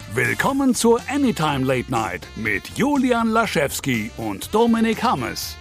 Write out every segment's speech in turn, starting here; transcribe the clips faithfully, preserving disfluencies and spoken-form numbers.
Willkommen zur Anytime Late Night mit Julian Laschewski und Dominik Hammes.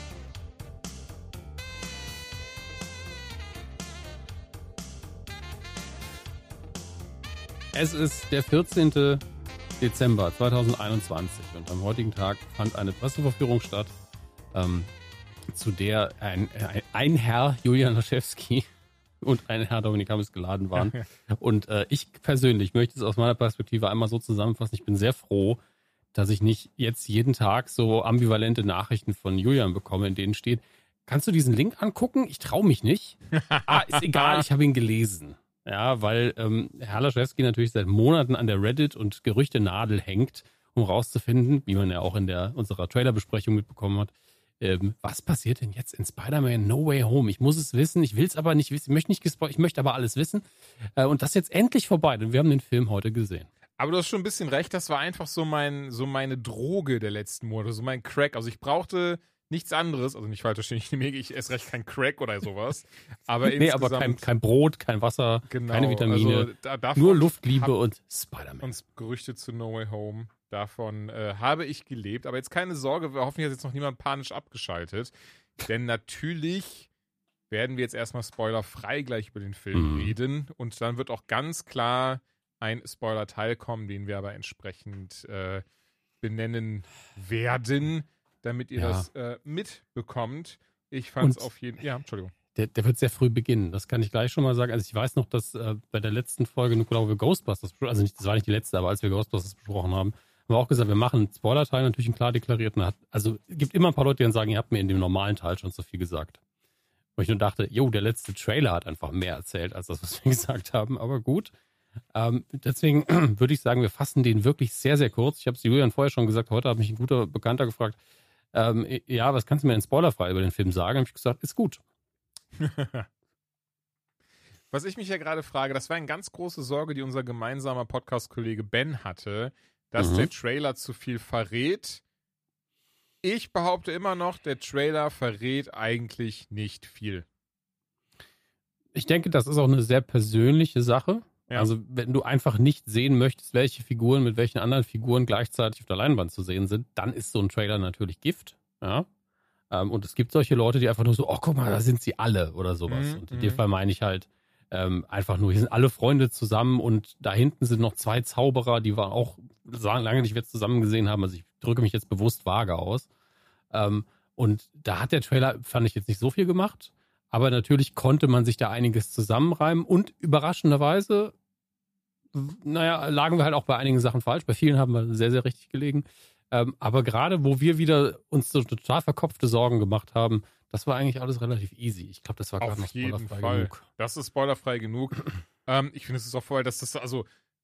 Es ist der vierzehnten Dezember zweitausendeinundzwanzig und am heutigen Tag fand eine Presseverführung statt, ähm, zu der ein, ein, ein Herr Julian Laschewski und ein Herr Dominik Hammes geladen waren. Und äh, ich persönlich möchte es aus meiner Perspektive einmal so zusammenfassen. Ich bin sehr froh, dass ich nicht jetzt jeden Tag so ambivalente Nachrichten von Julian bekomme, in denen steht, kannst du diesen Link angucken? Ich traue mich nicht. Ah, ist egal, ich habe ihn gelesen. Ja, weil ähm, Herr Laschewski natürlich seit Monaten an der Reddit- und Gerüchtenadel hängt, um rauszufinden, wie man ja auch in der unserer Trailerbesprechung mitbekommen hat, ähm, was passiert denn jetzt in Spider-Man No Way Home? Ich muss es wissen, ich will es aber nicht wissen, ich möchte nicht gespoilert, ich möchte aber alles wissen. Äh, und das ist jetzt endlich vorbei, denn wir haben den Film heute gesehen. Aber du hast schon ein bisschen recht, das war einfach so mein, so meine Droge der letzten Monate, so mein Crack. Also ich brauchte nichts anderes, also nicht falsch verstehen, ich nehme ich esse recht kein Crack oder sowas. Aber nee, aber kein, kein Brot, kein Wasser, genau, keine Vitamine, also da, davon nur Luftliebe und Spider-Man. Uns Gerüchte zu No Way Home, davon äh, habe ich gelebt. Aber jetzt keine Sorge, wir hoffen, jetzt jetzt noch niemand panisch abgeschaltet. Denn natürlich werden wir jetzt erstmal spoilerfrei gleich über den Film Mhm. reden. Und dann wird auch ganz klar ein Spoiler-Teil kommen, den wir aber entsprechend äh, benennen werden, damit ihr Ja. das äh, mitbekommt. Ich fand es Und- auf jeden Fall. Ja, Entschuldigung. Der, der wird sehr früh beginnen, das kann ich gleich schon mal sagen. Also ich weiß noch, dass äh, bei der letzten Folge, wo wir Ghostbusters, also nicht, das war nicht die letzte, aber als wir Ghostbusters besprochen haben, haben wir auch gesagt, wir machen einen Spoiler-Teil, natürlich einen klar deklarierten. Hat, also es gibt immer ein paar Leute, die dann sagen, ihr habt mir in dem normalen Teil schon so viel gesagt. Wo ich nur dachte, jo, der letzte Trailer hat einfach mehr erzählt, als das, was wir gesagt haben, aber gut. Ähm, deswegen würde ich sagen, wir fassen den wirklich sehr, sehr kurz. Ich habe es Julian vorher schon gesagt, heute hat mich ein guter Bekannter gefragt, ähm, ja, was kannst du mir denn spoilerfrei über den Film sagen? Habe ich gesagt, ist gut. Was ich mich ja gerade frage, das war eine ganz große Sorge, die unser gemeinsamer Podcast-Kollege Ben hatte, dass Mhm. der Trailer zu viel verrät. Ich behaupte immer noch, der Trailer verrät eigentlich nicht viel. Ich denke, das ist auch eine sehr persönliche Sache. Ja. Also wenn du einfach nicht sehen möchtest, welche Figuren mit welchen anderen Figuren gleichzeitig auf der Leinwand zu sehen sind, dann ist so ein Trailer natürlich Gift. Ja. Ähm, und es gibt solche Leute, die einfach nur so, oh guck mal, da sind sie alle oder sowas. Mhm, Und in mhm. dem Fall meine ich halt ähm, einfach nur, hier sind alle Freunde zusammen und da hinten sind noch zwei Zauberer, die wir auch lange nicht mehr zusammen gesehen haben. Also ich drücke mich jetzt bewusst vage aus. Ähm, und da hat der Trailer, fand ich jetzt nicht so viel gemacht. Aber natürlich konnte man sich da einiges zusammenreimen und überraschenderweise, naja, lagen wir halt auch bei einigen Sachen falsch. Bei vielen haben wir sehr, sehr richtig gelegen. Ähm, aber gerade, wo wir wieder uns so total verkopfte Sorgen gemacht haben, das war eigentlich alles relativ easy. Ich glaube, das war gerade noch Auf jeden spoilerfrei Fall. genug. Das ist spoilerfrei genug. ähm, ich finde, es ist auch voll, dass das, also,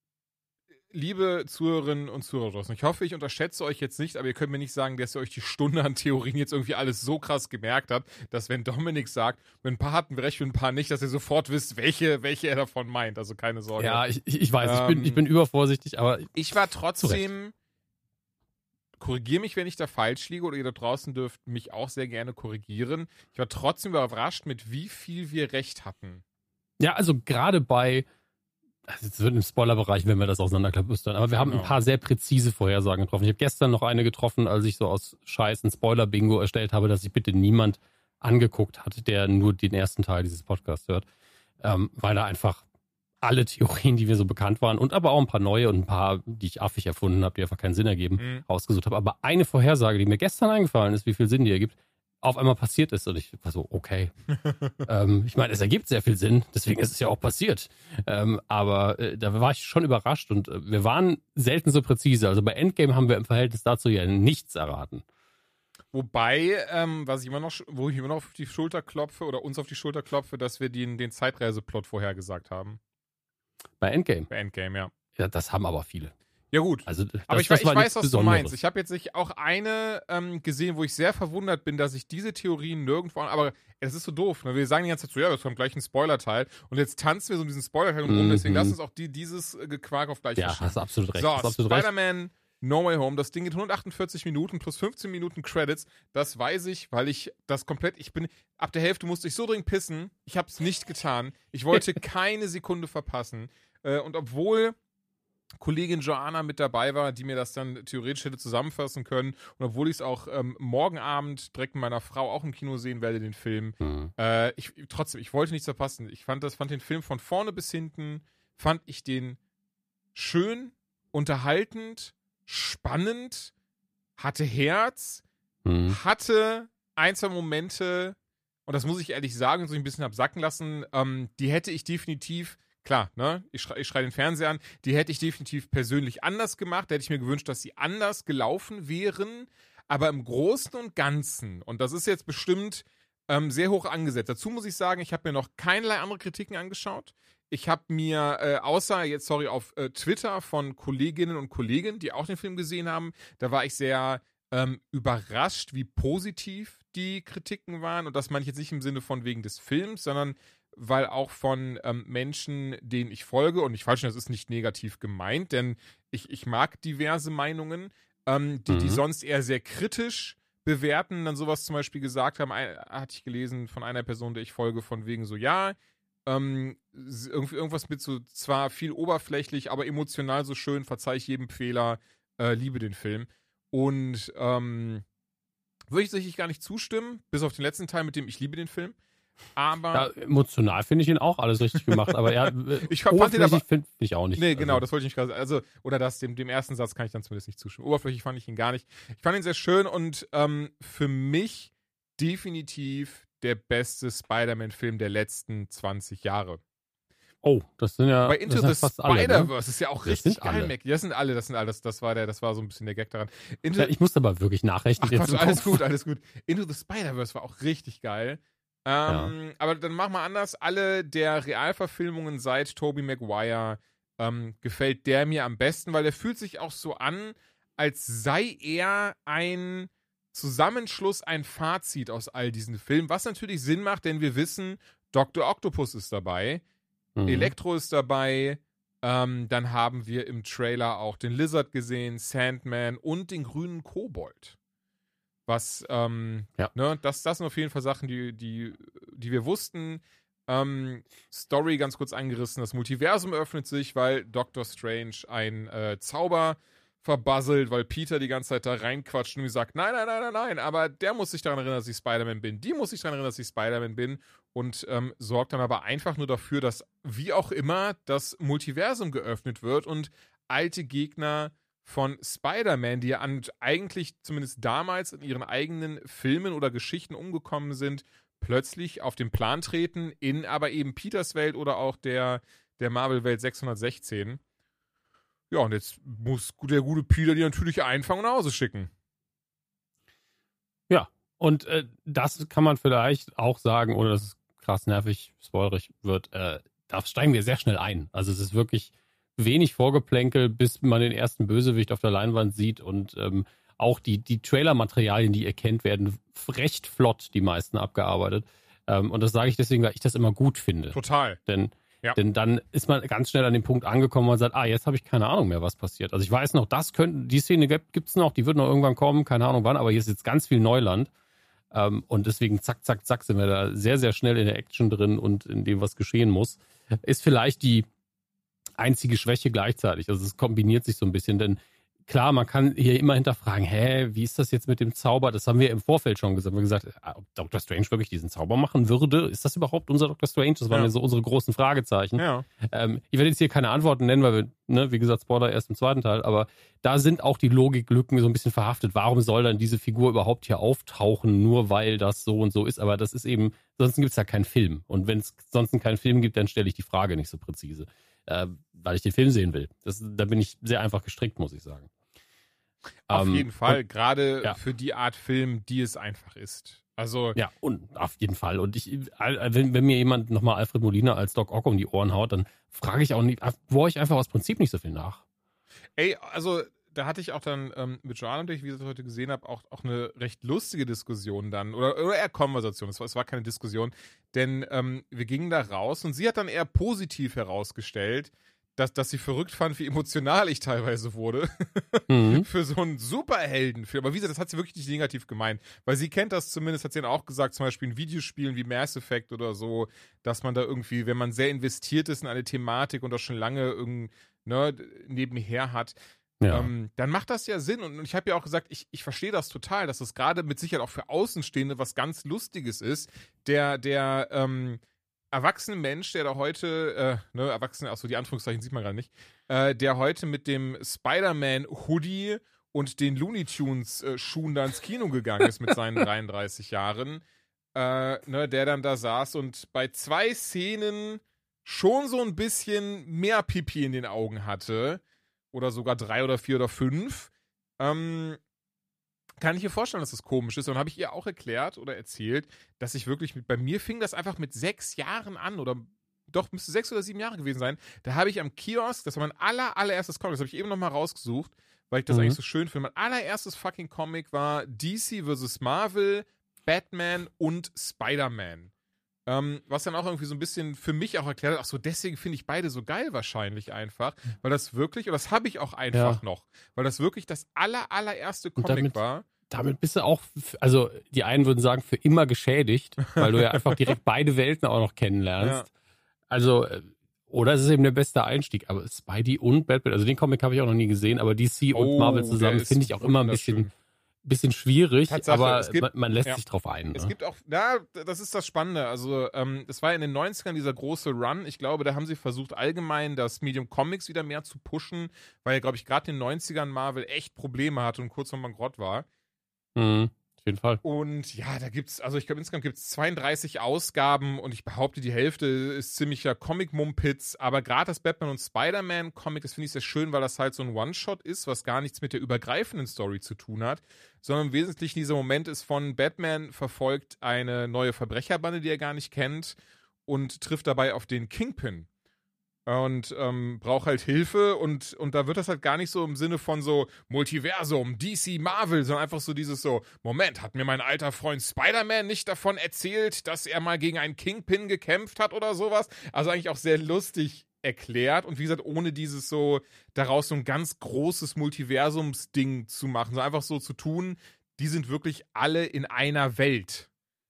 liebe Zuhörerinnen und Zuhörer draußen, ich hoffe, ich unterschätze euch jetzt nicht, aber ihr könnt mir nicht sagen, dass ihr euch die Stunde an Theorien jetzt irgendwie alles so krass gemerkt habt, dass wenn Dominik sagt, mit ein paar hatten wir recht, mit ein paar nicht, dass ihr sofort wisst, welche, welche er davon meint. Also keine Sorge. Ja, ich, ich weiß, ich, Ähm, bin, ich bin übervorsichtig, aber Ich war trotzdem, korrigiere mich, wenn ich da falsch liege, oder ihr da draußen dürft mich auch sehr gerne korrigieren. Ich war trotzdem überrascht, mit wie viel wir recht hatten. ja, also gerade bei, also es wird im Spoilerbereich, wenn wir das auseinanderklabüstern, aber wir haben Genau. ein paar sehr präzise Vorhersagen getroffen. Ich habe gestern noch eine getroffen, als ich so aus Scheiß ein Spoiler-Bingo erstellt habe, dass sich bitte niemand angeguckt hat, der nur den ersten Teil dieses Podcasts hört, ähm, weil da einfach alle Theorien, die mir so bekannt waren und aber auch ein paar neue und ein paar, die ich affig erfunden habe, die einfach keinen Sinn ergeben, Mhm. rausgesucht habe. Aber eine Vorhersage, die mir gestern eingefallen ist, wie viel Sinn die ergibt, auf einmal passiert ist. Und ich war so, okay. ähm, ich meine, es ergibt sehr viel Sinn, deswegen ist es ja auch passiert. Ähm, aber äh, da war ich schon überrascht und äh, wir waren selten so präzise. Also bei Endgame haben wir im Verhältnis dazu ja nichts erraten. Wobei, ähm, was ich immer noch, wo ich immer noch auf die Schulter klopfe oder uns auf die Schulter klopfe, dass wir den, den Zeitreiseplot vorhergesagt haben. Bei Endgame. Bei Endgame, ja. Ja, das haben aber viele. Ja gut. Also das, Aber ich, das ich war weiß, nichts was du Besonderes. meinst. Ich habe jetzt nicht auch eine ähm, gesehen, wo ich sehr verwundert bin, dass ich diese Theorien nirgendwo an, aber es ist so doof. Ne? Wir sagen die ganze Zeit so, ja, das kommt gleich ein Spoiler-Teil und jetzt tanzen wir so um diesen Spoiler-Teil rum, Mhm. deswegen lass uns auch die, dieses äh, Gequark auf gleich Ja, verschieben. hast du absolut recht. So, hast du absolut recht. Spider-Man No Way Home, das Ding geht hundertachtundvierzig Minuten plus fünfzehn Minuten Credits. Das weiß ich, weil ich das komplett, ich bin, ab der Hälfte musste ich so dringend pissen. Ich habe es nicht getan. Ich wollte keine Sekunde verpassen. Äh, und obwohl Kollegin Joanna mit dabei war, die mir das dann theoretisch hätte zusammenfassen können. Und obwohl ich es auch ähm, morgen Abend direkt mit meiner Frau auch im Kino sehen werde, den Film, Mhm. äh, ich trotzdem, ich wollte nichts verpassen. Ich fand das, fand den Film von vorne bis hinten, fand ich den schön, unterhaltend, spannend, hatte Herz, Mhm. hatte ein, zwei Momente, und das muss ich ehrlich sagen, so ein bisschen absacken lassen, ähm, die hätte ich definitiv, klar, ne, ich schreie ich schrei den Fernseher an, die hätte ich definitiv persönlich anders gemacht, da hätte ich mir gewünscht, dass sie anders gelaufen wären, aber im Großen und Ganzen, und das ist jetzt bestimmt ähm, sehr hoch angesetzt. Dazu muss ich sagen, ich habe mir noch keinerlei andere Kritiken angeschaut. Ich habe mir, äh, außer jetzt, sorry, auf äh, Twitter von Kolleginnen und Kollegen, die auch den Film gesehen haben, da war ich sehr ähm, überrascht, wie positiv die Kritiken waren. Und das meine ich jetzt nicht im Sinne von wegen des Films, sondern weil auch von ähm, Menschen, denen ich folge, und nicht falsch, das ist nicht negativ gemeint, denn ich, ich mag diverse Meinungen, ähm, die, die Mhm. sonst eher sehr kritisch bewerten, dann sowas zum Beispiel gesagt haben, ein, hatte ich gelesen von einer Person, der ich folge, von wegen so, ja, ähm, irgendwie irgendwas mit so, zwar viel oberflächlich, aber emotional so schön, verzeih ich jedem Fehler, äh, liebe den Film. Und ähm, würde ich tatsächlich gar nicht zustimmen, bis auf den letzten Teil, mit dem ich liebe den Film. Aber Ja, emotional finde ich ihn auch alles richtig gemacht, aber ja, Ich fand- fand ihn aber- finde ich auch nicht. nee, genau, Also, das wollte ich nicht gerade sagen. Also, oder das, dem, dem ersten Satz kann ich dann zumindest nicht zustimmen. Oberflächlich fand ich ihn gar nicht. Ich fand ihn sehr schön und ähm, für mich definitiv der beste Spider-Man-Film der letzten zwanzig Jahre. oh, das sind ja, Bei Into das sind the fast alle, ne? Spider-Verse ist ja auch Das richtig sind alle. allmächtig. Das sind alle, das sind alle, das, das war der, das war so ein bisschen der Gag daran. Into, Ja, ich musste aber wirklich nachrechnen. ach jetzt Quatsch, im alles Kopf. gut, alles gut. Into the Spider-Verse war auch richtig geil. Ähm, Aber dann mach mal anders. Alle der Realverfilmungen seit Tobey Maguire ähm, gefällt der mir am besten, weil der fühlt sich auch so an, als sei er ein Zusammenschluss, ein Fazit aus all diesen Filmen, was natürlich Sinn macht, denn wir wissen, Doktor Octopus ist dabei, Mhm. Elektro ist dabei, ähm, dann haben wir im Trailer auch den Lizard gesehen, Sandman und den grünen Kobold. Was, ähm, Ja. ne, das, das sind auf jeden Fall Sachen, die, die, die wir wussten. Ähm, Story ganz kurz angerissen, das Multiversum öffnet sich, weil Doctor Strange ein äh, Zauber verbasselt, weil Peter die ganze Zeit da reinquatscht und mir sagt, nein, nein, nein, nein, nein, aber der muss sich daran erinnern, dass ich Spider-Man bin, die muss sich daran erinnern, dass ich Spider-Man bin und ähm, sorgt dann aber einfach nur dafür, dass, wie auch immer, das Multiversum geöffnet wird und alte Gegner von Spider-Man, die ja an, eigentlich zumindest damals in ihren eigenen Filmen oder Geschichten umgekommen sind, plötzlich auf den Plan treten, in aber eben Peters Welt oder auch der, der Marvel-Welt sechshundertsechzehn. Ja, und jetzt muss der gute Peter die natürlich einfangen und nach Hause schicken. Ja, und äh, das kann man vielleicht auch sagen, ohne dass es krass nervig, spoilerig wird, äh, da steigen wir sehr schnell ein. Also es ist wirklich wenig Vorgeplänkel, bis man den ersten Bösewicht auf der Leinwand sieht und ähm, auch die, die Trailer-Materialien, die ihr kennt, werden recht flott, die meisten abgearbeitet. Ähm, und das sage ich deswegen, weil ich das immer gut finde. Total. Denn, Ja. denn dann ist man ganz schnell an dem Punkt angekommen, wo man sagt, ah, jetzt habe ich keine Ahnung mehr, was passiert. Also ich weiß noch, das könnte, die Szene gibt es noch, die wird noch irgendwann kommen, keine Ahnung wann, aber hier ist jetzt ganz viel Neuland. Ähm, und deswegen zack, zack, zack sind wir da sehr, sehr schnell in der Action drin und in dem, was geschehen muss. Ist vielleicht die einzige Schwäche gleichzeitig. Also es kombiniert sich so ein bisschen, denn klar, man kann hier immer hinterfragen, hä, wie ist das jetzt mit dem Zauber? Das haben wir im Vorfeld schon gesagt. Wir haben gesagt, ob Doktor Strange wirklich diesen Zauber machen würde? Ist das überhaupt unser Doktor Strange? Das waren Ja. ja so unsere großen Fragezeichen. Ja. Ähm, ich werde jetzt hier keine Antworten nennen, weil wir, ne, wie gesagt, Spoiler erst im zweiten Teil, aber da sind auch die Logiklücken so ein bisschen verhaftet. Warum soll dann diese Figur überhaupt hier auftauchen, nur weil das so und so ist? Aber das ist eben, sonst gibt es ja keinen Film. Und wenn es sonst keinen Film gibt, dann stelle ich die Frage nicht so präzise, äh, weil ich den Film sehen will. Das, da bin ich sehr einfach gestrickt, muss ich sagen. Auf Ähm, jeden Fall, und, gerade ja. für die Art Film, die es einfach ist. Also, Ja, und auf jeden Fall. Und ich, wenn, wenn mir jemand nochmal Alfred Molina als Doc Ock um die Ohren haut, dann frage ich auch nicht, bohre ich einfach aus Prinzip nicht so viel nach. ey, also da hatte ich auch dann ähm, mit Joanna, die ich wie gesagt heute gesehen habe, auch, auch eine recht lustige Diskussion dann, oder, oder eher Konversation, es war, es war keine Diskussion, denn ähm, wir gingen da raus und sie hat dann eher positiv herausgestellt, dass, dass sie verrückt fand, wie emotional ich teilweise wurde Mhm. für so einen Superheldenfilm. Aber wie gesagt, das hat sie wirklich nicht negativ gemeint, weil sie kennt das zumindest, hat sie dann auch gesagt, zum Beispiel in Videospielen wie Mass Effect oder so, dass man da irgendwie, wenn man sehr investiert ist in eine Thematik und auch schon lange irgend ne, nebenher hat, Ja. ähm, dann macht das ja Sinn. Und ich habe ja auch gesagt, ich, ich verstehe das total, dass das gerade mit Sicherheit auch für Außenstehende was ganz Lustiges ist. Der, der ähm, erwachsene Mensch, der da heute, äh, ne, erwachsene, achso, die Anführungszeichen sieht man gerade nicht, äh, der heute mit dem Spider-Man-Hoodie und den Looney Tunes-Schuhen da ins Kino gegangen ist mit seinen dreiunddreißig Jahren, äh, ne, der dann da saß und bei zwei Szenen schon so ein bisschen mehr Pipi in den Augen hatte, oder sogar drei oder vier oder fünf, ähm, kann ich mir vorstellen, dass das komisch ist. Und dann habe ich ihr auch erklärt oder erzählt, dass ich wirklich, mit, bei mir fing das einfach mit sechs Jahren an, oder doch, müsste sechs oder sieben Jahre gewesen sein. Da habe ich am Kiosk, das war mein aller, allererstes Comic, das habe ich eben nochmal rausgesucht, weil ich das Mhm. eigentlich so schön finde. Mein allererstes fucking Comic war D C versus. Marvel, Batman und Spider-Man. Ähm, was dann auch irgendwie so ein bisschen für mich auch erklärt hat, ach so, deswegen finde ich beide so geil wahrscheinlich einfach, weil das wirklich, und das habe ich auch einfach Ja. noch, weil das wirklich das aller, allererste Und Comic damit- war. Damit bist du auch, f- also die einen würden sagen, für immer geschädigt, weil du ja einfach direkt beide Welten auch noch kennenlernst. Also, äh, oder es ist eben der beste Einstieg. Aber Spidey und Batman, also den Comic habe ich auch noch nie gesehen, aber D C und Oh, Marvel der zusammen ist finde ich auch immer ein bisschen, wunderschön. bisschen schwierig, Tatsache, aber es gibt- man, man lässt ja. sich drauf ein. Es Ne? gibt auch, ja, das ist das Spannende. Also, ähm, es war in den neunzigern dieser große Run. Ich glaube, da haben sie versucht, allgemein das Medium Comics wieder mehr zu pushen, weil ja, glaube ich, gerade in den neunzigern Marvel echt Probleme hatte und kurz vor bankrott war. Mhm, auf jeden Fall. Und ja, da gibt's, also ich glaube, insgesamt gibt's zweiunddreißig Ausgaben und ich behaupte, die Hälfte ist ziemlicher Comic-Mumpitz, aber gerade das Batman und Spider-Man-Comic, das finde ich sehr schön, weil das halt so ein One-Shot ist, was gar nichts mit der übergreifenden Story zu tun hat, sondern im Wesentlichen dieser Moment ist von Batman verfolgt eine neue Verbrecherbande, die er gar nicht kennt und trifft dabei auf den Kingpin. Und ähm, braucht halt Hilfe und, und da wird das halt gar nicht so im Sinne von so Multiversum, D C, Marvel, sondern einfach so dieses so, Moment, hat mir mein alter Freund Spider-Man nicht davon erzählt, dass er mal gegen einen Kingpin gekämpft hat oder sowas? Also eigentlich auch sehr lustig erklärt und wie gesagt, ohne dieses so, daraus so ein ganz großes Multiversums-Ding zu machen, sondern einfach so zu tun, die sind wirklich alle in einer Welt.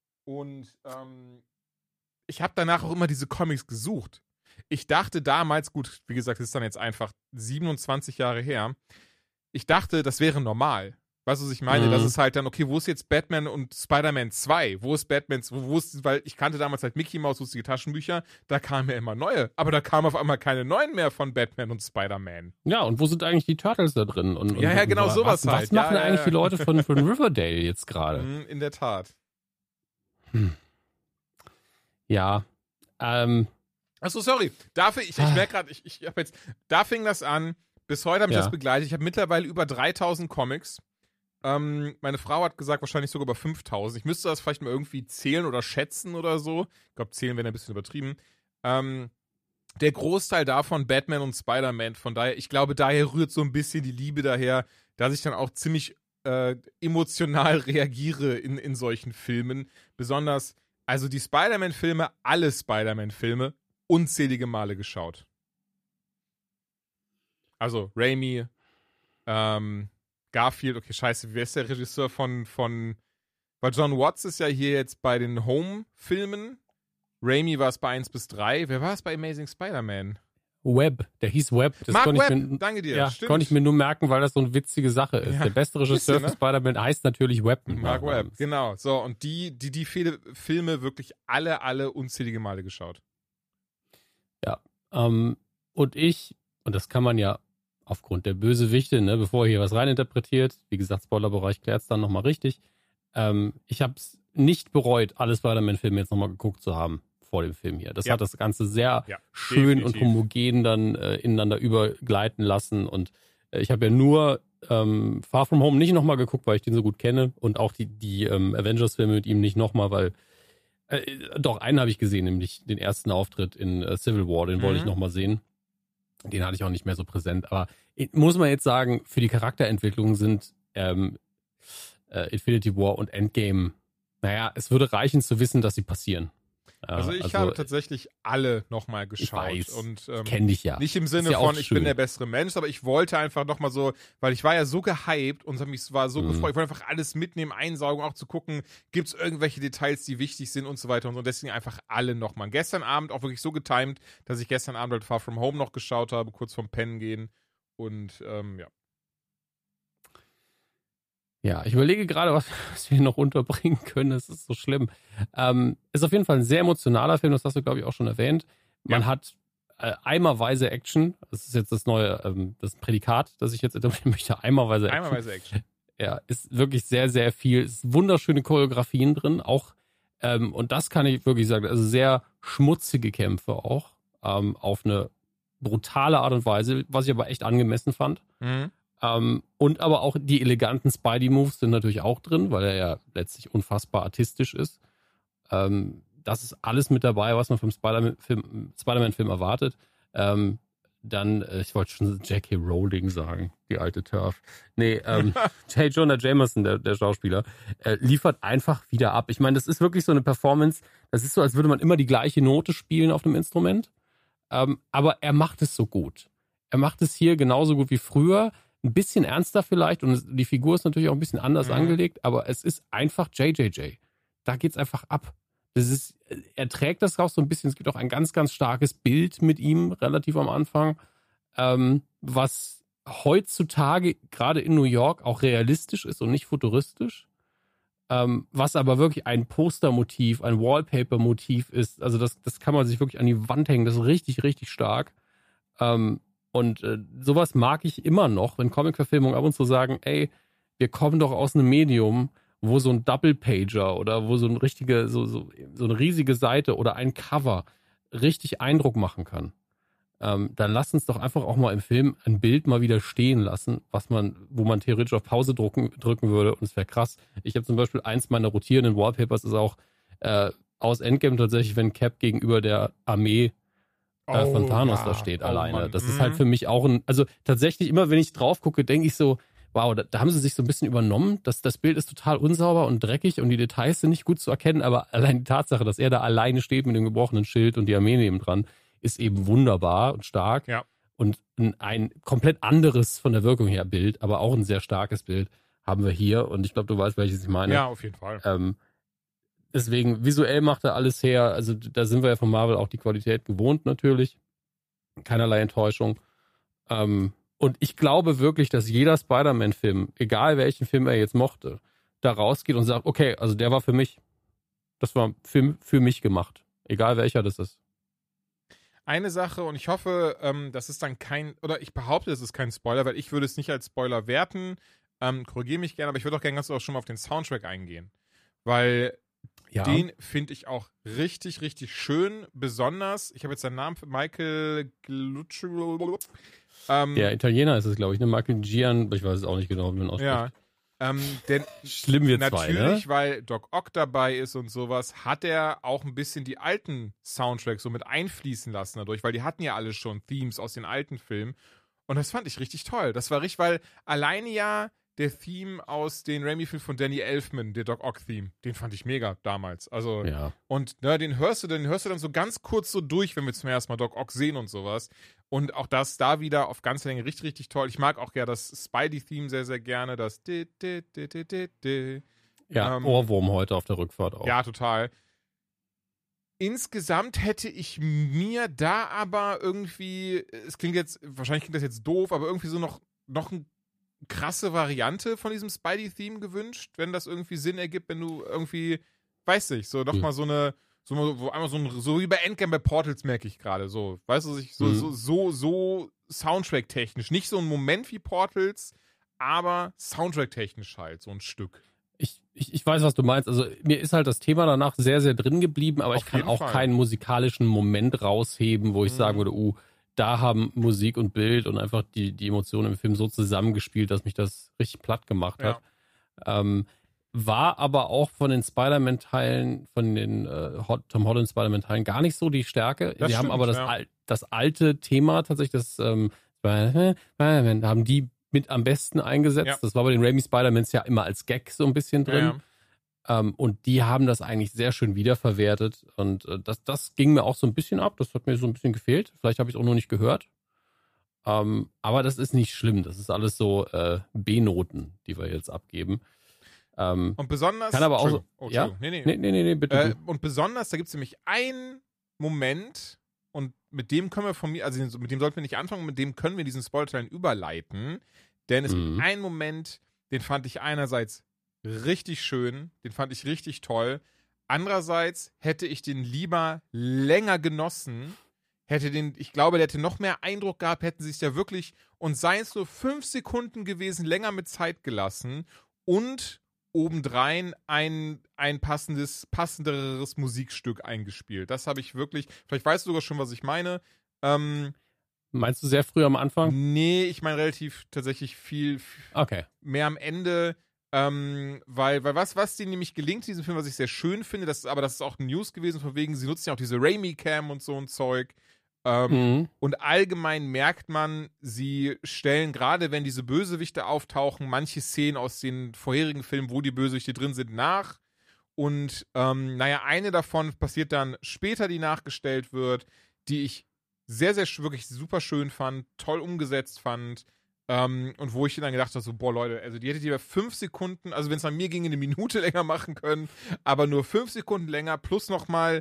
Und ähm, ich habe danach auch immer diese Comics gesucht. Ich dachte damals, gut, wie gesagt, das ist dann jetzt einfach siebenundzwanzig Jahre her, ich dachte, das wäre normal. Weißt du, was ich meine? Mhm. Das ist halt dann, okay, wo ist jetzt Batman und Spider-Man zwei? Wo ist Batman, wo, wo ist, weil ich kannte damals halt Mickey Mouse, lustige Taschenbücher, da kamen ja immer neue. Aber da kamen auf einmal keine neuen mehr von Batman und Spider-Man. Ja, und wo sind eigentlich die Turtles da drin? Und, Ja, und, ja, genau was, sowas was halt. Was machen Ja, ja, eigentlich ja. die Leute von, von Riverdale jetzt gerade? Mhm, in der Tat. Ja, ähm, Achso, sorry. Dafür, ich, ich merke gerade, ich, ich habe jetzt, da fing das an. Bis heute habe ich Ja. das begleitet. Ich habe mittlerweile über dreitausend Comics. Ähm, meine Frau hat gesagt, wahrscheinlich sogar über fünftausend. Ich müsste das vielleicht mal irgendwie zählen oder schätzen oder so. Ich glaube, zählen wäre ein bisschen übertrieben. Ähm, der Großteil davon Batman und Spider-Man. Von daher, ich glaube, daher rührt so ein bisschen die Liebe daher, dass ich dann auch ziemlich äh, emotional reagiere in, in solchen Filmen. Besonders, also die Spider-Man-Filme, alle Spider-Man-Filme, unzählige Male geschaut. Also Raimi, ähm, Garfield, okay, scheiße, wer ist der Regisseur von, von, weil John Watts ist ja hier jetzt bei den Home-Filmen, Raimi war es bei eins bis drei, wer war es bei Amazing Spider-Man? Webb, der hieß Webb. Das Mark konnte Webb, ich mir, danke dir, ja, stimmt. konnte ich mir nur merken, weil das so eine witzige Sache ist. Ja, Der beste Regisseur bisschen, ne? für Spider-Man heißt natürlich Webb. mit Mark Nachnamen. Webb, genau, so, und die, die, die viele Filme wirklich alle, alle unzählige Male geschaut. Ähm, und ich, und das kann man ja aufgrund der Bösewichte, ne, bevor ihr hier was reininterpretiert, wie gesagt, Spoilerbereich klärt es dann nochmal richtig, ähm, ich habe es nicht bereut, alle Spider-Man-Filme jetzt nochmal geguckt zu haben vor dem Film hier. Das Ja. hat das Ganze sehr Ja, schön definitiv. und homogen dann äh, ineinander übergleiten lassen und äh, ich habe ja nur ähm, Far From Home nicht nochmal geguckt, weil ich den so gut kenne und auch die, die ähm, Avengers-Filme mit ihm nicht nochmal, weil Äh, doch, einen habe ich gesehen, nämlich den ersten Auftritt in äh, Civil War, den wollte Mhm. ich nochmal sehen. Den hatte ich auch nicht mehr so präsent. Aber äh, muss man jetzt sagen, für die Charakterentwicklung sind ähm, äh, Infinity War und Endgame, naja, es würde reichen zu wissen, dass sie passieren. Also ich also, habe tatsächlich alle nochmal geschaut. Ich weiß, und ähm, kenn dich ja. Nicht im Sinne ja von, ich schön. bin der bessere Mensch, aber ich wollte einfach nochmal so, weil ich war ja so gehypt und hab mich war so Mhm. gefreut, ich wollte einfach alles mitnehmen, einsaugen, auch zu gucken, gibt es irgendwelche Details, die wichtig sind und so weiter und so. Und deswegen einfach alle nochmal. Gestern Abend auch wirklich so getimed, dass ich gestern Abend halt Far From Home noch geschaut habe, kurz vorm Pennen gehen. Und ähm, ja. Ja, ich überlege gerade, was, was wir noch unterbringen können. Das ist so schlimm. Ähm, ist auf jeden Fall ein sehr emotionaler Film, das hast du, glaube ich, auch schon erwähnt. Man Ja. hat äh, eimerweise Action. Das ist jetzt das neue, ähm, das Prädikat, das ich jetzt etablieren möchte. Eimerweise Action. Eimerweise Action. Ja, ist wirklich sehr, sehr viel. Ist wunderschöne Choreografien drin, auch, ähm, und das kann ich wirklich sagen, also sehr schmutzige Kämpfe auch, ähm, auf eine brutale Art und Weise, was ich aber echt angemessen fand. Mhm. Ähm, und aber auch die eleganten Spidey-Moves sind natürlich auch drin, weil er ja letztlich unfassbar artistisch ist. Ähm, das ist alles mit dabei, was man vom Spider-Man-Film Spider-Man-Film erwartet. Ähm, dann, äh, ich wollte schon J K. Rowling sagen, die alte Turf. Nee, ähm, J. Jonah Jameson, der, der Schauspieler, äh, liefert einfach wieder ab. Ich meine, das ist wirklich so eine Performance, das ist so, als würde man immer die gleiche Note spielen auf dem Instrument. Ähm, aber er macht es so gut. Er macht es hier genauso gut wie früher. Ein bisschen ernster vielleicht und die Figur ist natürlich auch ein bisschen anders Mhm. angelegt, aber es ist einfach J J J. Da geht's einfach ab. Das ist, er trägt das auch so ein bisschen. Es gibt auch ein ganz, ganz starkes Bild mit ihm relativ am Anfang, ähm, was heutzutage gerade in New York auch realistisch ist und nicht futuristisch, ähm, was aber wirklich ein Postermotiv, ein Wallpaper-Motiv ist. Also das, das kann man sich wirklich an die Wand hängen. Das ist richtig, richtig stark. Ähm, Und äh, sowas mag ich immer noch, wenn Comic-Verfilmungen ab und zu sagen, ey, wir kommen doch aus einem Medium, wo so ein Double-Pager oder wo so eine richtige, so, so, so eine riesige Seite oder ein Cover richtig Eindruck machen kann. Ähm, dann lasst uns doch einfach auch mal im Film ein Bild mal wieder stehen lassen, was man, wo man theoretisch auf Pause drücken, drücken würde und es wäre krass. Ich habe zum Beispiel eins meiner rotierenden Wallpapers ist auch äh, aus Endgame tatsächlich, wenn Cap gegenüber der Armee Äh, von Oh, Thanos ja. da steht Oh, alleine. Mann. Das ist Mhm. halt für mich auch ein, also tatsächlich immer, wenn ich drauf gucke, denke ich so, wow, da, da haben sie sich so ein bisschen übernommen. Das, das Bild ist total unsauber und dreckig und die Details sind nicht gut zu erkennen, aber allein die Tatsache, dass er da alleine steht mit dem gebrochenen Schild und die Armee neben dran, ist eben wunderbar und stark. Ja. Und ein, ein komplett anderes von der Wirkung her Bild, aber auch ein sehr starkes Bild haben wir hier und ich glaube, du weißt, welches ich meine. Ja, auf jeden Fall. Ähm, deswegen, visuell macht er alles her, also da sind wir ja von Marvel auch die Qualität gewohnt natürlich. Keinerlei Enttäuschung. Ähm, und ich glaube wirklich, dass jeder Spider-Man-Film, egal welchen Film er jetzt mochte, da rausgeht und sagt, okay, also der war für mich. Das war für, für mich gemacht. Egal welcher das ist. Eine Sache, und ich hoffe, ähm, das ist dann kein, oder ich behaupte, es ist kein Spoiler, weil ich würde es nicht als Spoiler werten. Ähm, korrigiere mich gerne, aber ich würde auch gerne ganz auch schon mal auf den Soundtrack eingehen. Weil Ja. den finde ich auch richtig, richtig schön. Besonders, ich habe jetzt seinen Namen, Michael Gluccio. Ähm, Der Italiener ist es, glaube ich, ne? Michael Gian, ich weiß es auch nicht genau, wie man ausspricht. ja. Ähm, denn Schlimm wir zwei, natürlich, ne? weil Doc Ock dabei ist und sowas, hat er auch ein bisschen die alten Soundtracks so mit einfließen lassen dadurch, weil die hatten ja alle schon Themes aus den alten Filmen. Und das fand ich richtig toll. Das war richtig, weil alleine ja der Theme aus den Raimi-Filmen von Danny Elfman, der Doc Ock-Theme, den fand ich mega damals. Also, Ja. und ne, den hörst du, den hörst du dann so ganz kurz so durch, wenn wir zum ersten Mal Doc Ock sehen und sowas. Und auch das da wieder auf ganze Länge richtig, richtig toll. Ich mag auch ja das Spidey-Theme sehr, sehr gerne. Das di, di, di, di, di, di. Ja, Ähm, Ohrwurm heute auf der Rückfahrt auch. Ja, total. Insgesamt hätte ich mir da aber irgendwie, es klingt jetzt, wahrscheinlich klingt das jetzt doof, aber irgendwie so noch, noch eine krasse Variante von diesem Spidey-Theme gewünscht, wenn das irgendwie Sinn ergibt, wenn du irgendwie, weiß nicht, so nochmal Mhm. mal so eine, so, mal- wo einmal so, ein, so wie bei Endgame bei Portals merke ich gerade so, weißt du, ich, so, Mhm. so, so, so Soundtrack-technisch, nicht so ein Moment wie Portals, aber Soundtrack-technisch halt, so ein Stück. Ich, ich, ich weiß, was du meinst. Also mir ist halt das Thema danach sehr, sehr drin geblieben, aber Auf ich kann jeden auch Fall. keinen musikalischen Moment rausheben, wo ich Mhm. sagen würde, uh, da haben Musik und Bild und einfach die, die Emotionen im Film so zusammengespielt, dass mich das richtig platt gemacht hat. Ähm, war aber auch von den Spider-Man-Teilen, von den äh, Hot- Tom Holland Spider-Man-Teilen gar nicht so die Stärke. Das Die haben stimmt, aber das, ja. al das alte Thema tatsächlich, das ähm, Spider-Man, haben die mit am besten eingesetzt. Ja. Das war bei den Raimi Spider-Mans ja immer als Gag so ein bisschen drin. Ja, ja. Ähm, und die haben das eigentlich sehr schön wiederverwertet. Und äh, das, das ging mir auch so ein bisschen ab. Das hat mir so ein bisschen gefehlt. Vielleicht habe ich es auch noch nicht gehört. Ähm, aber das ist nicht schlimm. Das ist alles so äh, B-Noten, die wir jetzt abgeben. Ähm, und besonders... Kann aber auch so, oh, ja? Nee, nee, nee, nee, nee, nee bitte. Äh, und besonders, da gibt es nämlich einen Moment, und mit dem können wir von mir, also mit dem sollten wir nicht anfangen, mit dem können wir diesen Spoilerteil überleiten. Denn es Mhm. gibt einen Moment, den fand ich einerseits richtig schön, den fand ich richtig toll. Andererseits hätte ich den lieber länger genossen, hätte den, ich glaube, der hätte noch mehr Eindruck gehabt, hätten sie sich da wirklich, und sei es nur fünf Sekunden gewesen, länger mit Zeit gelassen und obendrein ein, ein passendes, passenderes Musikstück eingespielt. Das habe ich wirklich, vielleicht weißt du sogar schon, was ich meine. Ähm, Meinst du sehr früh am Anfang? Nee, ich meine relativ tatsächlich viel, viel Okay. mehr am Ende, ähm, weil, weil was, was denen nämlich gelingt, diesem Film, was ich sehr schön finde, das ist, aber das ist auch News gewesen, von wegen, sie nutzen ja auch diese Raimi-Cam und so ein Zeug. Ähm, Mhm. Und allgemein merkt man, sie stellen, gerade wenn diese Bösewichte auftauchen, manche Szenen aus den vorherigen Filmen, wo die Bösewichte drin sind, nach. Und ähm, naja, eine davon passiert dann später, die nachgestellt wird, die ich sehr, sehr sch- wirklich super schön fand, toll umgesetzt fand. Ähm, und wo ich dann gedacht habe, so, boah, Leute, also die hättet ihr fünf Sekunden, also wenn es an mir ging, eine Minute länger machen können, aber nur fünf Sekunden länger, plus nochmal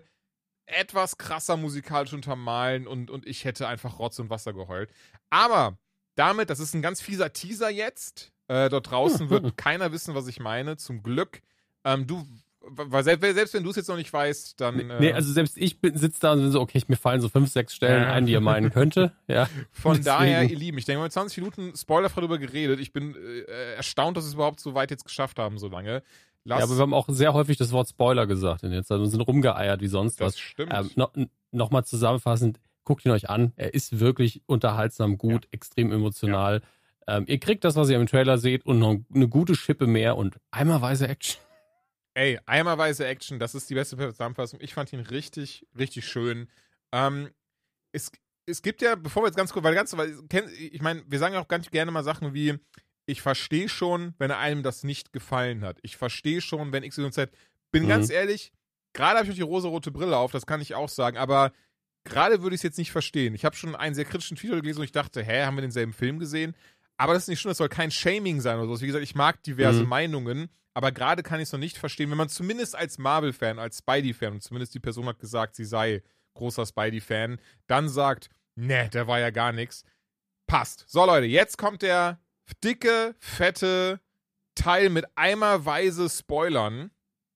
etwas krasser musikalisch untermalen und, und ich hätte einfach Rotz und Wasser geheult. Aber damit, das ist ein ganz fieser Teaser jetzt, äh, dort draußen wird keiner wissen, was ich meine, zum Glück. Ähm, du, weil selbst, selbst wenn du es jetzt noch nicht weißt, dann... Äh, Nee, also selbst ich sitze da und bin so, okay, mir fallen so fünf, sechs Stellen Ja. ein, die ihr meinen könnte. Ja. Von Deswegen. daher, ihr Lieben, ich denke, wir haben zwanzig Minuten spoilerfrei darüber geredet. Ich bin äh, erstaunt, dass wir es überhaupt so weit jetzt geschafft haben, so lange. Lass, Ja, aber wir haben auch sehr häufig das Wort Spoiler gesagt in der Zeit und sind rumgeeiert wie sonst das was. stimmt. Ähm, no, Nochmal zusammenfassend, guckt ihn euch an. Er ist wirklich unterhaltsam, gut, Ja. extrem emotional. Ähm, ihr kriegt das, was ihr im Trailer seht und noch eine gute Schippe mehr und eimerweise Action. Ey, eimerweise Action, das ist die beste Zusammenfassung. Ich fand ihn richtig, richtig schön. Ähm, es, es gibt ja, bevor wir jetzt ganz kurz, weil ganz, weil, ich meine, wir sagen ja auch ganz gerne mal Sachen wie, ich verstehe schon, wenn einem das nicht gefallen hat. Ich verstehe schon, wenn X Y Z. Bin Mhm. ganz ehrlich, gerade habe ich noch die rosa-rote Brille auf, das kann ich auch sagen, aber gerade würde ich es jetzt nicht verstehen. Ich habe schon einen sehr kritischen Tweet gelesen und ich dachte, hä, haben wir denselben Film gesehen? Aber das ist nicht schlimm, das soll kein Shaming sein oder so. Wie gesagt, ich mag diverse Mhm. Meinungen, aber gerade kann ich es noch nicht verstehen, wenn man zumindest als Marvel-Fan, als Spidey-Fan, und zumindest die Person hat gesagt, sie sei großer Spidey-Fan, dann sagt, ne, der war ja gar nichts. Passt. So, Leute, jetzt kommt der dicke, fette Teil mit eimerweise Spoilern.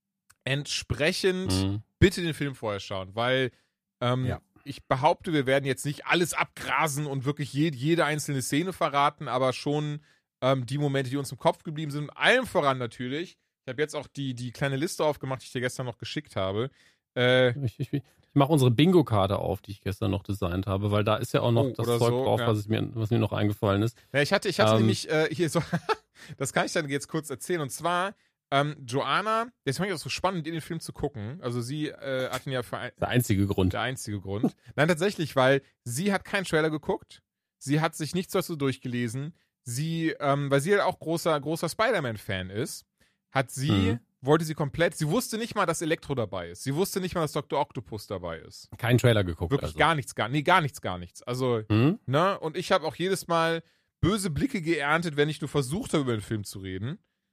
Entsprechend Mhm. bitte den Film vorher schauen, weil ähm, Ja. ich behaupte, wir werden jetzt nicht alles abgrasen und wirklich jede, jede einzelne Szene verraten, aber schon ähm, die Momente, die uns im Kopf geblieben sind. Allem voran natürlich. Ich habe jetzt auch die, die kleine Liste aufgemacht, die ich dir gestern noch geschickt habe. Äh, Ich, ich, ich mache unsere Bingo-Karte auf, die ich gestern noch designt habe, weil da ist ja auch noch Oh, das oder Zeug so, drauf, ja. was, ich mir, was mir noch eingefallen ist. Ja, ich hatte, ich hatte Ähm. nämlich äh, hier so, das kann ich dann jetzt kurz erzählen. Und zwar, ähm, Joanna, das fand ich auch so spannend, in den Film zu gucken. Also sie äh, hat ihn ja für ein, Der einzige Grund. der einzige Grund. Nein, tatsächlich, weil sie hat keinen Trailer geguckt. Sie hat sich nichts dazu durchgelesen. Sie, ähm, weil sie halt auch großer, großer Spider-Man-Fan ist, hat sie, Mhm. wollte sie komplett, sie wusste nicht mal, dass Elektro dabei ist. Sie wusste nicht mal, dass Doktor Octopus dabei ist. Keinen Trailer geguckt. Wirklich also. gar nichts, gar, nee, gar nichts, gar nichts. Also, Mhm. ne, und ich habe auch jedes Mal böse Blicke geerntet, wenn ich nur versucht habe, über den Film zu reden.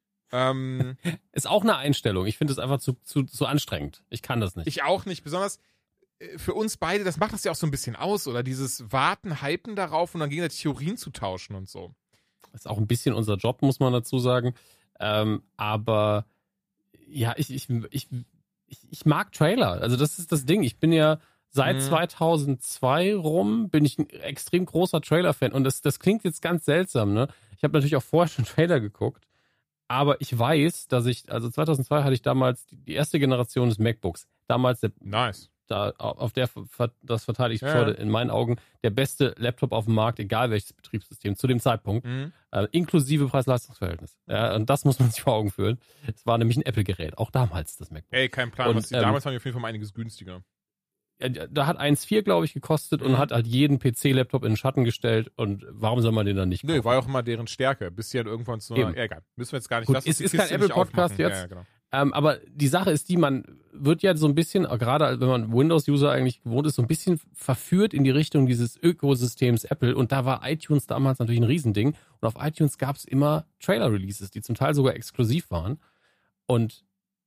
Ähm, Ist auch eine Einstellung. Ich finde es einfach zu, zu, zu anstrengend. Ich kann das nicht. ich auch nicht, besonders äh, für uns beide, das macht das ja auch so ein bisschen aus, oder? Dieses Warten, Hypen darauf und dann gegenseitig Theorien zu tauschen und so. Ist auch ein bisschen unser Job, muss man dazu sagen. Ähm, aber ja, ich, ich, ich, ich, ich mag Trailer. Also das ist das Ding. Ich bin ja seit Mhm. zweitausendzwei rum, bin ich ein extrem großer Trailer-Fan. Und das, das klingt jetzt ganz seltsam, ne? Ich habe natürlich auch vorher schon Trailer geguckt. Aber ich weiß, dass ich, also zweitausendzwei hatte ich damals die, die erste Generation des MacBooks. Damals der Nice. da auf der das verteidigt Ja. wurde, in meinen Augen der beste Laptop auf dem Markt, egal welches Betriebssystem, zu dem Zeitpunkt, Mhm. äh, inklusive Preis-Leistungs-Verhältnis. Ja, und das muss man sich vor Augen führen. Es war nämlich ein Apple-Gerät, auch damals das MacBook. Ey, kein Plan, Und, was die ähm, damals waren die auf jeden Fall um einiges günstiger. Ja, da hat eins Komma vier, glaube ich, gekostet Mhm. und hat halt jeden P C-Laptop in den Schatten gestellt. Und warum soll man den dann nicht kaufen? Nö, war ja auch immer deren Stärke, bis sie halt irgendwann zu einer, Eben. ja, egal, müssen wir jetzt gar nicht, Gut, lass uns es die ist Kiste kein nicht Apple-Podcast aufmachen. jetzt. Ja, ja, genau. Ähm, aber die Sache ist die, man wird ja so ein bisschen, gerade wenn man Windows-User eigentlich gewohnt ist, so ein bisschen verführt in die Richtung dieses Ökosystems Apple. Und da war iTunes damals natürlich ein Riesending. Und auf iTunes gab es immer Trailer-Releases, die zum Teil sogar exklusiv waren. Und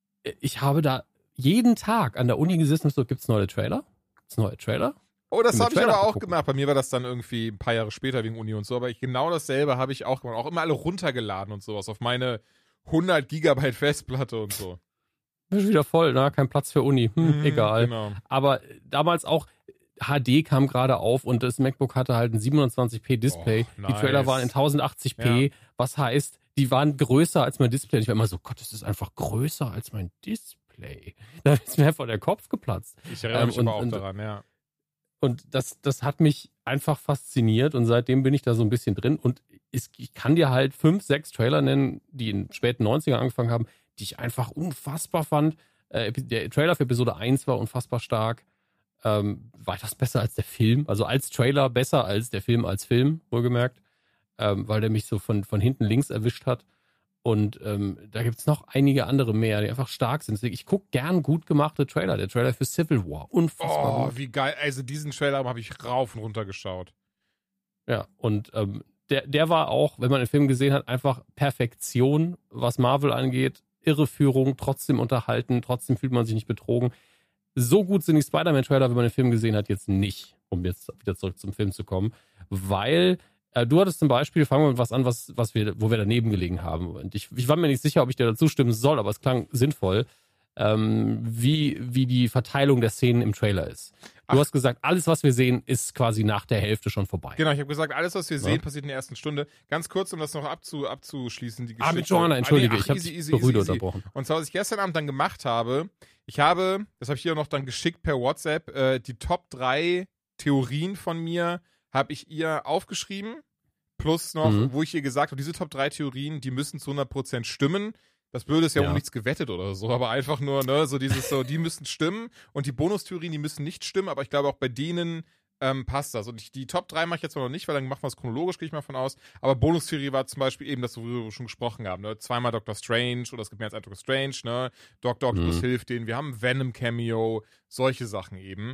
ich habe da jeden Tag an der Uni gesessen und so, gibt's neue Trailer? Gibt's neue Trailer? Oh, das habe ich aber auch gucken. gemacht. Bei mir war das dann irgendwie ein paar Jahre später wegen Uni und so. Aber ich, genau dasselbe habe ich auch gemacht. Auch immer alle runtergeladen und sowas auf meine hundert Gigabyte Festplatte und so. Bin schon wieder voll, ne? Kein Platz für Uni. Hm, Mhm, egal. Genau. Aber damals auch, H D kam gerade auf und das MacBook hatte halt ein siebenundzwanzig p Display. Oh, Die Trailer nice. waren in tausendachtzig p, Ja. was heißt, die waren größer als mein Display. Und ich war immer so, Gott, das ist einfach größer als mein Display. Da ist mir einfach der Kopf geplatzt. Ich erinnere mich Ähm, aber auch und- daran, ja. Und das, das hat mich einfach fasziniert und seitdem bin ich da so ein bisschen drin. Und ich, ich kann dir halt fünf, sechs Trailer nennen, die in den späten neunzigern angefangen haben, die ich einfach unfassbar fand. Äh, der Trailer für Episode eins war unfassbar stark. Ähm, weitaus besser als der Film. Also als Trailer besser als der Film als Film, wohlgemerkt. Ähm, weil der mich so von, von hinten links erwischt hat. Und ähm, da gibt's noch einige andere mehr, die einfach stark sind. Deswegen, ich gucke gern gut gemachte Trailer. Der Trailer für Civil War, unfassbar Oh, gut. wie geil. Also diesen Trailer habe ich rauf und runter geschaut. Ja, und ähm, der, der war auch, wenn man den Film gesehen hat, einfach Perfektion, was Marvel angeht. Irreführung, trotzdem unterhalten, trotzdem fühlt man sich nicht betrogen. So gut sind die Spider-Man-Trailer, wenn man den Film gesehen hat, jetzt nicht, um jetzt wieder zurück zum Film zu kommen. Weil äh, du hattest zum Beispiel, fangen wir mit was an, was, was wir, wo wir daneben gelegen haben. Und ich, ich war mir nicht sicher, ob ich dir dazu stimmen soll, aber es klang sinnvoll, ähm, wie, wie die Verteilung der Szenen im Trailer ist. Du Ach. hast gesagt, alles, was wir sehen, ist quasi nach der Hälfte schon vorbei. Genau, ich habe gesagt, alles, was wir Ja. sehen, passiert in der ersten Stunde. Ganz kurz, um das noch abzu, abzuschließen. Die Ah, mit Geschichte. Joanna, entschuldige, Ah, nee, ach, ich habe easy, easy, dich easy, easy. unterbrochen. Und zwar, was ich gestern Abend dann gemacht habe, ich habe, das habe ich hier noch dann geschickt per WhatsApp, äh, die Top drei Theorien von mir habe ich ihr aufgeschrieben. Plus noch, Mhm. wo ich ihr gesagt habe, diese Top drei Theorien, die müssen zu hundert Prozent stimmen. Das Blöde ist ja, Ja. um nichts gewettet oder so, aber einfach nur, ne, so dieses so, die müssen stimmen und die Bonustheorien, die müssen nicht stimmen, aber ich glaube auch bei denen ähm, passt das. Und ich, die Top drei mache ich jetzt noch nicht, weil dann machen wir es chronologisch, gehe ich mal von aus. Aber Bonustheorie war zum Beispiel eben das, worüber wir schon gesprochen haben, ne? Zweimal Doctor Strange oder es gibt mehr als ein Doctor Strange, ne? Doctor Octopus Mhm. hilft denen, wir haben Venom-Cameo, solche Sachen eben.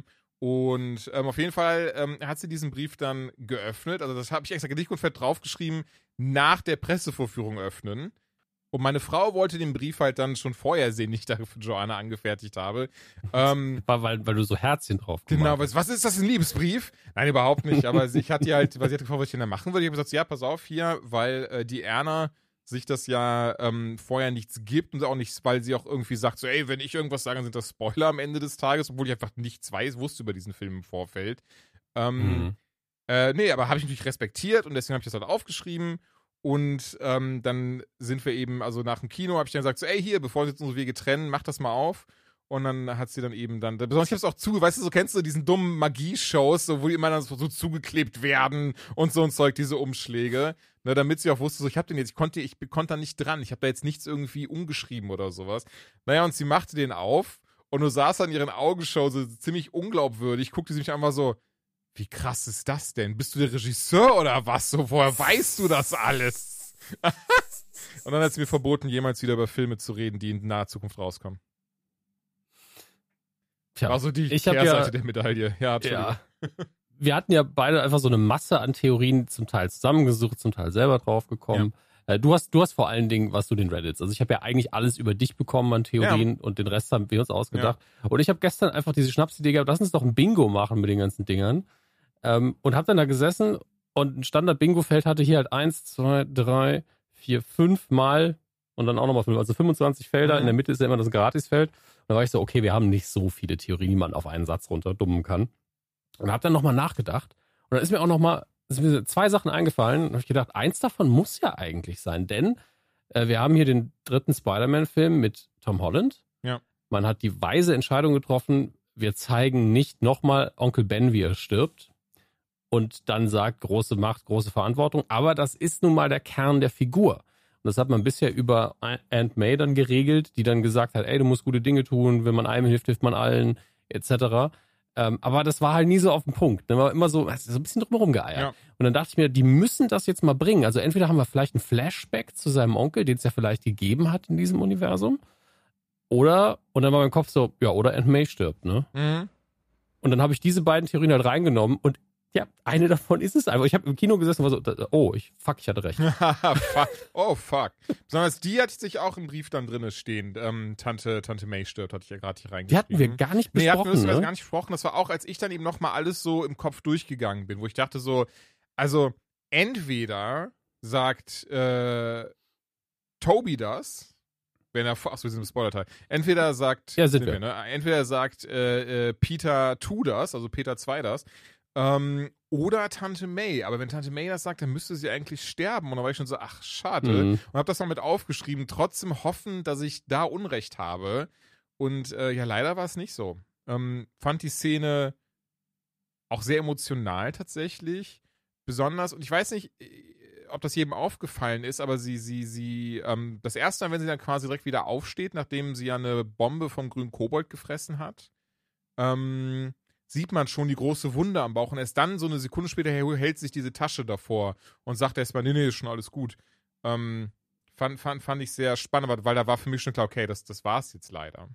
Und ähm, auf jeden Fall ähm, hat sie diesen Brief dann geöffnet. Also das habe ich extra dick und fett draufgeschrieben, nach der Pressevorführung öffnen. Und meine Frau wollte den Brief halt dann schon vorher sehen, den ich da für Joanna angefertigt habe. Ähm, War, weil, weil du so Herzchen drauf gemacht genau, hast. was, was ist das, ein Liebesbrief? Nein, überhaupt nicht. Aber ich hatte ihr halt, weil sie hatte gefragt, was ich denn da machen würde. Ich habe gesagt, ja, pass auf hier, weil äh, die Erna sich das ja ähm, vorher nichts gibt und auch nichts, weil sie auch irgendwie sagt, so, ey, wenn ich irgendwas sage, dann sind das Spoiler am Ende des Tages, obwohl ich einfach nichts weiß, wusste über diesen Film im Vorfeld. Ähm, Mhm. äh, nee, aber habe ich natürlich respektiert und deswegen habe ich das halt aufgeschrieben. Und ähm, dann sind wir eben, also nach dem Kino habe ich dann gesagt, so, ey, hier, bevor jetzt unsere Wege trennen, mach das mal auf. Und dann hat sie dann eben dann, besonders ich habe es auch zu, weißt du, so kennst du diesen dummen Magie-Shows, so, wo die immer dann so, so zugeklebt werden und so ein Zeug, diese Umschläge, ne, damit sie auch wusste, so, ich habe den jetzt, ich konnte, ich konnte da nicht dran, ich habe da jetzt nichts irgendwie umgeschrieben oder sowas. Naja, und sie machte den auf und du saß an ihren Augenshow so ziemlich unglaubwürdig, guckte sie mich einfach so, wie krass ist das denn? Bist du der Regisseur oder was? So, woher weißt du das alles? Und dann hat sie mir verboten, jemals wieder über Filme zu reden, die in naher Zukunft rauskommen. Tja, Also die ich hab Kehrseite ja- der Medaille. Ja, Entschuldigung. ja. Wir hatten ja beide einfach so eine Masse an Theorien, zum Teil zusammengesucht, zum Teil selber draufgekommen. Äh, Du hast, du hast vor allen Dingen, was du den Reddits. Also ich habe ja eigentlich alles über dich bekommen an Theorien und den Rest haben wir uns ausgedacht. Und ich habe gestern einfach diese Schnapsidee gehabt, lass uns doch ein Bingo machen mit den ganzen Dingern. Ähm, und habe dann da gesessen und ein Standard-Bingo-Feld hatte hier halt eins, zwei, drei, vier, fünf Mal und dann auch nochmal fünf, also fünfundzwanzig Felder. Mhm. In der Mitte ist ja immer das Gratisfeld. Und da war ich so, okay, wir haben nicht so viele Theorien, die man auf einen Satz runterdummen kann. Und habe dann nochmal nachgedacht. Und dann ist mir auch nochmal sind mir zwei Sachen eingefallen. Und habe ich gedacht, eins davon muss ja eigentlich sein, denn äh, wir haben hier den dritten Spider-Man-Film mit Tom Holland. Ja. Man hat die weise Entscheidung getroffen, wir zeigen nicht nochmal Onkel Ben, wie er stirbt. Und dann sagt, große Macht, große Verantwortung. Aber das ist nun mal der Kern der Figur. Und das hat man bisher über Aunt May dann geregelt, die dann gesagt hat, ey, du musst gute Dinge tun, wenn man einem hilft, hilft man allen, et cetera. Ähm, aber das war halt nie so auf den Punkt. Da war immer so, so ein bisschen drumherum geeiert. Ja. Und dann dachte ich mir, die müssen das jetzt mal bringen. Also entweder haben wir vielleicht ein Flashback zu seinem Onkel, den es ja vielleicht gegeben hat in diesem Universum. Oder, und dann war mein Kopf so, ja, oder Aunt May stirbt, ne? Mhm. Und dann habe ich diese beiden Theorien halt reingenommen und ja, eine davon ist es einfach. Ich habe im Kino gesessen und war so, oh, ich, fuck, ich hatte recht. fuck. Oh, fuck. Besonders die hatte sich auch im Brief dann drin stehen. Ähm, Tante, Tante May stirbt, hatte ich ja gerade hier Die reingeschrieben. hatten wir gar nicht Nee, hatten besprochen, wir ne? gar nicht besprochen. Das war auch, als ich dann eben nochmal alles so im Kopf durchgegangen bin, wo ich dachte so, also entweder sagt äh, Toby das, wenn er, achso, wir sind im Spoiler-Teil. Entweder sagt, Ja, sind wir. ne? Entweder sagt äh, äh, Peter tu das, also Peter zwei das, ähm, oder Tante May. Aber wenn Tante May das sagt, dann müsste sie eigentlich sterben. Und dann war ich schon so, ach, schade. Mhm. Und habe das noch mit aufgeschrieben, trotzdem hoffen, dass ich da Unrecht habe. Und äh, ja, leider war es nicht so. Ähm, fand die Szene auch sehr emotional tatsächlich. Besonders, und ich weiß nicht, ob das jedem aufgefallen ist, aber sie, sie, sie, ähm, das erste Mal, wenn sie dann quasi direkt wieder aufsteht, nachdem sie ja eine Bombe vom grünen Kobold gefressen hat, ähm, sieht man schon die große Wunde am Bauch und erst dann, so eine Sekunde später, hält sich diese Tasche davor und sagt erstmal, nee, nee, ist schon alles gut. Ähm, fand, fand, fand ich sehr spannend, weil da war für mich schon klar, okay, das, das war's jetzt leider.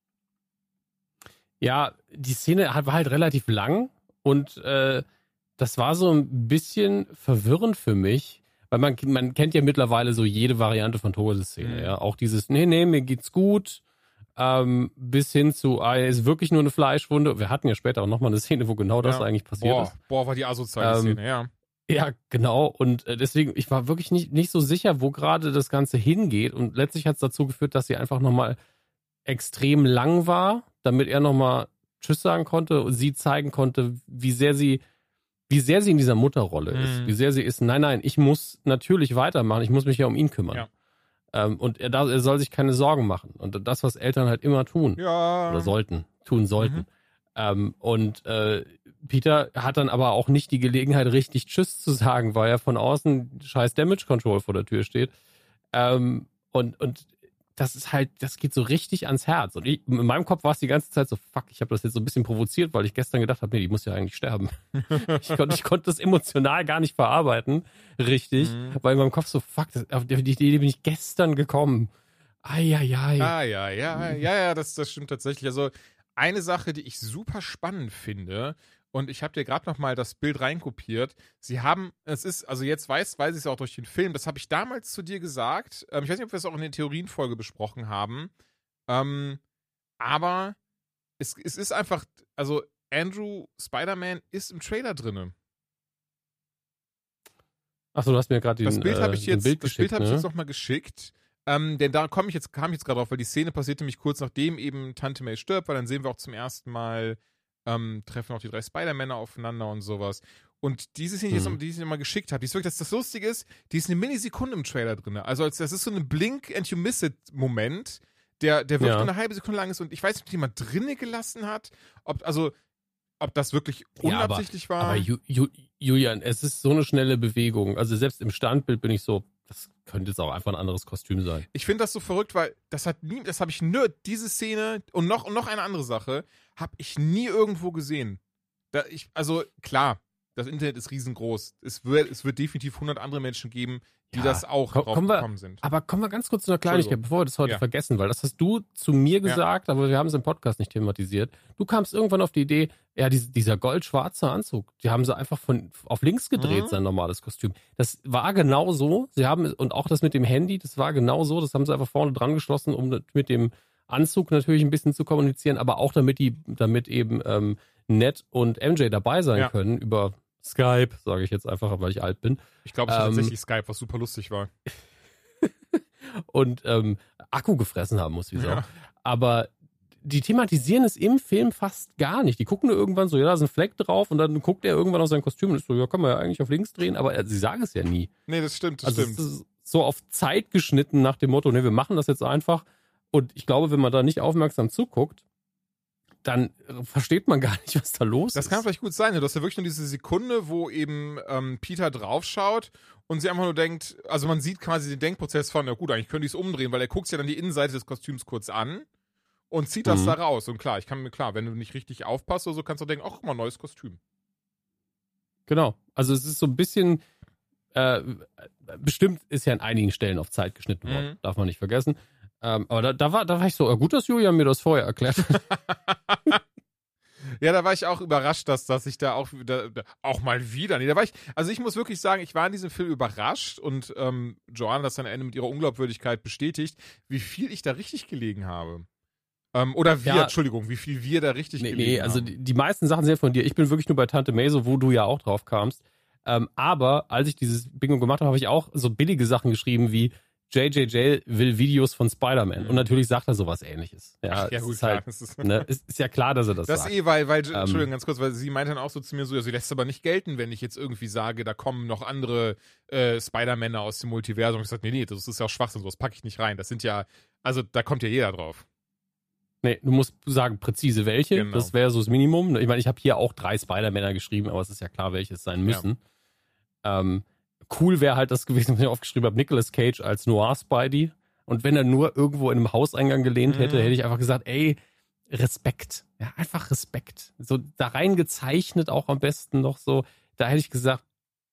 Ja, die Szene war halt relativ lang und äh, das war so ein bisschen verwirrend für mich, weil man, man kennt ja mittlerweile so jede Variante von Todesszene, Mhm. ja. Auch dieses, nee, nee, mir geht's gut, ähm, bis hin zu, ah, ist wirklich nur eine Fleischwunde. Wir hatten ja später auch nochmal eine Szene, wo genau das Ja. eigentlich passiert Boah, ist. boah, war die asoziale Ähm, Szene, ja. Ja, genau. Und äh, deswegen, ich war wirklich nicht, nicht so sicher, wo gerade das Ganze hingeht. Und letztlich hat es dazu geführt, dass sie einfach nochmal extrem lang war, damit er nochmal Tschüss sagen konnte und sie zeigen konnte, wie sehr sie, wie sehr sie in dieser Mutterrolle ist. Mhm. Wie sehr sie ist, nein, nein, ich muss natürlich weitermachen, ich muss mich ja um ihn kümmern. Ja. Ähm, und er, darf- er soll sich keine Sorgen machen. Und das, was Eltern halt immer tun. Ja. Oder sollten, tun sollten. Mhm. Ähm, und äh, Peter hat dann aber auch nicht die Gelegenheit, richtig Tschüss zu sagen, weil er von außen scheiß Damage Control vor der Tür steht. Ähm, und, und das ist halt, das geht so richtig ans Herz. Und ich, in meinem Kopf war es die ganze Zeit so, fuck, ich habe das jetzt so ein bisschen provoziert, weil ich gestern gedacht habe, nee, die muss ja eigentlich sterben. ich, konnte, ich konnte das emotional gar nicht verarbeiten, richtig, Mhm. weil in meinem Kopf so, fuck, das, auf die Idee bin ich gestern gekommen. Eieiei. Ah, ja, ja, ja, ja, das, das stimmt tatsächlich. Also eine Sache, die ich super spannend finde, und ich habe dir gerade noch mal das Bild reinkopiert. Sie haben, es ist, also jetzt weiß, weiß ich es auch durch den Film, das habe ich damals zu dir gesagt. Ähm, ich weiß nicht, ob wir es auch in der Theorienfolge besprochen haben. Ähm, aber es, es ist einfach, also Andrew Spider-Man ist im Trailer drinne. Achso, du hast mir gerade Das den, Bild habe äh, ich den jetzt, Bild das geschickt, Bild habe ich ne? jetzt nochmal geschickt. Ähm, denn da komme ich jetzt, kam ich jetzt gerade drauf, weil die Szene passiert nämlich kurz nachdem eben Tante May stirbt, weil dann sehen wir auch zum ersten Mal, ähm, treffen auch die drei Spider-Männer aufeinander und sowas. Und diese Szene, die ich Mhm. jetzt- die ich dir mal geschickt habe, die ist wirklich, dass das Lustige ist, die ist eine Millisekunde im Trailer drin. Also als, das ist so ein Blink and you miss it Moment, der, der wirklich Ja. nur eine halbe Sekunde lang ist und ich weiß nicht, ob die jemand drinne gelassen hat, ob, also, ob das wirklich Ja, aber- unabsichtlich war. Aber Ju, Ju, Julian, es ist so eine schnelle Bewegung. Also selbst im Standbild bin ich so, das könnte jetzt auch einfach ein anderes Kostüm sein. Ich finde das so verrückt, weil das hat nie, das habe ich nur, diese Szene und noch, und noch eine andere Sache, habe ich nie irgendwo gesehen. Da ich, also klar, das Internet ist riesengroß. Es wird, es wird definitiv hundert andere Menschen geben, die Ja, das auch komm- drauf kommen wir- gekommen sind. Aber kommen wir ganz kurz zu einer Kleinigkeit, bevor wir das heute Ja. vergessen, weil das hast du zu mir gesagt, aber wir haben es im Podcast nicht thematisiert. Du kamst irgendwann auf die Idee, ja, dies- dieser goldschwarze Anzug, die haben sie einfach von auf links gedreht, Mhm. sein normales Kostüm. Das war genau so. Sie haben, und auch das mit dem Handy, das war genau so. Das haben sie einfach vorne dran geschlossen, um mit dem Anzug natürlich ein bisschen zu kommunizieren, aber auch damit die, damit eben ähm, Ned und M J dabei sein Ja. können über Skype, sage ich jetzt einfach, weil ich alt bin. Ich glaube, es war ähm, tatsächlich Skype, was super lustig war. Und ähm, Akku gefressen haben muss, wie Sau. Ja. Aber die thematisieren es im Film fast gar nicht. Die gucken nur irgendwann so, ja, da ist ein Fleck drauf und dann guckt er irgendwann auf sein Kostüm und ist so, ja, kann man ja eigentlich auf links drehen, aber äh, sie sagen es ja nie. Nee, das stimmt, das Also stimmt. es ist so auf Zeit geschnitten nach dem Motto, ne, wir machen das jetzt einfach. Und ich glaube, wenn man da nicht aufmerksam zuguckt, dann äh, versteht man gar nicht, was da los Das ist. kann vielleicht gut sein. Du hast ja wirklich nur diese Sekunde, wo eben ähm, Peter draufschaut und sie einfach nur denkt, also man sieht quasi den Denkprozess von, na gut, eigentlich könnte ich es umdrehen, weil er guckt sich ja dann die Innenseite des Kostüms kurz an und zieht das Mhm. da raus. Und klar, ich kann mir, klar, wenn du nicht richtig aufpasst oder so, kannst du denken, ach, guck mal, neues Kostüm. Genau. Also es ist so ein bisschen, äh, bestimmt ist ja an einigen Stellen auf Zeit geschnitten worden, Mhm. darf man nicht vergessen. Ähm, aber da, da, war, da war ich so, äh, gut, dass Julian mir das vorher erklärt hat. Ja, da war ich auch überrascht, dass, dass ich da auch, da, da, auch mal wieder, nee, da war ich, also ich muss wirklich sagen, ich war in diesem Film überrascht und ähm, Joanna das dann am Ende mit ihrer Unglaubwürdigkeit bestätigt, wie viel ich da richtig gelegen habe. Ähm, oder wir, Ja. Entschuldigung, wie viel wir da richtig Nee, gelegen nee, also haben. die, die meisten Sachen sind von dir. Ich bin wirklich nur bei Tante Maso, wo du ja auch drauf kamst. Ähm, aber als ich dieses Bingo gemacht habe, habe ich auch so billige Sachen geschrieben wie J J J will Videos von Spider-Man. Mhm. Und natürlich sagt er sowas Ähnliches. Ja, Ach, ja es gut, ist klar. halt, Das ist, ne, ist, ist ja klar, dass er das, das sagt. eh, weil, weil, Ähm, Entschuldigung, ganz kurz, weil sie meinte dann auch so zu mir so, ja, sie lässt es aber nicht gelten, wenn ich jetzt irgendwie sage, da kommen noch andere äh, Spider-Männer aus dem Multiversum. Ich sag, nee, nee, das ist ja auch Schwachsinn, sowas packe ich nicht rein. Das sind ja, also da kommt ja jeder drauf. Nee, du musst sagen, präzise welche. Genau. Das wäre so das Minimum. Ich meine, ich habe hier auch drei Spider-Männer geschrieben, aber es ist ja klar, welche es sein müssen. Ja. Ähm, cool wäre halt das gewesen, was ich aufgeschrieben habe, Nicolas Cage als Noir Spidey. Und wenn er nur irgendwo in einem Hauseingang gelehnt hätte, Mhm. hätte ich einfach gesagt, ey, Respekt. Ja, einfach Respekt. So da reingezeichnet auch am besten noch so. Da hätte ich gesagt,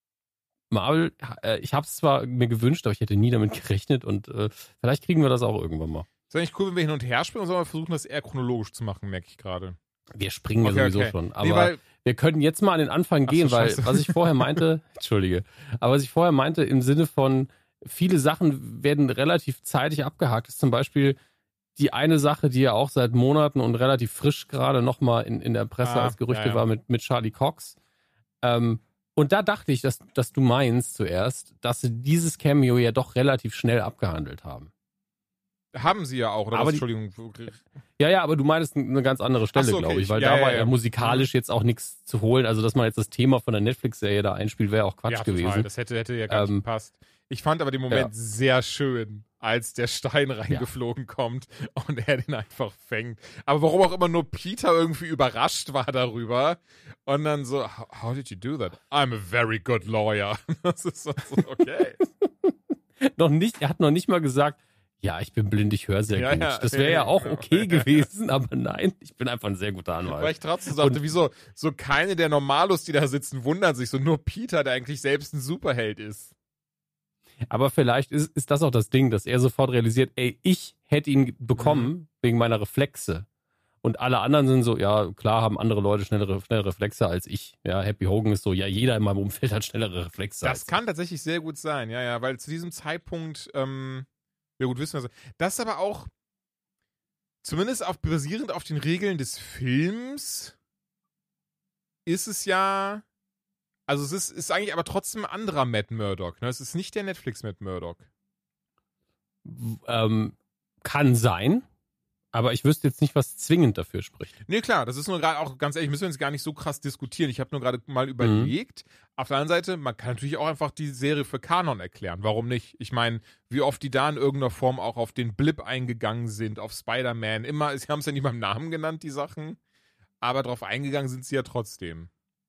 Marvel, äh, ich habe es zwar mir gewünscht, aber ich hätte nie damit gerechnet und äh, vielleicht kriegen wir das auch irgendwann mal. Ist eigentlich cool, wenn wir hin und her springen, oder sollen wir versuchen, das eher chronologisch zu machen, merke ich gerade. Wir springen ja Okay, sowieso okay. schon. Aber Nee, weil, wir können jetzt mal an den Anfang Ach gehen, so, weil scheiße. was ich vorher meinte, entschuldige, aber was ich vorher meinte im Sinne von, viele Sachen werden relativ zeitig abgehakt. Das ist zum Beispiel die eine Sache, die ja auch seit Monaten und relativ frisch gerade nochmal in, in der Presse Ah, als Gerüchte ja, ja. war mit, mit Charlie Cox. Ähm, und da dachte ich, dass, dass du meinst zuerst, dass sie dieses Cameo ja doch relativ schnell abgehandelt haben. haben sie ja auch, oder Aber was? die- Entschuldigung. Ja, ja, aber du meinst eine ganz andere Stelle, Ach so, okay, glaube ich, ich- weil ja, da ja, war ja. ja musikalisch jetzt auch nichts zu holen. Also, dass man jetzt das Thema von der Netflix-Serie da einspielt, wäre auch Quatsch ja, gewesen. total. Das hätte, hätte ja gar nicht Ähm, gepasst. Ich fand aber den Moment ja. sehr schön, als der Stein reingeflogen kommt und er den einfach fängt. Aber warum auch immer nur Peter irgendwie überrascht war darüber und dann so, how, how did you do that? I'm a very good lawyer. Das ist so, so, okay. noch nicht, er hat noch nicht mal gesagt, ja, ich bin blind, ich höre sehr Ja, gut. ja. Das wäre ja auch Genau. okay gewesen, aber nein, ich bin einfach ein sehr guter Anwalt. Weil ich trotzdem sagte, Und- wieso, so keine der Normalos, die da sitzen, wundern sich, so nur Peter, der eigentlich selbst ein Superheld ist. Aber vielleicht ist, ist das auch das Ding, dass er sofort realisiert, ey, ich hätte ihn bekommen Mhm. wegen meiner Reflexe. Und alle anderen sind so, ja, klar haben andere Leute schnellere, schnellere Reflexe als ich. Ja, Happy Hogan ist so, ja, jeder in meinem Umfeld hat schnellere Reflexe als Das kann tatsächlich sehr gut sein, ja, ja, weil zu diesem Zeitpunkt, ähm, ja gut, wissen wir so. Das ist aber auch, zumindest auf, basierend auf den Regeln des Films, ist es ja, also es ist, ist eigentlich aber trotzdem ein anderer Matt Murdock, ne? Es ist nicht der Netflix Matt Murdock. ich. Ähm, kann sein, aber ich wüsste jetzt nicht, was zwingend dafür spricht. Nee, klar, das ist nur gerade auch, ganz ehrlich, müssen wir jetzt gar nicht so krass diskutieren. Ich habe nur gerade mal überlegt. Auf der anderen Seite, man kann natürlich auch einfach die Serie für Kanon erklären. Warum nicht? Ich meine, wie oft die da in irgendeiner Form auch auf den Blip eingegangen sind, auf Spider-Man. Immer, sie haben es ja nicht beim Namen genannt, die Sachen. Aber drauf eingegangen sind sie ja trotzdem.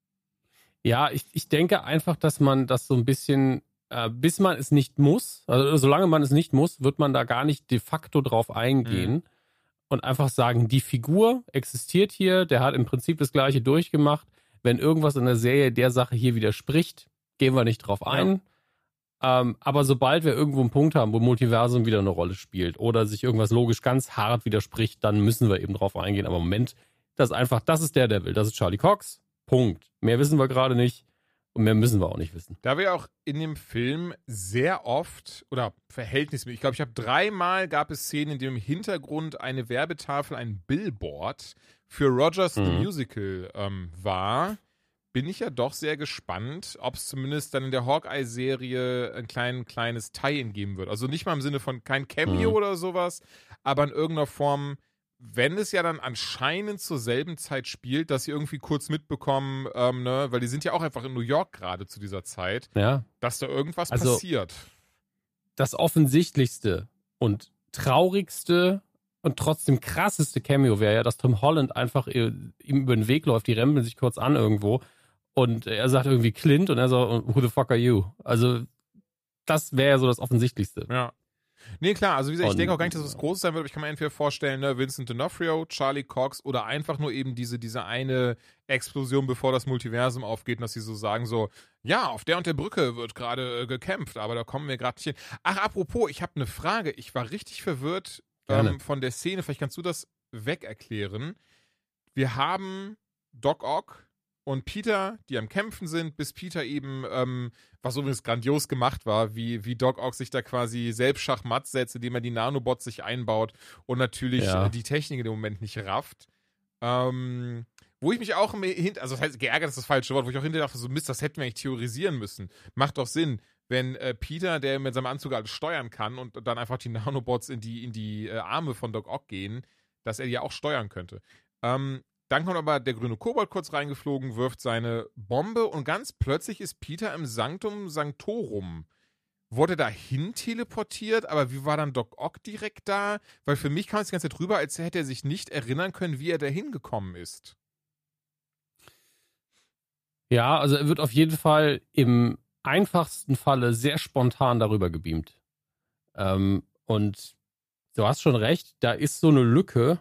Ja, ich, ich denke einfach, dass man das so ein bisschen, äh, bis man es nicht muss, also solange man es nicht muss, wird man da gar nicht de facto drauf eingehen Mhm. und einfach sagen, die Figur existiert hier, der hat im Prinzip das Gleiche durchgemacht. Wenn irgendwas in der Serie der Sache hier widerspricht, gehen wir nicht drauf ein. Ähm, aber sobald wir irgendwo einen Punkt haben, wo Multiversum wieder eine Rolle spielt oder sich irgendwas logisch ganz hart widerspricht, dann müssen wir eben drauf eingehen. Aber im Moment, das ist einfach, das ist der, der will. Das ist Charlie Cox. Punkt. Mehr wissen wir gerade nicht und mehr müssen wir auch nicht wissen. Da wir auch in dem Film sehr oft, oder verhältnismäßig, ich glaube, ich habe dreimal gab es Szenen, in denen im Hintergrund eine Werbetafel, ein Billboard für Rogers the Mhm. Musical ähm, war, bin ich ja doch sehr gespannt, ob es zumindest dann in der Hawkeye-Serie ein klein, kleines Tie-In geben wird. Also nicht mal im Sinne von kein Cameo Mhm. oder sowas, aber in irgendeiner Form, wenn es ja dann anscheinend zur selben Zeit spielt, dass sie irgendwie kurz mitbekommen, ähm, ne, weil die sind ja auch einfach in New York gerade zu dieser Zeit, Ja. dass da irgendwas Also- passiert. Das offensichtlichste und traurigste und trotzdem krasseste Cameo wäre ja, dass Tom Holland einfach äh, ihm über den Weg läuft, die rempeln sich kurz an irgendwo und er sagt irgendwie Clint und er so, who the fuck are you? Also das wäre ja so das Offensichtlichste. Ja. Nee, klar, also wie gesagt, ich Und- denke auch gar nicht, dass es was Großes sein wird, aber ich kann mir entweder vorstellen, ne, Vincent D'Onofrio, Charlie Cox oder einfach nur eben diese, diese eine Explosion, bevor das Multiversum aufgeht, und dass sie so sagen so, ja, auf der und der Brücke wird gerade äh, gekämpft, aber da kommen wir gerade nicht hin. Ach, apropos, ich habe eine Frage. Ich war richtig verwirrt ähm, von der Szene. Vielleicht kannst du das weg erklären. Wir haben Doc Ock und Peter, die am Kämpfen sind, bis Peter eben, ähm, was übrigens grandios gemacht war, wie, wie Doc Ock sich da quasi selbst Schachmatt setzt, indem er die Nanobots sich einbaut und natürlich Ja. äh, die Technik in dem Moment nicht rafft. Ähm, wo ich mich auch hin, also das heißt, geärgert ist das falsche Wort, wo ich auch hinterher dachte, so Mist, das hätten wir eigentlich theorisieren müssen. Macht doch Sinn, wenn äh, Peter, der mit seinem Anzug alles steuern kann und dann einfach die Nanobots in die, in die äh, Arme von Doc Ock gehen, dass er die ja auch steuern könnte. Ähm, Dann kommt aber der grüne Kobold kurz reingeflogen, wirft seine Bombe und ganz plötzlich ist Peter im Sanctum Sanctorum. Wurde dahin teleportiert, aber wie war dann Doc Ock direkt da? Weil für mich kam es die ganze Zeit rüber, als hätte er sich nicht erinnern können, wie er dahin gekommen ist. Ja, also er wird auf jeden Fall im einfachsten Falle sehr spontan darüber gebeamt. Ähm, und du hast schon recht, da ist so eine Lücke,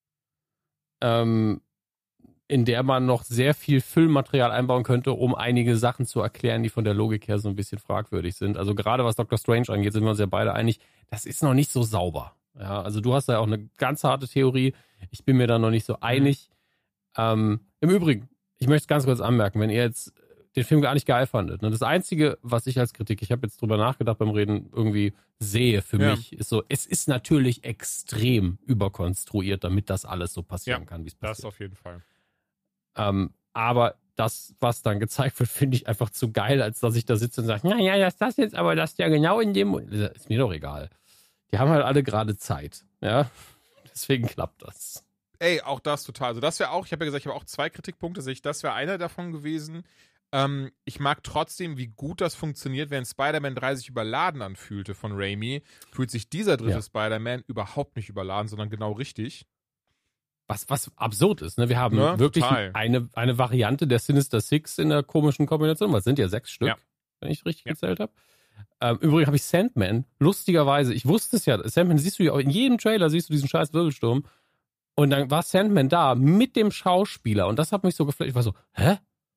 ähm, in der man noch sehr viel Füllmaterial einbauen könnte, um einige Sachen zu erklären, die von der Logik her so ein bisschen fragwürdig sind. Also gerade was Doctor Strange angeht, sind wir uns ja beide einig, das ist noch nicht so sauber. Ja, also du hast da auch eine ganz harte Theorie. Ich bin mir da noch nicht so einig. Mhm. Ähm, Im Übrigen, ich möchte es ganz kurz anmerken, wenn ihr jetzt den Film gar nicht geil fandet. Ne? Das Einzige, was ich als Kritik, ich habe jetzt drüber nachgedacht beim Reden, irgendwie sehe für ja. mich, ist so, es ist natürlich extrem überkonstruiert, damit das alles so passieren ja, kann, wie es passiert. Das auf jeden Fall. Ähm, aber das, was dann gezeigt wird, finde ich einfach zu geil, als dass ich da sitze und sage, naja, das ist das jetzt, aber das ist ja genau in dem... Ist mir doch egal. Die haben halt alle gerade Zeit. Ja, deswegen klappt das. Ey, auch das total. Also das wäre auch, ich habe ja gesagt, ich habe auch zwei Kritikpunkte, sehe ich, das wäre einer davon gewesen. Ähm, ich mag trotzdem, wie gut das funktioniert, wenn Spider-Man drei sich überladen anfühlte von Raimi, fühlt sich dieser dritte Ja. Spider-Man überhaupt nicht überladen, sondern genau richtig. Was, was absurd ist, ne? Wir haben Ja, wirklich total. eine, eine Variante der Sinister Six in der komischen Kombination. Was sind ja sechs Stück, Ja. wenn ich richtig Ja. gezählt habe. Ähm, übrigens habe ich Sandman, lustigerweise, ich wusste es ja, Sandman siehst du ja auch, in jedem Trailer siehst du diesen scheiß Wirbelsturm. Und dann war Sandman da mit dem Schauspieler. Und das hat mich so geflasht. Ich war so, hä?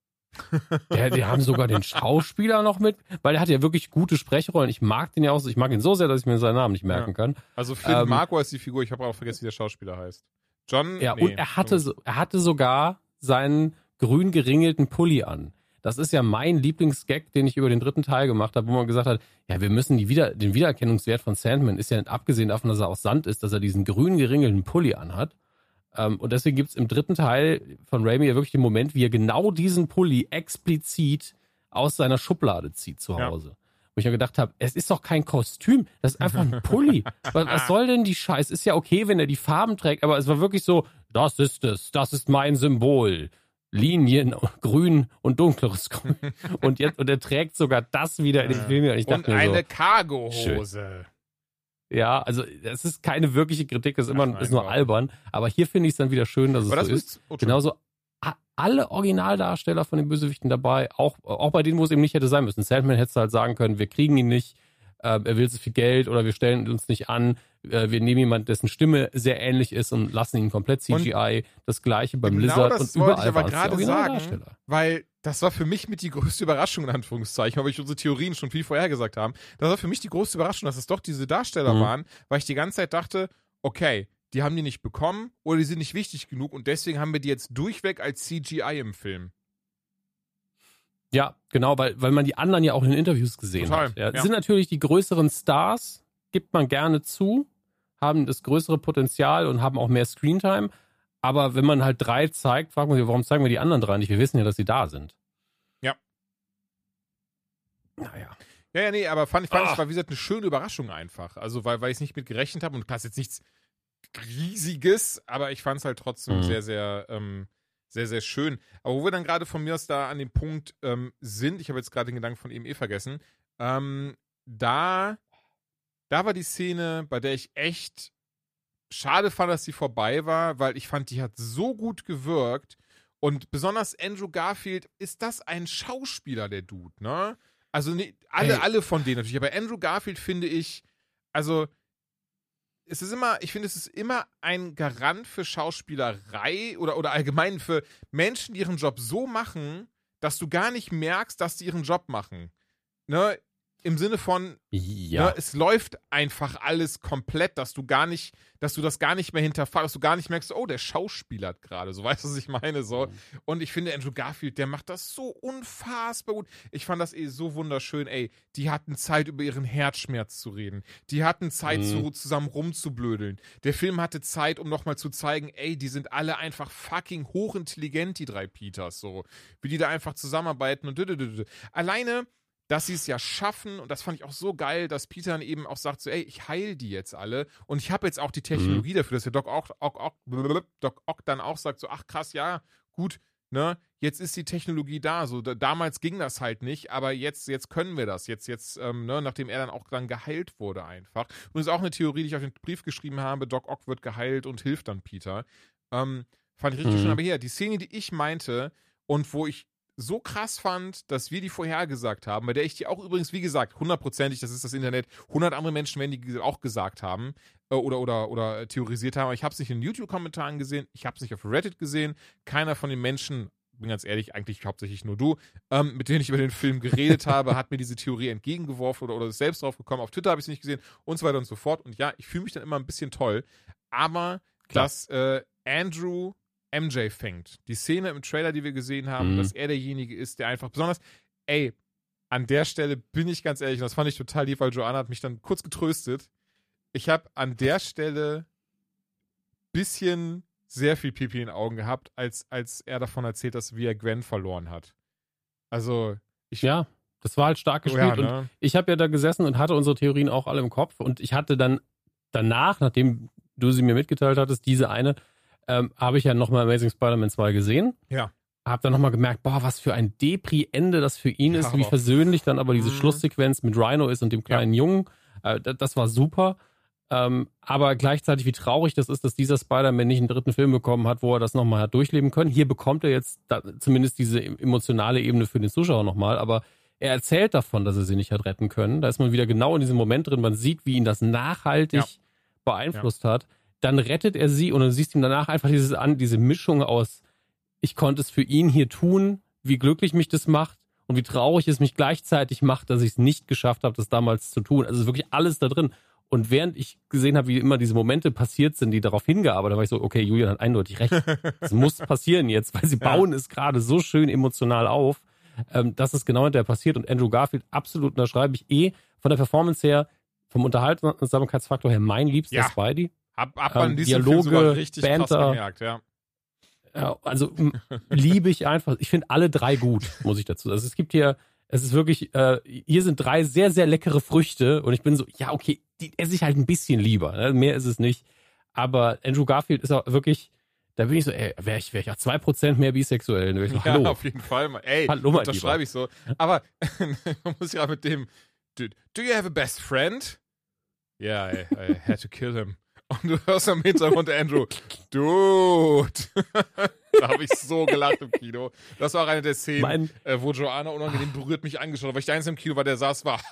Der, die haben sogar den Schauspieler noch mit, weil der hat ja wirklich gute Sprechrollen. Ich mag den ja auch so, ich mag ihn so sehr, dass ich mir seinen Namen nicht merken Ja. kann. Also Phil Ähm, Marco ist die Figur, ich habe auch vergessen, wie der Schauspieler heißt. John? Ja, nee. und er hatte, so, er hatte sogar seinen grün geringelten Pulli an. Das ist ja mein Lieblingsgag, den ich über den dritten Teil gemacht habe, wo man gesagt hat, ja, wir müssen die Wieder- den Wiedererkennungswert von Sandman ist ja nicht abgesehen davon, dass er aus Sand ist, dass er diesen grün geringelten Pulli anhat. Ähm, und deswegen gibt's im dritten Teil von Raimi ja wirklich den Moment, wie er genau diesen Pulli explizit aus seiner Schublade zieht zu Hause. Ja. Wo ich mir gedacht habe, es ist doch kein Kostüm, das ist einfach ein Pulli. was, was soll denn die Scheiße? Ist ja okay, wenn er die Farben trägt, aber es war wirklich so, das ist es, das ist mein Symbol. Linien, grün und dunkleres Grün. Und jetzt, und er trägt sogar das wieder in den Film. Und, ich dachte und mir eine so, Cargohose. ja, also es ist keine wirkliche Kritik, es ist, immer, Ach nein, ist nur Gott. albern. Aber hier finde ich es dann wieder schön, dass es Aber das so ist. ist oh, Genauso a- alle Originaldarsteller von den Bösewichten dabei, auch, auch bei denen, wo es eben nicht hätte sein müssen. Sandman hätte halt sagen können, wir kriegen ihn nicht, äh, er will zu viel Geld oder wir stellen uns nicht an, äh, wir nehmen jemanden, dessen Stimme sehr ähnlich ist und lassen ihn komplett C G I. Und das gleiche beim genau Lizard das und wollte überall ich aber waren es die gerade sagen, Originaldarsteller. weil das war für mich mit die größte Überraschung, in Anführungszeichen, weil ich unsere Theorien schon viel vorher gesagt haben. Das war für mich die größte Überraschung, dass es doch diese Darsteller Mhm. waren, weil ich die ganze Zeit dachte, okay, die haben die nicht bekommen oder die sind nicht wichtig genug und deswegen haben wir die jetzt durchweg als C G I im Film. Ja, genau, weil, weil man die anderen ja auch in den Interviews gesehen Total, hat. Ja, ja. Sind natürlich die größeren Stars, gibt man gerne zu, haben das größere Potenzial und haben auch mehr Screentime. Aber wenn man halt drei zeigt, fragt man sich, warum zeigen wir die anderen drei nicht? Wir wissen ja, dass sie da sind. Ja. Naja. Ja, ja, nee, aber fand, ich fand Ach. es war, wie gesagt, eine schöne Überraschung einfach. Also, weil, weil ich es nicht mit gerechnet habe und klar, ist jetzt nichts Riesiges, aber ich fand es halt trotzdem Mhm. sehr, sehr, ähm, sehr, sehr schön. Aber wo wir dann gerade von mir aus da an dem Punkt ähm, sind, ich habe jetzt gerade den Gedanken von eben eh vergessen, ähm, da, da war die Szene, bei der ich echt schade fand, dass sie vorbei war, weil ich fand, die hat so gut gewirkt und besonders Andrew Garfield, ist das ein Schauspieler, der Dude, ne? Also nee, alle, Ey. alle von denen natürlich, aber Andrew Garfield finde ich, also es ist immer, ich finde, es ist immer ein Garant für Schauspielerei oder, oder allgemein für Menschen, die ihren Job so machen, dass du gar nicht merkst, dass die ihren Job machen. Ne? im Sinne von, Ja. ne, es läuft einfach alles komplett, dass du gar nicht, dass du das gar nicht mehr hinterfragst, dass du gar nicht merkst, oh, der Schauspieler hat gerade, so, weißt du, was ich meine, so. Und ich finde, Andrew Garfield, der macht das so unfassbar gut. Ich fand das eh so wunderschön, ey. Die hatten Zeit, über ihren Herzschmerz zu reden. Die hatten Zeit, Mhm. so zusammen rumzublödeln. Der Film hatte Zeit, um nochmal zu zeigen, ey, die sind alle einfach fucking hochintelligent, die drei Peters, so. Wie die da einfach zusammenarbeiten und dü-dü-dü-dü. Alleine, dass sie es ja schaffen, und das fand ich auch so geil, dass Peter dann eben auch sagt, so, ey, ich heil die jetzt alle und ich habe jetzt auch die Technologie Mhm. dafür, dass der Doc Ock, Ock, Ock, blablabla, Doc Ock dann auch sagt, so, ach krass, ja, gut, ne, jetzt ist die Technologie da, so, da, damals ging das halt nicht, aber jetzt, jetzt können wir das, jetzt, jetzt, ähm, ne, nachdem er dann auch dann geheilt wurde einfach. Und das ist auch eine Theorie, die ich auf den Brief geschrieben habe, Doc Ock wird geheilt und hilft dann Peter. Ähm, fand ich richtig Mhm. schön, aber hier, die Szene, die ich meinte und wo ich so krass fand, dass wir die vorhergesagt haben, bei der ich die auch übrigens, wie gesagt, hundertprozentig, das ist das Internet, hundert andere Menschen werden die auch gesagt haben äh, oder, oder, oder theorisiert haben, aber ich habe es nicht in YouTube-Kommentaren gesehen, ich habe es nicht auf Reddit gesehen, keiner von den Menschen, bin ganz ehrlich, eigentlich hauptsächlich nur du, ähm, mit denen ich über den Film geredet habe, hat mir diese Theorie entgegengeworfen oder, oder ist selbst drauf gekommen, auf Twitter habe ich es nicht gesehen und so weiter und so fort und ja, ich fühle mich dann immer ein bisschen toll, aber Klar. dass äh, Andrew M J fängt. Die Szene im Trailer, die wir gesehen haben, Mhm. dass er derjenige ist, der einfach besonders, ey, an der Stelle bin ich ganz ehrlich, und das fand ich total lieb, weil Joanna hat mich dann kurz getröstet. Ich habe an der Stelle bisschen sehr viel Pipi in den Augen gehabt, als, als er davon erzählt, dass wie er Gwen verloren hat. Also, ich... Ja, das war halt stark Oh gespielt. ja, ne? Und ich habe ja da gesessen und hatte unsere Theorien auch alle im Kopf. Und ich hatte dann danach, nachdem du sie mir mitgeteilt hattest, diese eine, ähm, habe ich ja nochmal Amazing Spider-Man zwei gesehen. Ja. Habe dann nochmal gemerkt, boah, was für ein Depri-Ende das für ihn Ja, ist, wie aber- versöhnlich dann aber diese Mhm. Schlusssequenz mit Rhino ist und dem kleinen Jungen. Äh, das, das war super. Ähm, aber gleichzeitig, wie traurig das ist, dass dieser Spider-Man nicht einen dritten Film bekommen hat, wo er das nochmal hat durchleben können. Hier bekommt er jetzt da, zumindest diese emotionale Ebene für den Zuschauer nochmal, aber er erzählt davon, dass er sie nicht hat retten können. Da ist man wieder genau in diesem Moment drin. Man sieht, wie ihn das nachhaltig Ja. beeinflusst hat. Dann rettet er sie und du siehst ihm danach einfach dieses an, diese Mischung aus, ich konnte es für ihn hier tun, wie glücklich mich das macht und wie traurig es mich gleichzeitig macht, dass ich es nicht geschafft habe, das damals zu tun. Also wirklich alles da drin. Und während ich gesehen habe, wie immer diese Momente passiert sind, die darauf hingearbeitet haben, war ich so, okay, Julian hat eindeutig recht. Das muss passieren jetzt, weil sie Ja. bauen es gerade so schön emotional auf, ähm, dass es genau hinterher passiert. Und Andrew Garfield, absolut unterschreibe ich eh, von der Performance her, vom Unterhaltsamkeitsfaktor her, mein liebster Ja. Spidey. Hab, hab Ähm, man diesen Film Dialoge, sogar richtig krass Banter. gemerkt, ja. Ja, also m- liebe ich einfach. Ich finde alle drei gut, muss ich dazu sagen. Also es gibt hier, es ist wirklich, äh, hier sind drei sehr, sehr leckere Früchte und ich bin so, ja, okay, die esse ich halt ein bisschen lieber. Ne? Mehr ist es nicht. Aber Andrew Garfield ist auch wirklich, da bin ich so, ey, wäre ich, wär ich auch zwei Prozent mehr bisexuell. Dann wär ich so, Ja, hallo. auf jeden Fall mal. Ey, Hallo, mein unterschreibe ich so. Aber man muss ja mit dem, do, do you have a best friend? Yeah, I, I had to kill him. Und du hörst am Hintergrund Andrew, Dude. Da habe ich so gelacht im Kino. Das war auch eine der Szenen, Mein- äh, wo Joanna unangenehm berührt mich angeschaut hat, weil ich der Einzige im Kino war, der saß, war.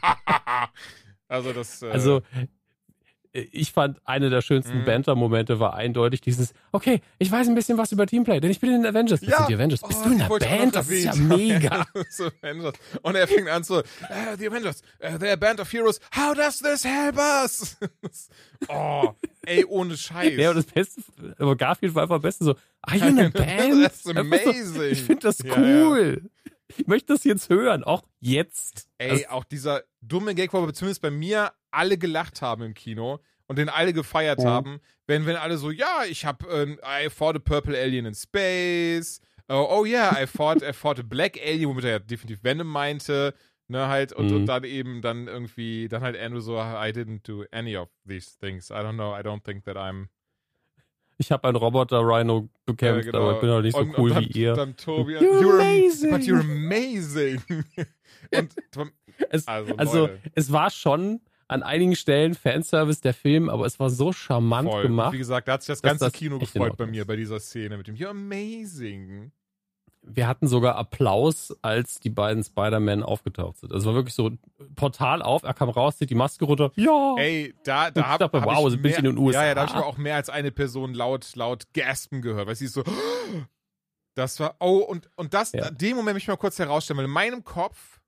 Also das. Äh, Also, ich fand, eine der schönsten Mhm. Banter-Momente war eindeutig dieses, okay, ich weiß ein bisschen was über Teamplay, denn ich bin in den Avengers. Das ja. sind die Avengers. Bist Oh, du in die der wollte ich auch Band? noch Das ist ja erwähnt haben. mega. Ja, so Avengers. Und er fängt an so, äh, the Avengers, uh, they're a band of heroes. How does this help us? Oh, ey, ohne Scheiß. Ja, und das Beste, aber Garfield war einfach am besten so, are you in a band? That's Einfach so, amazing. ich finde das Ja, cool. Ich möchte das jetzt hören, auch jetzt. Ey, Das- auch dieser dumme Gag, wo wir zumindest bei mir alle gelacht haben im Kino und den alle gefeiert Mhm. haben, wenn, wenn alle so, ja, ich hab, ähm, I fought a purple alien in space, oh, oh yeah, I fought, I fought a black alien, womit er ja definitiv Venom meinte, ne, halt, und, Mhm. und dann eben dann irgendwie, dann halt Andrew so, I didn't do any of these things, I don't know, I don't think that I'm Ich habe einen Roboter-Rhino bekämpft, Ja, genau. aber ich bin auch nicht so und, cool und dann, wie ihr. Dann Tobi, You're you're amazing. But you're amazing. und Es, also, also, Leute. es war schon an einigen Stellen Fanservice der Film, aber es war so charmant voll. gemacht. Wie gesagt, da hat sich das dass ganze das Kino echt in gefreut bei Ordnung mir, ist. bei dieser Szene mit dem You're amazing. Wir hatten sogar Applaus, als die beiden Spider-Man aufgetaucht sind. Also es war wirklich so, Portal auf, er kam raus, zieht die Maske runter. Ja! Ey, da, Und da ich hab, dachte, hab wow, ich so bin ich mehr, in den U S A. Ja, ja, da habe ich aber auch mehr als eine Person laut, laut gaspen gehört, weil sie ist so, das war, oh, und, und das, Ja. den Moment möchte ich mal kurz herausstellen, weil in meinem Kopf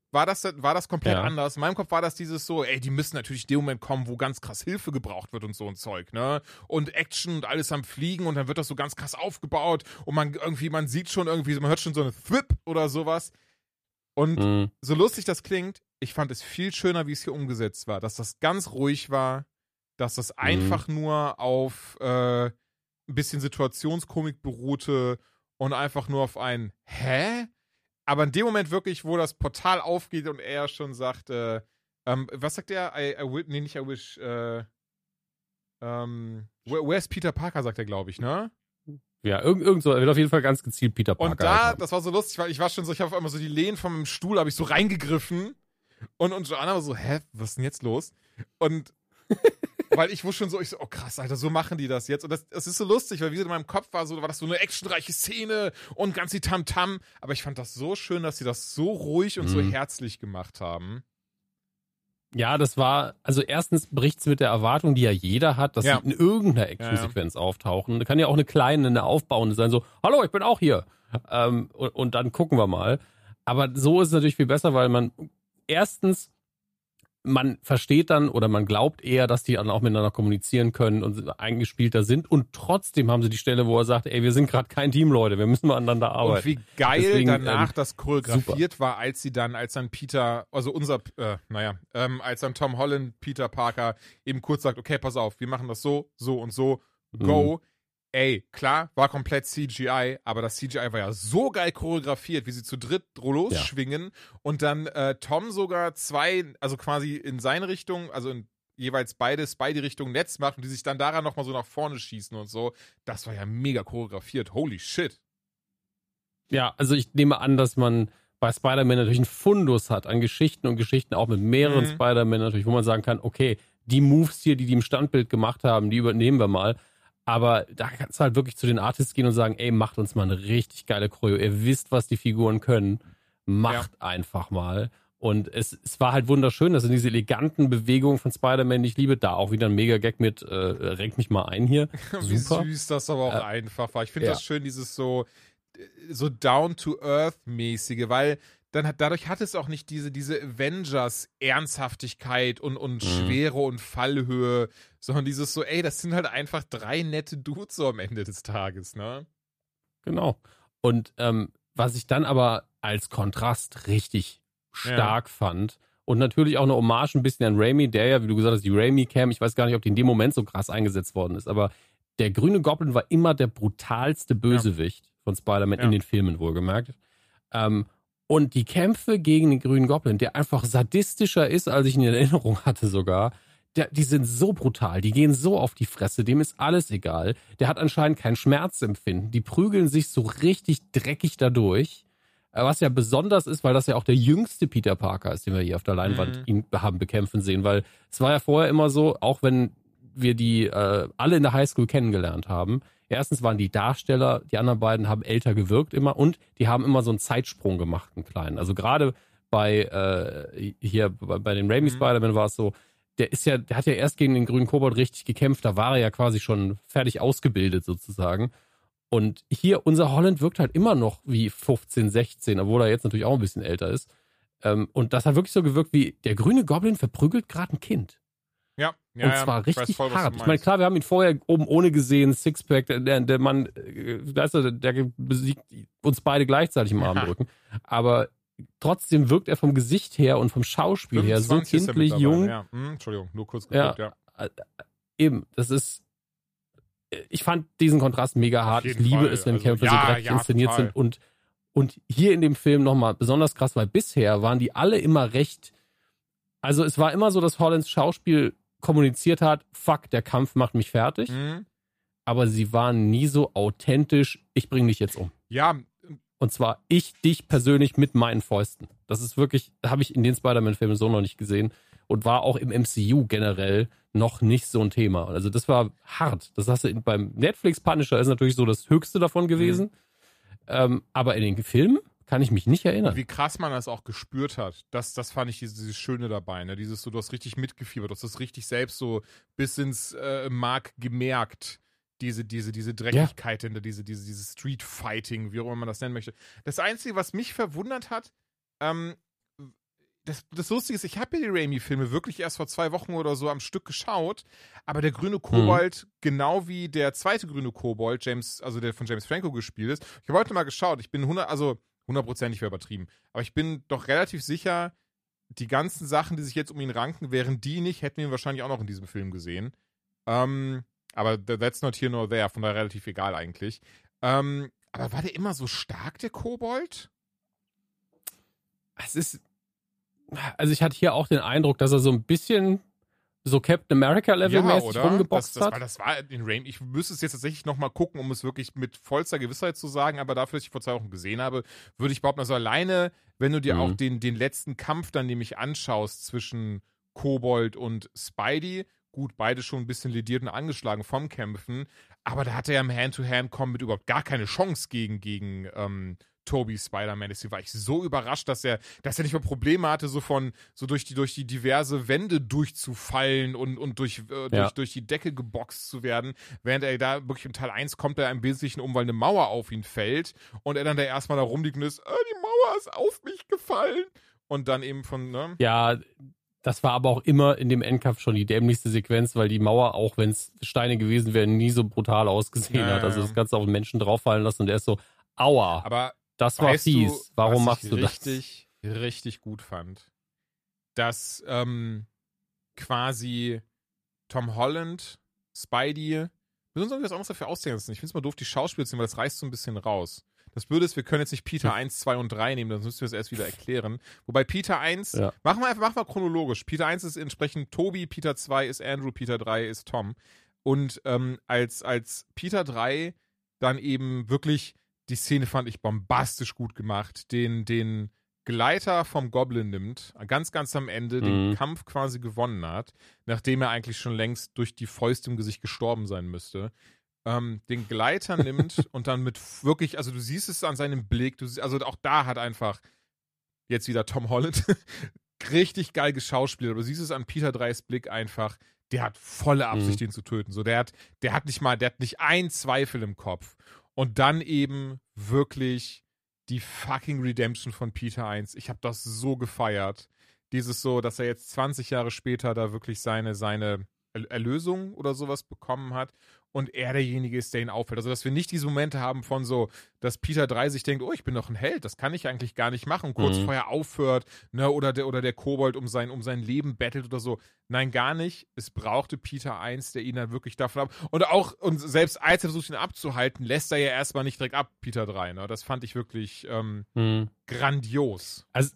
war das, war das komplett Ja. anders. In meinem Kopf war das dieses so, ey, die müssen natürlich in dem Moment kommen, wo ganz krass Hilfe gebraucht wird und so ein Zeug, ne? Und Action und alles am Fliegen und dann wird das so ganz krass aufgebaut und man irgendwie, man sieht schon irgendwie, man hört schon so eine Thwip oder sowas. Und Mhm. so lustig das klingt, ich fand es viel schöner, wie es hier umgesetzt war. Dass das ganz ruhig war, dass das einfach nur auf äh, ein bisschen Situationskomik beruhte und einfach nur auf ein Hä? Aber in dem Moment wirklich, wo das Portal aufgeht und er schon sagt, äh, ähm, was sagt er? I, I will, nee, nicht I wish, äh, ähm, where, where's Peter Parker, sagt er, glaube ich, ne? Ja, irgend, irgend so, er wird auf jeden Fall ganz gezielt Peter Parker. Und da, haben. das war so lustig, weil ich war schon so, ich habe auf einmal so die Lehnen von meinem Stuhl, habe ich so reingegriffen und, und Joanna war so, hä, was ist denn jetzt los? Und weil ich wusste schon so, ich so, oh krass, Alter, so machen die das jetzt. Und das, das ist so lustig, weil wie so in meinem Kopf war, so war das so eine actionreiche Szene und ganz die Tamtam. Aber ich fand das so schön, dass sie das so ruhig und Mhm. so herzlich gemacht haben. Ja, das war, also erstens bricht's mit der Erwartung, die ja jeder hat, dass Ja. sie in irgendeiner Actionsequenz auftauchen. Da kann ja auch eine kleine, eine aufbauende sein, so, hallo, ich bin auch hier. Ähm, und, und dann gucken wir mal. Aber so ist es natürlich viel besser, weil man erstens, man versteht dann oder man glaubt eher, dass die dann auch miteinander kommunizieren können und eingespielter sind. Und trotzdem haben sie die Stelle, wo er sagt, ey, wir sind gerade kein Team, Leute, wir müssen miteinander arbeiten. Und wie geil Deswegen, danach ähm, das choreografiert war, als sie dann, als dann Peter, also unser, äh, naja, ähm, als dann Tom Holland, Peter Parker eben kurz sagt, okay, pass auf, wir machen das so, so und so, go. Mhm. Ey, klar, war komplett C G I, aber das C G I war ja so geil choreografiert, wie sie zu dritt losschwingen und dann äh, Tom sogar zwei, also quasi in seine Richtung, also in jeweils beides, beide Richtungen Netz macht und die sich dann daran nochmal so nach vorne schießen und so. Das war ja mega choreografiert. Holy shit. Ja, also ich nehme an, dass man bei Spider-Man natürlich einen Fundus hat an Geschichten und Geschichten auch mit mehreren Mhm. Spider-Man natürlich, wo man sagen kann, okay, die Moves hier, die die im Standbild gemacht haben, die übernehmen wir mal. Aber da kannst du halt wirklich zu den Artists gehen und sagen, ey, macht uns mal eine richtig geile Choreo. Ihr wisst, was die Figuren können. Macht einfach mal. Und es, es war halt wunderschön, das sind diese eleganten Bewegungen von Spider-Man, die ich liebe. Da auch wieder ein Mega-Gag mit, äh, renk mich mal ein hier. Wie Super. süß das aber auch Äh, einfach war. Ich finde ja. das schön, dieses so, so down-to-earth-mäßige, weil dann hat, dadurch hat es auch nicht diese, diese Avengers-Ernsthaftigkeit und, und Mhm. Schwere und Fallhöhe, sondern dieses so, ey, das sind halt einfach drei nette Dudes so am Ende des Tages, ne? Genau. Und ähm, was ich dann aber als Kontrast richtig stark fand und natürlich auch eine Hommage ein bisschen an Raimi, der ja, wie du gesagt hast, die Raimi-Cam, ich weiß gar nicht, ob die in dem Moment so krass eingesetzt worden ist, aber der grüne Goblin war immer der brutalste Bösewicht von Spider-Man Ja. in den Filmen, wohlgemerkt. Ähm, und die Kämpfe gegen den grünen Goblin, der einfach sadistischer ist, als ich ihn in Erinnerung hatte sogar, der, die sind so brutal, die gehen so auf die Fresse, dem ist alles egal. Der hat anscheinend kein Schmerzempfinden. Die prügeln sich so richtig dreckig dadurch. Äh, Was ja besonders ist, weil das ja auch der jüngste Peter Parker ist, den wir hier auf der Leinwand Mhm. ihn haben bekämpfen sehen. Weil es war ja vorher immer so, auch wenn wir die äh, alle in der Highschool kennengelernt haben. Erstens waren die Darsteller, die anderen beiden haben älter gewirkt immer und die haben immer so einen Zeitsprung gemacht, einen kleinen. Also gerade bei äh, hier bei, bei den Raimi Mhm. Spider-Man war es so, der ist ja, der hat ja erst gegen den grünen Kobold richtig gekämpft, da war er ja quasi schon fertig ausgebildet sozusagen. Und hier, unser Holland wirkt halt immer noch wie fünfzehn, sechzehn, obwohl er jetzt natürlich auch ein bisschen älter ist. Ähm, und das hat wirklich so gewirkt wie, der grüne Goblin verprügelt gerade ein Kind. Ja, ja, und ja, zwar ich weiß richtig voll, was du hart. Ich meine, meinst. klar, wir haben ihn vorher oben ohne gesehen, Sixpack, der, der, der Mann, äh, weißt du, der besiegt uns beide gleichzeitig im Ja. Armdrücken. Aber trotzdem wirkt er vom Gesicht her und vom Schauspiel her so fünfundzwanzig ist er kindlich mittlerweile, jung. Ja. Hm, Entschuldigung, nur kurz Ja. geguckt, ja. Äh, Eben, das ist, ich fand diesen Kontrast mega hart. Ich jeden liebe Fall. es, wenn Also, Kämpfe so ja, dreckig ja, inszeniert total. sind und, und hier in dem Film nochmal besonders krass, weil bisher waren die alle immer recht, also es war immer so, dass Hollands Schauspiel kommuniziert hat, fuck, der Kampf macht mich fertig, Mhm. aber sie waren nie so authentisch, ich bring dich jetzt um. Ja, Und zwar ich, dich persönlich mit meinen Fäusten. Das ist wirklich, habe ich in den Spider-Man-Filmen so noch nicht gesehen und war auch im M C U generell noch nicht so ein Thema. Also das war hart. Das hast du in, beim Netflix Punisher ist natürlich so das Höchste davon gewesen. Mhm. Ähm, aber in den Filmen kann ich mich nicht erinnern. wie krass man das auch gespürt hat. Das, das fand ich dieses, dieses Schöne dabei. Ne? Dieses so, du hast richtig mitgefiebert, du hast das richtig selbst so bis ins äh, Mark gemerkt. Diese, diese, diese Dreckigkeit hinter, diese, diese, dieses Street-Fighting, wie auch immer man das nennen möchte. Das Einzige, was mich verwundert hat, ähm, das, das Lustige ist, ich habe ja die Raimi-Filme wirklich erst vor zwei Wochen oder so am Stück geschaut, aber der grüne Kobold, mhm. genau wie der zweite grüne Kobold, James, also der von James Franco gespielt ist, ich habe heute mal geschaut, ich bin hundert, also hundertprozentig wäre übertrieben, aber ich bin doch relativ sicher, die ganzen Sachen, die sich jetzt um ihn ranken, wären die nicht, hätten wir ihn wahrscheinlich auch noch in diesem Film gesehen. Ähm, aber that's not here nor there, von daher relativ egal eigentlich. Ähm, aber war der immer so stark, der Kobold? Es ist, also ich hatte hier auch den Eindruck, dass er so ein bisschen so Captain America-Level-mäßig ja, rumgeboxt das, das hat. War, das war in Raimi. Ich müsste es jetzt tatsächlich nochmal gucken, um es wirklich mit vollster Gewissheit zu sagen, aber dafür, dass ich vor zwei Wochen gesehen habe, würde ich behaupten, also alleine, wenn du dir mhm. auch den, den letzten Kampf dann nämlich anschaust zwischen Kobold und Spidey, gut, beide schon ein bisschen lediert und angeschlagen vom Kämpfen, aber da hatte er im Hand-to-Hand-Combat überhaupt gar keine Chance gegen, gegen ähm, Tobey Spider-Man. Deswegen war ich so überrascht, dass er, dass er nicht mal Probleme hatte, so von, so durch die, durch die diverse Wände durchzufallen und, und durch, äh, durch, ja. durch die Decke geboxt zu werden, während er da wirklich im Teil eins kommt er im Wesentlichen um, weil eine Mauer auf ihn fällt und er dann da erstmal da rumliegt und ist, äh, die Mauer ist auf mich gefallen und dann eben von, ne? Ja, das war aber auch immer in dem Endkampf schon die dämlichste Sequenz, weil die Mauer, auch wenn es Steine gewesen wären, nie so brutal ausgesehen ja, hat. Also ja. das Ganze auf den Menschen drauffallen lassen und der ist so, aua. Aber das war weißt fies. Du, Warum machst ich du das? richtig, richtig gut fand, dass ähm, quasi Tom Holland, Spidey, wir müssen uns was anderes dafür ausdenken. Ich finde es mal doof, die Schauspieler zu nehmen, weil das reißt so ein bisschen raus. Das Blöde ist, wir können jetzt nicht Peter eins, zwei und drei nehmen, dann müssen wir es erst wieder erklären. Wobei Peter eins, ja. machen wir einfach machen wir chronologisch. Peter eins ist entsprechend Toby, Peter zwei ist Andrew, Peter drei ist Tom. Und ähm, als, als Peter drei dann eben wirklich, die Szene fand ich bombastisch gut gemacht, den, den Gleiter vom Goblin nimmt, ganz, ganz am Ende, mhm. den Kampf quasi gewonnen hat, nachdem er eigentlich schon längst durch die Fäuste im Gesicht gestorben sein müsste. Ähm, den Gleiter nimmt und dann mit wirklich, also du siehst es an seinem Blick, du, also auch da hat einfach jetzt wieder Tom Holland richtig geil geschauspielt, aber du siehst es an Peter dreis Blick einfach, der hat volle Absicht, mhm. ihn zu töten. So, der hat, der hat nicht mal, der hat nicht einen Zweifel im Kopf. Und dann eben wirklich die fucking Redemption von Peter eins. Ich habe das so gefeiert. Dieses so, dass er jetzt zwanzig Jahre später da wirklich seine, seine Erlösung oder sowas bekommen hat und er derjenige ist, der ihn auffällt. Also, dass wir nicht diese Momente haben von so, dass Peter drei sich denkt, oh, ich bin doch ein Held, das kann ich eigentlich gar nicht machen, kurz mhm. vorher aufhört, ne, oder der, oder der Kobold um sein, um sein Leben bettelt oder so. Nein, gar nicht. Es brauchte Peter eins, der ihn dann wirklich davon ab, und auch, und selbst als er versucht, ihn abzuhalten, lässt er ja erstmal nicht direkt ab, Peter drei, ne, das fand ich wirklich ähm, mhm. grandios. Also,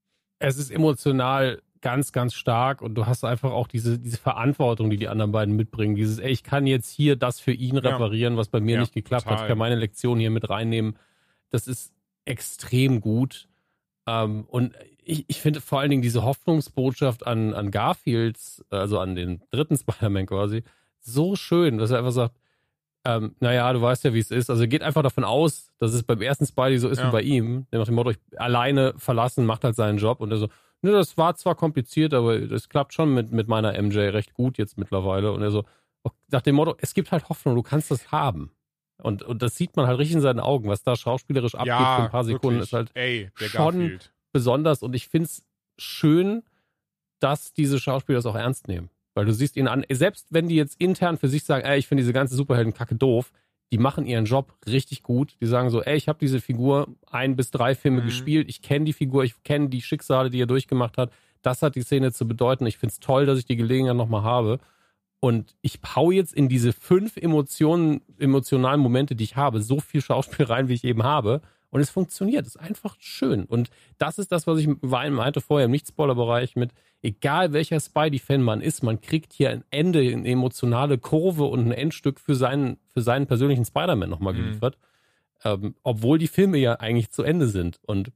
es ist emotional ganz, ganz stark und du hast einfach auch diese, diese Verantwortung, die die anderen beiden mitbringen. Dieses, ey, ich kann jetzt hier das für ihn reparieren, ja. was bei mir ja, nicht geklappt total. hat. Ich kann meine Lektion hier mit reinnehmen. Das ist extrem gut. Ähm, und ich, ich finde vor allen Dingen diese Hoffnungsbotschaft an, an Garfields, also an den dritten Spider-Man quasi, so schön, dass er einfach sagt, ähm, naja, du weißt ja, wie es ist. Also geht einfach davon aus, dass es beim ersten Spidey so ist ja. wie bei ihm. Der nach dem Motto, ich alleine verlassen, macht halt seinen Job. Und er so, ne, das war zwar kompliziert, aber das klappt schon mit, mit meiner M J recht gut jetzt mittlerweile. Und er so, nach dem Motto, es gibt halt Hoffnung, du kannst das haben. Und, und das sieht man halt richtig in seinen Augen, was da schauspielerisch abgeht ja, für ein paar Sekunden, wirklich. ist halt Ey, der schon Garfield. besonders. Und ich finde es schön, dass diese Schauspieler das auch ernst nehmen. Weil du siehst ihn an, selbst wenn die jetzt intern für sich sagen, ey, ich finde diese ganze Superhelden-Kacke doof, die machen ihren Job richtig gut. Die sagen so, ey, ich habe diese Figur ein bis drei Filme mhm. gespielt, ich kenne die Figur, ich kenne die Schicksale, die er durchgemacht hat. Das hat die Szene zu bedeuten. Ich finde es toll, dass ich die Gelegenheit nochmal habe. Und ich hau jetzt in diese fünf Emotionen, emotionalen Momente, die ich habe, so viel Schauspiel rein, wie ich eben habe. Und es funktioniert. Es ist einfach schön. Und das ist das, was ich meinte vorher im Nicht-Spoiler-Bereich mit, egal welcher Spidey-Fan man ist, man kriegt hier ein Ende, eine emotionale Kurve und ein Endstück für seinen, für seinen persönlichen Spider-Man nochmal mhm. geliefert. Ähm, obwohl die Filme ja eigentlich zu Ende sind. Und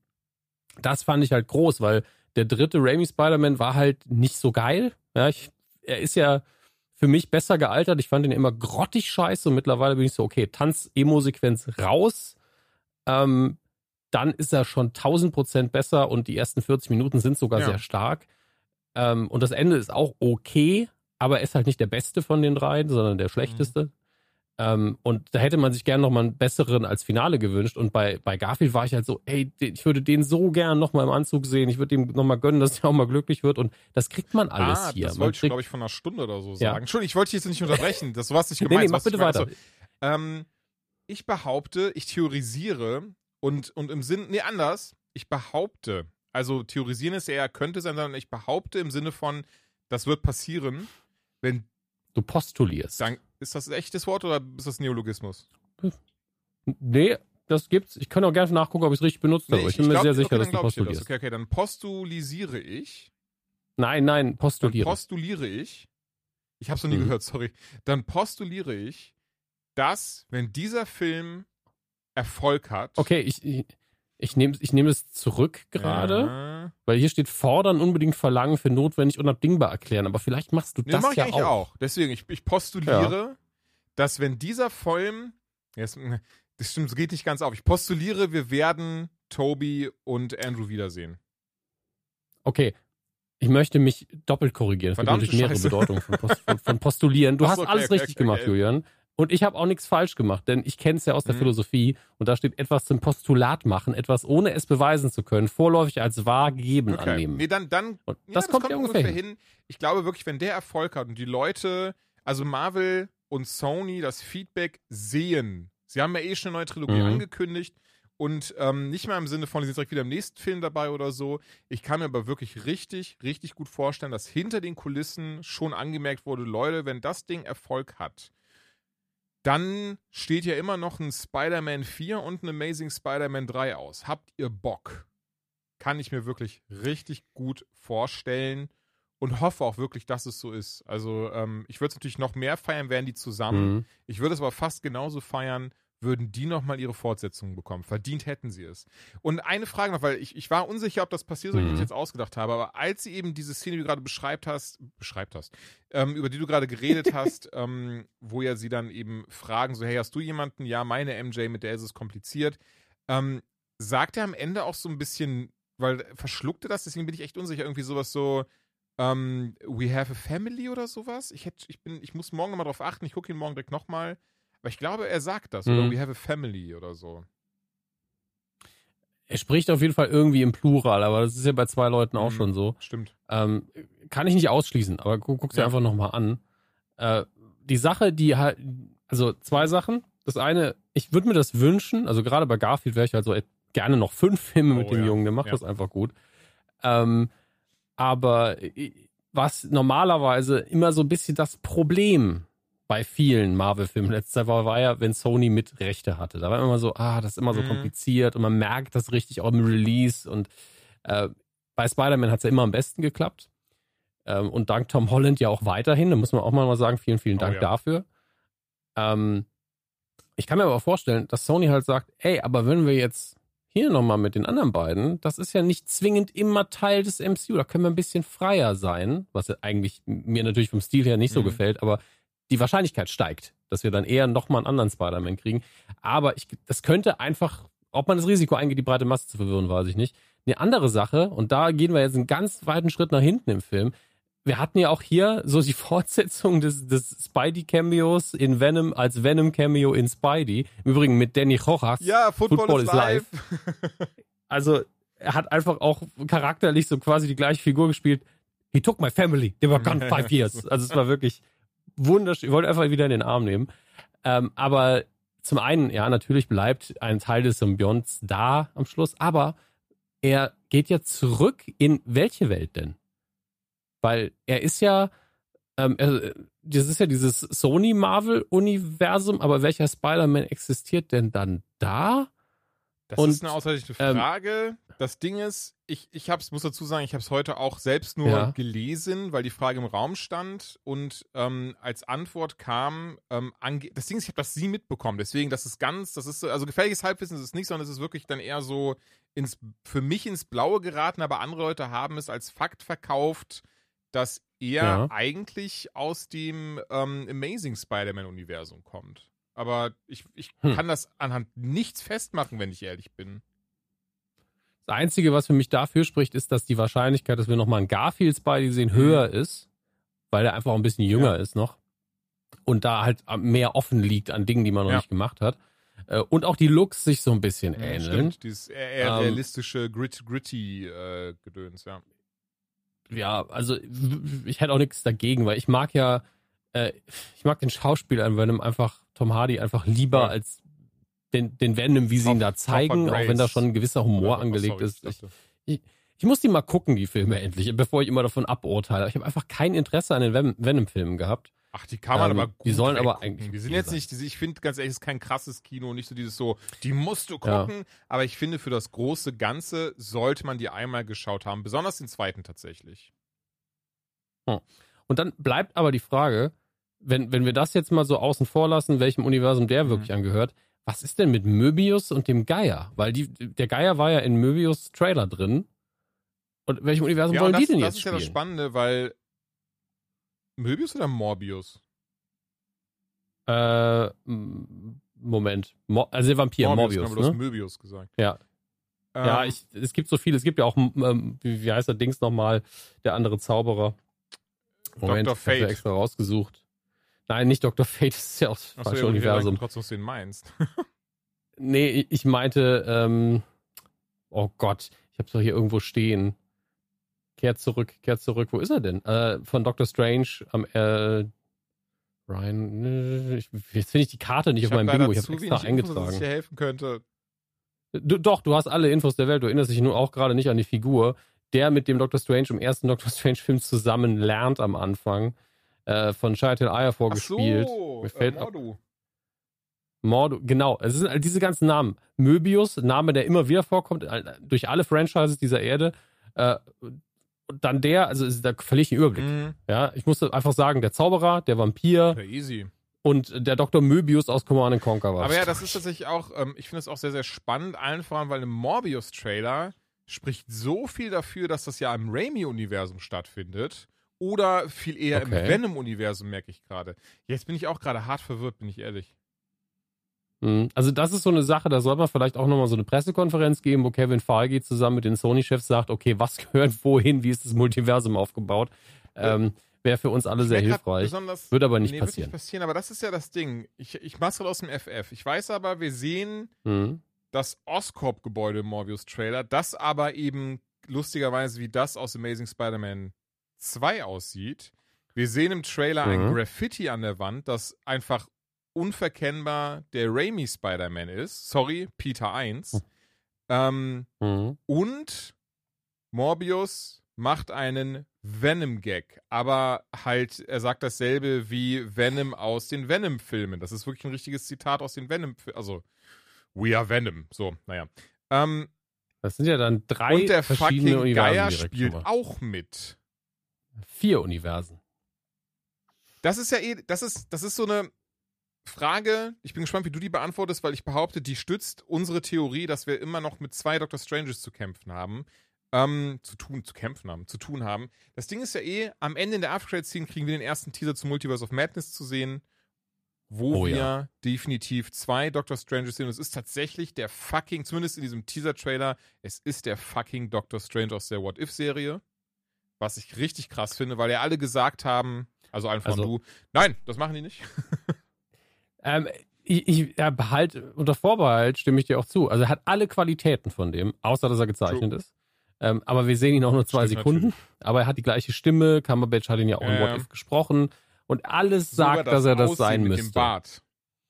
das fand ich halt groß, weil der dritte Raimi Spider-Man war halt nicht so geil. Ja, ich, er ist ja für mich besser gealtert. Ich fand ihn immer grottig scheiße und mittlerweile bin ich so, okay, Tanz-Emo-Sequenz raus. Ähm, dann ist er schon tausend Prozent besser und die ersten vierzig Minuten sind sogar ja. sehr stark. Ähm, und das Ende ist auch okay, aber er ist halt nicht der Beste von den dreien, sondern der schlechteste. Mhm. Ähm, und da hätte man sich gerne nochmal einen besseren als Finale gewünscht. Und bei, bei Garfield war ich halt so, ey, ich würde den so gern nochmal im Anzug sehen. Ich würde ihm nochmal gönnen, dass er auch mal glücklich wird. Und das kriegt man alles ah, hier. Das man wollte ich, kriegt, glaube ich, von einer Stunde oder so Ja. sagen. Entschuldigung, ich wollte dich jetzt nicht unterbrechen. Das war nicht nee, gemeint. nee, mach bitte weiter. Also, ähm, ich behaupte, ich theorisiere und, und im Sinn, nee, anders. Ich behaupte, also theorisieren ist eher könnte sein, sondern ich behaupte im Sinne von, das wird passieren, wenn Du postulierst. dann, ist das ein echtes Wort oder ist das Neologismus? Nee, das gibt's. Ich kann auch gerne nachgucken, ob ich es richtig benutzt habe. Nee, ich, ich bin mir glaub, sehr sicher, okay, dass dann du glaub ich dir das. postulierst. Okay, okay, dann postulisiere ich. Nein, nein, Dann postuliere. postuliere ich. Ich habe es noch nie Mhm. gehört, sorry. Dann postuliere ich, dass, wenn dieser Film Erfolg hat. Okay, ich, ich, ich nehme ich nehm es zurück gerade, Ja. weil hier steht fordern, unbedingt verlangen, für notwendig unabdingbar erklären. Aber vielleicht machst du Nee, das mach ich ja eigentlich auch. auch. Deswegen, ich, ich postuliere, dass wenn dieser Film. Jetzt, das stimmt, es geht nicht ganz auf. Ich postuliere, wir werden Toby und Andrew wiedersehen. Okay, ich möchte mich doppelt korrigieren. Es gibt Verdammte natürlich mehrere Scheiße. Bedeutungen von, Post, von, von postulieren. Du Ach hast so, okay, alles okay, richtig okay, gemacht, okay. Julian. Und ich habe auch nichts falsch gemacht, denn ich kenne es ja aus der Mhm. Philosophie und da steht etwas zum Postulat machen, etwas ohne es beweisen zu können, vorläufig als wahr gegeben Okay. annehmen. Nee, dann, dann Und ja, das kommt ja ungefähr hin. Ich glaube wirklich, wenn der Erfolg hat und die Leute, also Marvel und Sony, das Feedback sehen. Sie haben ja eh schon eine neue Trilogie Mhm. angekündigt und ähm, nicht mal im Sinne von, sie sind direkt wieder im nächsten Film dabei oder so. Ich kann mir aber wirklich richtig, richtig gut vorstellen, dass hinter den Kulissen schon angemerkt wurde, Leute, wenn das Ding Erfolg hat, dann steht ja immer noch ein Spider-Man vier und ein Amazing Spider-Man drei aus. Habt ihr Bock? Kann ich mir wirklich richtig gut vorstellen und hoffe auch wirklich, dass es so ist. Also ähm, ich würde es natürlich noch mehr feiern, wären die zusammen. Mhm. Ich würde es aber fast genauso feiern, würden die nochmal ihre Fortsetzung bekommen. Verdient hätten sie es. Und eine Frage noch, weil ich, ich war unsicher, ob das passiert, so wie ich Mhm. das jetzt ausgedacht habe, aber als sie eben diese Szene, die du gerade beschreibt hast, beschreibt hast, ähm, über die du gerade geredet hast, ähm, wo ja sie dann eben fragen, so, hey, hast du jemanden? Ja, meine M J, mit der ist es kompliziert. Ähm, sagt er am Ende auch so ein bisschen, weil verschluckte das, deswegen bin ich echt unsicher, irgendwie sowas so, ähm, we have a family oder sowas? Ich, hätte, ich, bin, ich muss morgen nochmal drauf achten, ich gucke ihn morgen direkt nochmal. Aber ich glaube, er sagt das. Mhm. Oder we have a family oder so. Er spricht auf jeden Fall irgendwie im Plural, aber das ist ja bei zwei Leuten auch Mhm. schon so. Stimmt. Ähm, kann ich nicht ausschließen, aber gu guck's dir Ja. einfach nochmal an. Äh, die Sache, die halt, also zwei Sachen. Das eine, ich würde mir das wünschen, also gerade bei Garfield wäre ich halt so ey, gerne noch fünf Filme mit Oh, dem ja. Jungen, der macht Ja. das einfach gut. Ähm, aber äh, was normalerweise immer so ein bisschen das Problem bei vielen Marvel-Filmen letzter war, war ja, wenn Sony mit Rechte hatte. Da war immer so, ah, das ist immer so Mhm. kompliziert und man merkt das richtig auch im Release und äh, bei Spider-Man hat es ja immer am besten geklappt. Ähm, und dank Tom Holland ja auch weiterhin, da muss man auch mal sagen, vielen, vielen Oh, Dank ja. dafür. Ähm, ich kann mir aber vorstellen, dass Sony halt sagt, ey, aber wenn wir jetzt hier nochmal mit den anderen beiden, das ist ja nicht zwingend immer Teil des M C U, da können wir ein bisschen freier sein, was ja eigentlich mir natürlich vom Stil her nicht so Mhm. gefällt, aber die Wahrscheinlichkeit steigt, dass wir dann eher nochmal einen anderen Spider-Man kriegen. Aber ich, das könnte einfach, ob man das Risiko eingeht, die breite Masse zu verwirren, weiß ich nicht. Eine andere Sache, und da gehen wir jetzt einen ganz weiten Schritt nach hinten im Film. Wir hatten ja auch hier so die Fortsetzung des, des Spidey-Cameos in Venom als Venom-Cameo in Spidey. Im Übrigen mit Danny Rojas. Ja, Football, Football is is live. Also er hat einfach auch charakterlich so quasi die gleiche Figur gespielt. He took my family. They were gone five years. Also es war wirklich wunderschön. Ich wollte einfach wieder in den Arm nehmen. Ähm, aber zum einen, ja, natürlich bleibt ein Teil des Symbionts da am Schluss, aber er geht ja zurück in welche Welt denn? Weil er ist ja, ähm, er, das ist ja dieses Sony-Marvel-Universum, aber welcher Spider-Man existiert denn dann da? Das Und, ist eine ausreichende ähm, Frage. Das Ding ist, ich, ich hab's, muss dazu sagen, ich habe es heute auch selbst nur Ja. gelesen, weil die Frage im Raum stand und ähm, als Antwort kam, ähm, ange das Ding ist, ich habe das sie mitbekommen, deswegen, das ist ganz, das ist so, also gefährliches Halbwissen ist es nicht, sondern es ist wirklich dann eher so ins, für mich ins Blaue geraten, aber andere Leute haben es als Fakt verkauft, dass er Ja. eigentlich aus dem ähm, Amazing Spider-Man-Universum kommt. Aber ich, ich Hm. kann das anhand nichts festmachen, wenn ich ehrlich bin. Das Einzige, was für mich dafür spricht, ist, dass die Wahrscheinlichkeit, dass wir nochmal einen Garfield Spidey sehen, höher ist, weil er einfach auch ein bisschen jünger Ja. ist noch. und da halt mehr offen liegt an Dingen, die man noch Ja. nicht gemacht hat. Äh, und auch die Looks sich so ein bisschen Ja, ähneln. stimmt, dieses eher, eher Ähm, realistische, grit, gritty äh, Gedöns, ja. Ja, also ich hätte auch nichts dagegen, weil ich mag ja, äh, ich mag den Schauspieler in Venom einfach, Tom Hardy, einfach lieber Ja. als den, den Venom, wie sie ihn da Topher zeigen, auch wenn da Grace. schon ein gewisser Humor Oder- oh, angelegt sorry, ist. ich Ich, dachte- ich, ich muss die mal gucken, die Filme endlich, bevor ich immer davon aburteile. Ich habe einfach kein Interesse an den Ven- Venom-Filmen gehabt. Ach, die kann man Ähm, aber gut die sollen aber weggucken. eigentlich Die sind okay jetzt sein. nicht, diese- ich finde ganz ehrlich, es ist kein krasses Kino, nicht so dieses so, die musst du Ja. gucken, aber ich finde, für das große Ganze sollte man die einmal geschaut haben, besonders den zweiten tatsächlich. Und dann bleibt aber die Frage, wenn, wenn wir das jetzt mal so außen vor lassen, welchem Universum der Mhm. wirklich angehört, was ist denn mit Möbius und dem Geier? Weil die, der Geier war ja in Möbius Trailer drin. Und in welchem Universum Ja, wollen und die das, denn das jetzt ist ja spielen? das Spannende, weil Möbius oder Morbius? Äh, m- Moment. Mo also der Vampir, Morbius, genau, du hast ne? Möbius gesagt. Ja. Ähm, Ja, ich, es gibt so viele. Es gibt ja auch, ähm, wie, wie heißt der Dings nochmal, der andere Zauberer. Moment, Doktor ich hab's mir Fate. extra rausgesucht. Nein, nicht Doktor Fate, das ist ja auch das Achso, falsche ja, Universum. trotzdem, was du den meinst. Nee, ich- ich meinte, ähm, oh Gott, ich hab's doch hier irgendwo stehen. Kehrt zurück, kehrt zurück. Wo ist er denn? Äh, von Doctor Strange am, äh, Ryan, äh, ich, jetzt finde ich die Karte nicht Ich auf meinem hab leider Bingo, ich hab's zu extra wenig Infos, dass ich eingetragen. dir helfen könnte. Du, doch, du hast alle Infos der Welt, du erinnerst dich nur auch gerade nicht an die Figur, der mit dem Doctor Strange im ersten Doctor Strange-Film zusammen lernt am Anfang, äh, von Chiwetel Ejiofor Ach gespielt. so, Mir äh, fällt ab- Mordu. Mordo, genau. Es sind all diese ganzen Namen. Möbius, Name, der immer wieder vorkommt, äh, durch alle Franchises dieser Erde. Äh, und dann der, also ist- da verliere ich den Überblick. Mhm. Ja, ich muss einfach sagen, der Zauberer, der Vampir Ja, easy. und der Doktor Möbius aus Command and Conquer war. Aber ja, das ist tatsächlich auch, ähm, ich finde es auch sehr, sehr spannend, allen voran, weil im Morbius-Trailer spricht so viel dafür, dass das ja im Raimi-Universum stattfindet. Oder viel eher Okay. im Venom-Universum, merke ich gerade. Jetzt bin ich auch gerade hart verwirrt, bin ich ehrlich. Mhm. Also das ist so eine Sache, da soll man vielleicht auch nochmal so eine Pressekonferenz geben, wo Kevin Feige zusammen mit den Sony-Chefs sagt, okay, was gehört wohin, wie ist das Multiversum aufgebaut? Ähm, Wäre für uns alle sehr Ich merk grad hilfreich. besonders- Wird aber nicht nee, passieren. Wird nicht passieren, aber das ist ja das Ding. Ich, ich mach's gerade aus dem F F. Ich weiß aber, wir sehen Mhm. das Oscorp-Gebäude im Morbius-Trailer, das aber eben lustigerweise wie das aus Amazing Spider-Man zwei aussieht. Wir sehen im Trailer ein Mhm. Graffiti an der Wand, das einfach unverkennbar der Raimi Spider-Man ist. Sorry, Peter eins. Ähm, Mhm. und Morbius macht einen Venom-Gag, aber halt, er sagt dasselbe wie Venom aus den Venom-Filmen. Das ist wirklich ein richtiges Zitat aus den Venom-Filmen. Also, we are Venom. So, naja. Ähm, Das sind ja dann drei und der verschiedene fucking Universen Geier direkt spielt schon mal. auch mit. Vier Universen. Das ist ja eh, das ist, das ist so eine Frage, ich bin gespannt, wie du die beantwortest, weil ich behaupte, die stützt unsere Theorie, dass wir immer noch mit zwei Doctor Stranges zu kämpfen haben. Ähm, zu tun, zu kämpfen haben, zu tun haben. Das Ding ist ja eh, am Ende in der After-Credit-Scene kriegen wir den ersten Teaser zu Multiverse of Madness zu sehen, wo Oh wir ja. definitiv zwei Doctor Stranges sehen. Und es ist tatsächlich der fucking, zumindest in diesem Teaser-Trailer, es ist der fucking Doctor Strange aus der What-If-Serie. Was ich richtig krass finde, weil ja alle gesagt haben, also einfach Also- du, nein, das machen die nicht. Ähm, ich, ich ja, behalt, unter Vorbehalt stimme ich dir auch zu. Also er hat alle Qualitäten von dem, außer dass er gezeichnet True. ist. Ähm, aber wir sehen ihn auch nur zwei Stimmt Sekunden. natürlich. Aber er hat die gleiche Stimme. Cumberbatch hat ihn ja auch in Ja, ja. What If gesprochen. Und alles Sogar sagt, dass er das Aussehen sein mit müsste. dem Bart.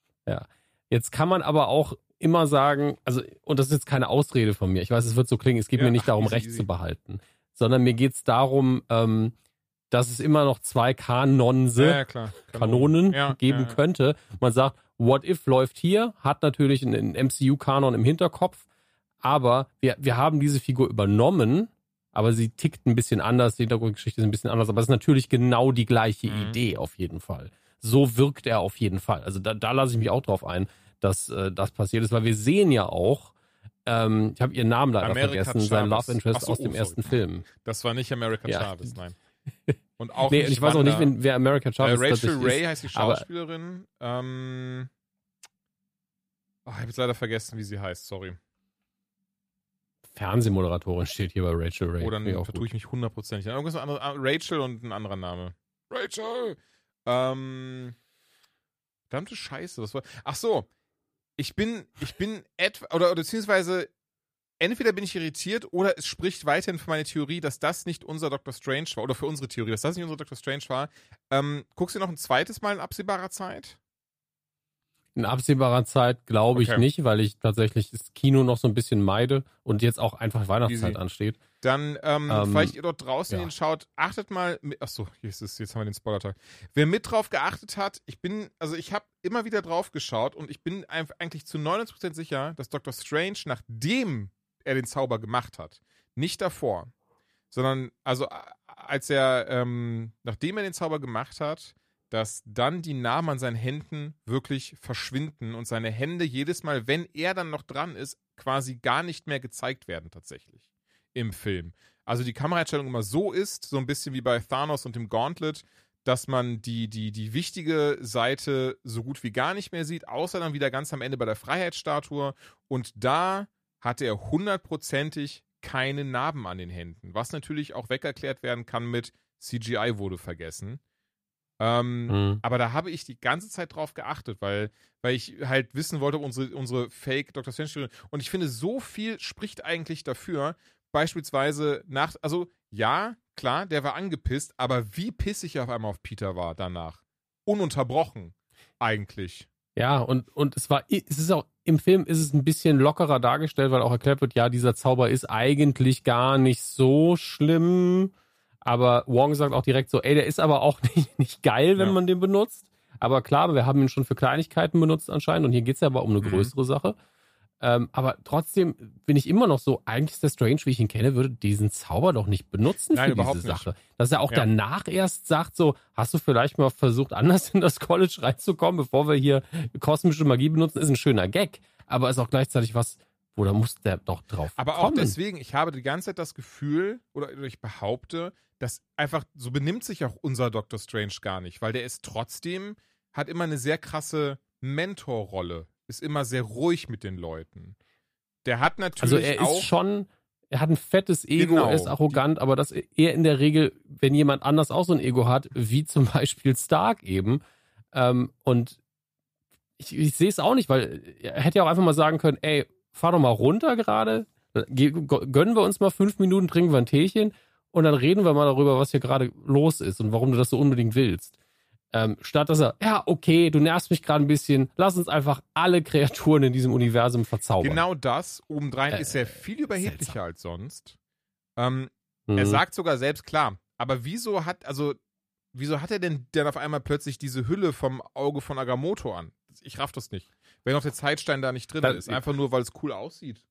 Jetzt kann man aber auch immer sagen, also, und das ist jetzt keine Ausrede von mir. Ich weiß, es wird so klingen, es geht Ja, mir nicht ach, darum, easy, Recht easy. zu behalten. Sondern mir geht es darum, ähm, dass es immer noch zwei Kanonse Ja, ja, klar. Kanonen Ja, geben ja, ja. könnte. Man sagt, What If läuft hier, hat natürlich einen, einen M C U-Kanon im Hinterkopf, aber wir, wir haben diese Figur übernommen, aber sie tickt ein bisschen anders, die Hintergrundgeschichte ist ein bisschen anders, aber es ist natürlich genau die gleiche Mhm. Idee auf jeden Fall. So wirkt er auf jeden Fall. Also da, da lasse ich mich auch drauf ein, dass äh, das passiert ist, weil wir sehen ja auch, ähm, ich habe ihren Namen leider America vergessen, sein Chavez. Love Interest Ach so, aus dem oh, sorry. ersten Film. Das war nicht America Ja. Chavez, nein. Und auch Nee, nicht und ich weiß auch nicht, Wanda. wen, wer America Äh, Chavez Rachel tatsächlich Ray ist. heißt die aber- Schauspielerin. Ähm, oh, ich habe jetzt leider vergessen, wie sie heißt, sorry. Fernsehmoderatorin steht hier bei Rachel Ray. Oder Finde ich dann auch vertue gut. ich mich hundertprozentig. Irgendwas anderes, ah, Rachel und ein anderer Name. Rachel! Ähm, Verdammte Scheiße. Das war, ach so, ich bin, ich bin etwa, oder, oder beziehungsweise entweder bin ich irritiert oder es spricht weiterhin für meine Theorie, dass das nicht unser Doctor Strange war, oder für unsere Theorie, dass das nicht unser Doctor Strange war. Ähm, guckst du noch ein zweites Mal in absehbarer Zeit? In absehbarer Zeit glaube ich Okay. nicht, weil ich tatsächlich das Kino noch so ein bisschen meide und jetzt auch einfach Weihnachtszeit Easy. ansteht. Dann, ähm, Ähm, vielleicht ihr dort draußen ja. den schaut, achtet mal, mit, achso, Jesus, jetzt haben wir den Spoiler-Tag. Wer mit drauf geachtet hat, ich bin, also ich habe immer wieder drauf geschaut und ich bin einfach eigentlich zu neunundneunzig Prozent sicher, dass Doctor Strange, nachdem er den Zauber gemacht hat, nicht davor, sondern, also als er, ähm, nachdem er den Zauber gemacht hat, dass dann die Narben an seinen Händen wirklich verschwinden und seine Hände jedes Mal, wenn er dann noch dran ist, quasi gar nicht mehr gezeigt werden tatsächlich im Film. Also die Kameraeinstellung immer so ist, so ein bisschen wie bei Thanos und dem Gauntlet, dass man die, die, die wichtige Seite so gut wie gar nicht mehr sieht, außer dann wieder ganz am Ende bei der Freiheitsstatue. Und da hatte er hundertprozentig keine Narben an den Händen, was natürlich auch wegerklärt werden kann mit C G I wurde vergessen. Ähm, Mhm. Aber da habe ich die ganze Zeit drauf geachtet, weil, weil ich halt wissen wollte, ob unsere, unsere Fake Doctor Strange. Und ich finde, so viel spricht eigentlich dafür, beispielsweise nach, also ja, klar, der war angepisst, aber wie pissig er auf einmal auf Peter war danach. Ununterbrochen, eigentlich. Ja, und, und es war, es ist auch, im Film ist es ein bisschen lockerer dargestellt, weil auch erklärt wird, ja, dieser Zauber ist eigentlich gar nicht so schlimm. Aber Wong sagt auch direkt so, ey, der ist aber auch nicht, nicht geil, wenn Ja. man den benutzt. Aber klar, wir haben ihn schon für Kleinigkeiten benutzt anscheinend und hier geht es ja aber um eine Mhm. größere Sache. Ähm, aber trotzdem bin ich immer noch so, eigentlich ist der Strange, wie ich ihn kenne, würde diesen Zauber doch nicht benutzen Nein, für überhaupt diese nicht. Sache. Dass er auch Ja. danach erst sagt so, hast du vielleicht mal versucht, anders in das College reinzukommen, bevor wir hier kosmische Magie benutzen, ist ein schöner Gag. Aber ist auch gleichzeitig was, wo da muss der doch drauf Aber auch kommen. deswegen, ich habe die ganze Zeit das Gefühl, oder ich behaupte, dass einfach, so benimmt sich auch unser Doctor Strange gar nicht, weil der ist trotzdem, hat immer eine sehr krasse Mentorrolle, ist immer sehr ruhig mit den Leuten. Der hat natürlich Also er auch... ist schon, er hat ein fettes Ego, Genau. er ist arrogant, aber das eher in der Regel, wenn jemand anders auch so ein Ego hat, wie zum Beispiel Stark eben. Ähm, und ich, ich sehe es auch nicht, weil er hätte ja auch einfach mal sagen können, ey, fahr doch mal runter gerade, ge- gönnen wir uns mal fünf Minuten, trinken wir ein Teechen und dann reden wir mal darüber, was hier gerade los ist und warum du das so unbedingt willst. Ähm, statt dass er, ja, okay, du nervst mich gerade ein bisschen, lass uns einfach alle Kreaturen in diesem Universum verzaubern. Genau das, obendrein Äh, ist er viel überheblicher seltsam. als sonst. Ähm, Mhm. Er sagt sogar selbst, klar, aber wieso hat, also, wieso hat er denn dann auf einmal plötzlich diese Hülle vom Auge von Agamotto an? Ich raff das nicht. Wenn auch der Zeitstein da nicht drin Das- ist, einfach nur, weil es cool aussieht.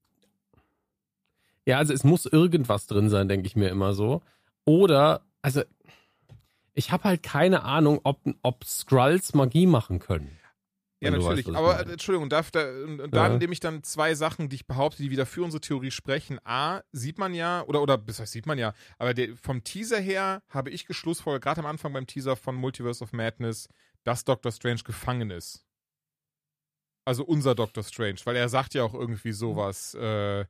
Ja, also es muss irgendwas drin sein, denke ich mir immer so. Oder, also, ich habe halt keine Ahnung, ob, ob Skrulls Magie machen können. Ja, Wenn du natürlich. weißt, was ich aber meine. äh, Entschuldigung, darf da, und, und dann Ja. nehme ich dann zwei Sachen, die ich behaupte, die wieder für unsere Theorie sprechen. A, sieht man ja, oder, oder, das heißt, sieht man ja, aber der, vom Teaser her habe ich geschlussfolgert, gerade am Anfang beim Teaser von Multiverse of Madness, dass Doctor Strange gefangen ist. Also unser Doctor Strange, weil er sagt ja auch irgendwie sowas, äh,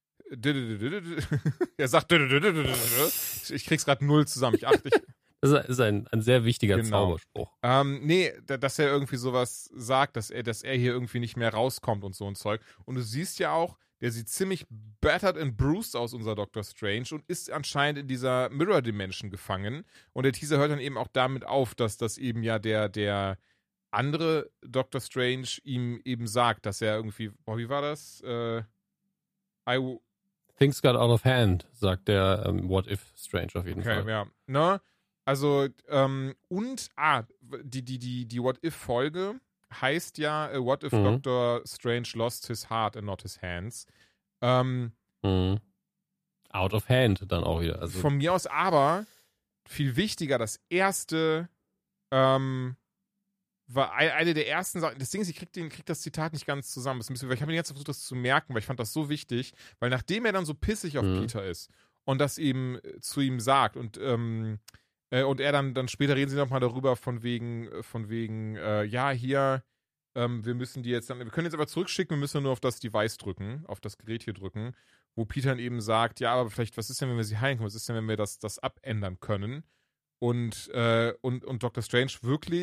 er sagt, ich krieg's gerade null zusammen, ich achte, ich, Das ist ein, ein sehr wichtiger Genau. Zauberspruch. Ähm, nee, da- dass er irgendwie sowas sagt, dass er, dass er hier irgendwie nicht mehr rauskommt und so ein Zeug. Und du siehst ja auch, der sieht ziemlich battered and bruised aus, unser Doctor Strange, und ist anscheinend in dieser Mirror Dimension gefangen. Und der Teaser hört dann eben auch damit auf, dass das eben ja der, der andere Doctor Strange ihm eben sagt, dass er irgendwie, oh, wie war das? Äh, I w- Things got out of hand, sagt der ähm, What If Strange auf jeden Okay, Fall. ja. Ne? Also, ähm, und, ah, die, die, die, die What-If-Folge heißt ja äh, What if Mhm. Doctor Strange lost his heart and not his hands. Ähm, Mhm. Out of hand dann auch wieder. Also, von mir aus aber viel wichtiger, das erste ähm, war ein- eine der ersten Sachen. Das Ding ist, ich krieg, den, krieg das Zitat nicht ganz zusammen. Das ist ein bisschen, weil ich habe mir jetzt versucht, das zu merken, weil ich fand das so wichtig, weil nachdem er dann so pissig auf Mhm. Peter ist und das ihm äh, zu ihm sagt und ähm, äh, und er dann, dann später reden sie nochmal darüber von wegen, äh, von wegen, äh, ja, hier, ähm, wir müssen die jetzt dann, wir können jetzt aber zurückschicken, wir müssen nur auf das Device drücken, auf das Gerät hier drücken, wo Peter dann eben sagt, ja, aber vielleicht, was ist denn, wenn wir sie heilen können? Was ist denn, wenn wir das, das abändern können? Und, äh, und, und Doctor Strange wirklich,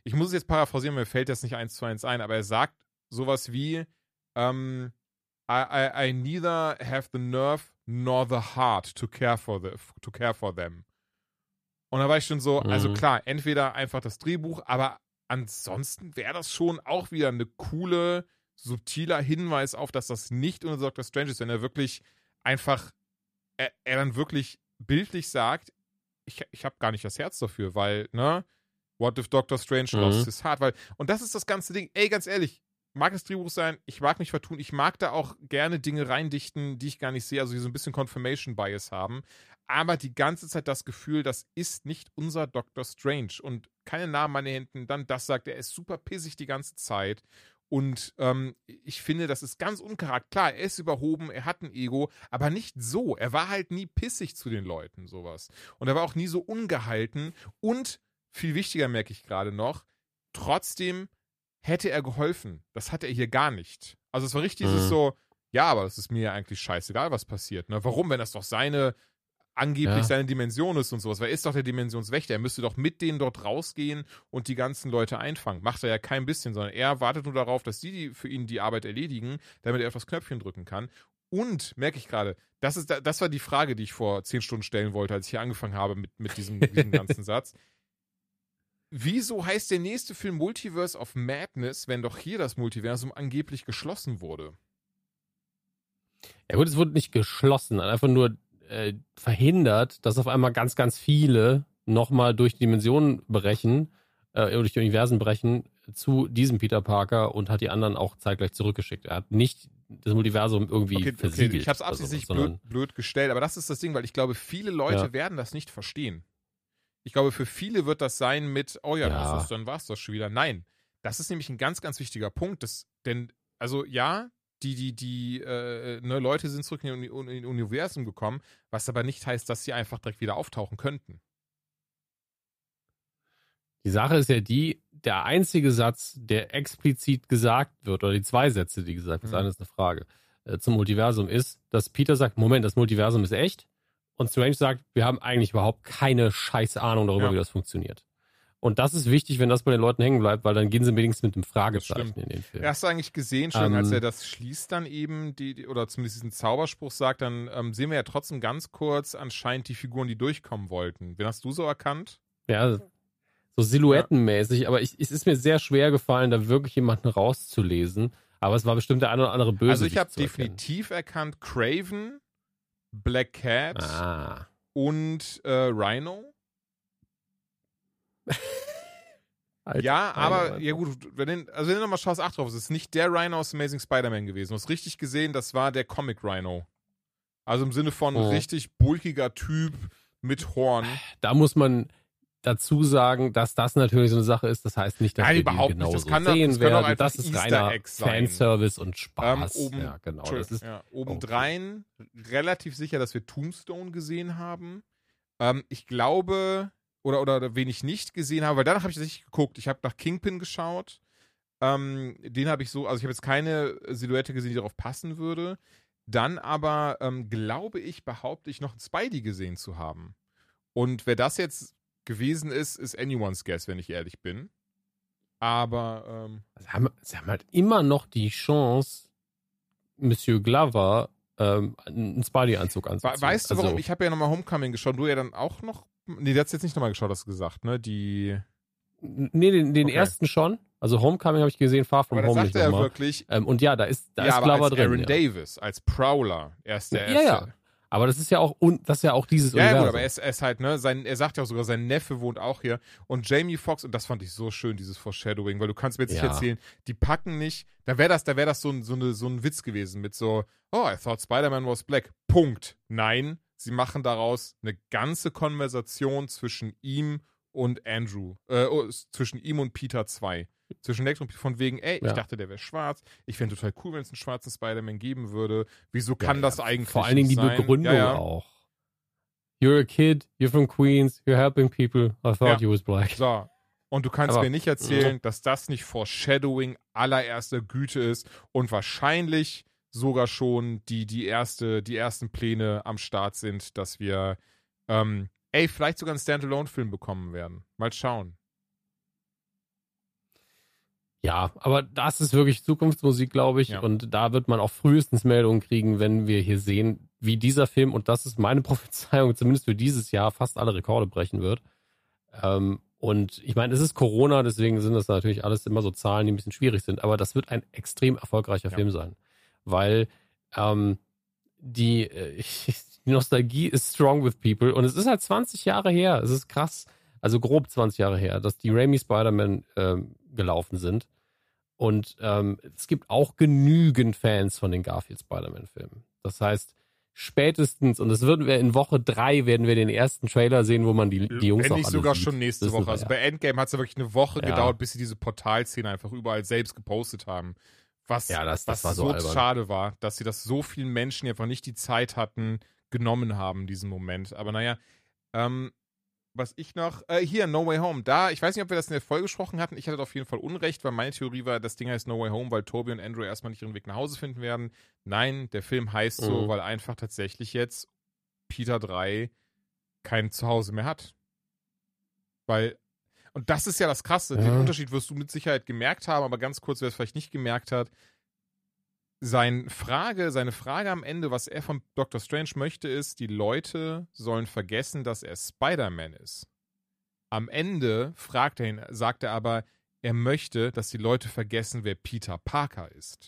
ich muss es jetzt paraphrasieren, mir fällt das nicht eins zu eins ein, aber er sagt sowas wie, ähm, I, I, I neither have the nerve nor the heart to care for, the, to care for them. Und da war ich schon so, mhm. also klar, entweder einfach das Drehbuch, aber ansonsten wäre das schon auch wieder eine coole, subtiler Hinweis auf, dass das nicht unser Doctor Strange ist, wenn er wirklich einfach, er, er dann wirklich bildlich sagt, ich, ich habe gar nicht das Herz dafür, weil, ne, what if Doctor Strange mhm. lost his heart, weil, und das ist das ganze Ding, ey, ganz ehrlich, mag das Drehbuch sein, ich mag mich vertun, ich mag da auch gerne Dinge reindichten, die ich gar nicht sehe, also die so ein bisschen Confirmation Bias haben, aber die ganze Zeit das Gefühl, das ist nicht unser Doctor Strange und keine Namen an den Händen, dann das sagt, er ist super pissig die ganze Zeit und ähm, ich finde, das ist ganz uncharakteristisch. Klar, er ist überhoben, er hat ein Ego, aber nicht so. Er war halt nie pissig zu den Leuten, sowas. Und er war auch nie so ungehalten und, viel wichtiger merke ich gerade noch, trotzdem hätte er geholfen. Das hat er hier gar nicht. Also es war richtig mhm. dieses so, ja, aber es ist mir ja eigentlich scheißegal, was passiert. Ne? Warum, wenn das doch seine, angeblich ja. seine Dimension ist und sowas. Weil er ist doch der Dimensionswächter. Er müsste doch mit denen dort rausgehen und die ganzen Leute einfangen. Macht er ja kein bisschen, sondern er wartet nur darauf, dass die, die für ihn die Arbeit erledigen, damit er auf das Knöpfchen drücken kann. Und, merke ich gerade, das ist, das war die Frage, die ich vor zehn Stunden stellen wollte, als ich hier angefangen habe mit, mit diesem, diesem ganzen Satz. Wieso heißt der nächste Film Multiverse of Madness, wenn doch hier das Multiversum angeblich geschlossen wurde? Ja gut, es wurde nicht geschlossen, einfach nur äh, verhindert, dass auf einmal ganz, ganz viele nochmal durch die Dimensionen brechen, äh, durch die Universen brechen zu diesem Peter Parker und hat die anderen auch zeitgleich zurückgeschickt. Er hat nicht das Multiversum irgendwie okay, versiegelt. Okay. Ich habe es absichtlich also, blöd, blöd gestellt, aber das ist das Ding, weil ich glaube, viele Leute ja. werden das nicht verstehen. Ich glaube, für viele wird das sein mit, oh ja, ja. Das ist, dann war es das schon wieder. Nein, das ist nämlich ein ganz, ganz wichtiger Punkt. Das, denn, also ja, die, die, die äh, ne, Leute sind zurück in die Universum gekommen, was aber nicht heißt, dass sie einfach direkt wieder auftauchen könnten. Die Sache ist ja die, der einzige Satz, der explizit gesagt wird, oder die zwei Sätze, die gesagt werden, mhm. das eine ist eine Frage, äh, zum Multiversum ist, dass Peter sagt, Moment, das Multiversum ist echt. Und Strange sagt, wir haben eigentlich überhaupt keine scheiß Ahnung darüber, ja. wie das funktioniert. Und das ist wichtig, wenn das bei den Leuten hängen bleibt, weil dann gehen sie wenigstens mit einem Fragezeichen in den Film. Hast du eigentlich gesehen, schon ähm, als er das schließt dann eben, die, die, oder zumindest diesen Zauberspruch sagt, dann ähm, sehen wir ja trotzdem ganz kurz anscheinend die Figuren, die durchkommen wollten. Wen hast du so erkannt? Ja, so silhouettenmäßig, ja. aber ich, es ist mir sehr schwer gefallen, da wirklich jemanden rauszulesen. Aber es war bestimmt der eine oder andere Böse. Also ich habe definitiv erkannt Craven, Black Cat ah. und äh, Rhino. Alter, ja, aber, Alter. ja gut, wenn du, also wenn du nochmal schaust, acht drauf, es ist nicht der Rhino aus Amazing Spider-Man gewesen. Du hast richtig gesehen, das war der Comic Rhino. Also im Sinne von oh. richtig bulkiger Typ mit Horn. Da muss man dazu sagen, dass das natürlich so eine Sache ist. Das heißt nicht, dass Nein, wir überhaupt die genau nicht. Das so kann sehen das werden. Kann das ist reiner Fanservice und Spaß. Ähm, oben, ja, genau. Das ist, ja, obendrein okay. relativ sicher, dass wir Tombstone gesehen haben. Ähm, ich glaube, oder, oder wen ich nicht gesehen habe, weil danach habe ich tatsächlich geguckt. Ich habe nach Kingpin geschaut. Ähm, den habe ich so, also ich habe jetzt keine Silhouette gesehen, die darauf passen würde. Dann aber, ähm, glaube ich, behaupte ich, noch einen Spidey gesehen zu haben. Und wer das jetzt gewesen ist, ist anyone's guess, wenn ich ehrlich bin. Aber ähm, sie, haben, sie haben halt immer noch die Chance, Monsieur Glover ähm, einen Spidey-Anzug anzuziehen. Weißt du, also, warum? Ich habe ja nochmal Homecoming geschaut. Du ja dann auch noch? Nee, du hast jetzt nicht nochmal geschaut, hast du gesagt, ne? Die Nee, den, den okay. ersten schon. Also Homecoming habe ich gesehen, Far From Aber Home da nicht sagt er nochmal. wirklich, ähm, und ja, da ist, da ja, ist Glover als drin. Aaron ja. Davis, als Prowler. Er ist der ja, erste. ja. Aber das ist ja auch, un, das ist ja auch dieses ja, Universum. Ja, gut, aber er ist, er ist halt, ne, sein, er sagt ja auch sogar, sein Neffe wohnt auch hier. Und Jamie Foxx, und das fand ich so schön, dieses Foreshadowing, weil du kannst mir jetzt ja. nicht erzählen, die packen nicht, da wäre das, da wäre das so ein, so, eine, so ein Witz gewesen mit so, oh, I thought Spider-Man was black. Punkt. Nein, sie machen daraus eine ganze Konversation zwischen ihm und Andrew, äh, oh, zwischen ihm und Peter zwei. Zwischen Lex und Peter von wegen, ey, ja. ich dachte, der wäre schwarz. Ich fände total cool, wenn es einen schwarzen Spider-Man geben würde. Wieso kann ja, das ja. eigentlich Vor allen Dingen die sein? Begründung ja, ja. auch. You're a kid, you're from Queens, you're helping people. I thought you was black. So. Und du kannst Aber, mir nicht erzählen, dass das nicht Foreshadowing allererster Güte ist und wahrscheinlich sogar schon die, die, erste, die ersten Pläne am Start sind, dass wir, ähm, ey, vielleicht sogar einen Standalone-Film bekommen werden. Mal schauen. Ja, aber das ist wirklich Zukunftsmusik, glaube ich. Ja. Und da wird man auch frühestens Meldungen kriegen, wenn wir hier sehen, wie dieser Film, und das ist meine Prophezeiung, zumindest für dieses Jahr, fast alle Rekorde brechen wird. Ähm, und ich meine, es ist Corona, deswegen sind das natürlich alles immer so Zahlen, die ein bisschen schwierig sind. Aber das wird ein extrem erfolgreicher Ja. Film sein. Weil ähm, die, äh, die Nostalgie ist strong with people. Und es ist halt zwanzig Jahre her. Es ist krass. Also grob zwanzig Jahre her, dass die Raimi Spider-Man ähm, gelaufen sind. Und ähm, es gibt auch genügend Fans von den Garfield Spider-Man-Filmen. Das heißt, spätestens, und das würden wir in Woche drei, werden wir den ersten Trailer sehen, wo man die, die Jungs Wenn auch nicht alle sogar sieht. schon nächste Das ist Woche. eine Also Reihe. bei Endgame hat es ja wirklich eine Woche Ja. gedauert, bis sie diese Portalszene einfach überall selbst gepostet haben. Was, Ja, das- das was war so so albern. schade war, dass sie das so vielen Menschen die einfach nicht die Zeit hatten, genommen haben, diesen Moment. Aber naja, ähm, was ich noch, äh, hier, No Way Home, da, ich weiß nicht, ob wir das in der Folge gesprochen hatten, ich hatte auf jeden Fall Unrecht, weil meine Theorie war, das Ding heißt No Way Home, weil Tobey und Andrew erstmal nicht ihren Weg nach Hause finden werden. Nein, der Film heißt so, Mhm. weil einfach tatsächlich jetzt Peter drei kein Zuhause mehr hat. Weil, und das ist ja das Krasse, Ja. den Unterschied wirst du mit Sicherheit gemerkt haben, aber ganz kurz, wer es vielleicht nicht gemerkt hat, sein Frage, seine Frage am Ende, was er von Doctor Strange möchte, ist, die Leute sollen vergessen, dass er Spider-Man ist. Am Ende fragt er ihn, sagt er aber, er möchte, dass die Leute vergessen, wer Peter Parker ist.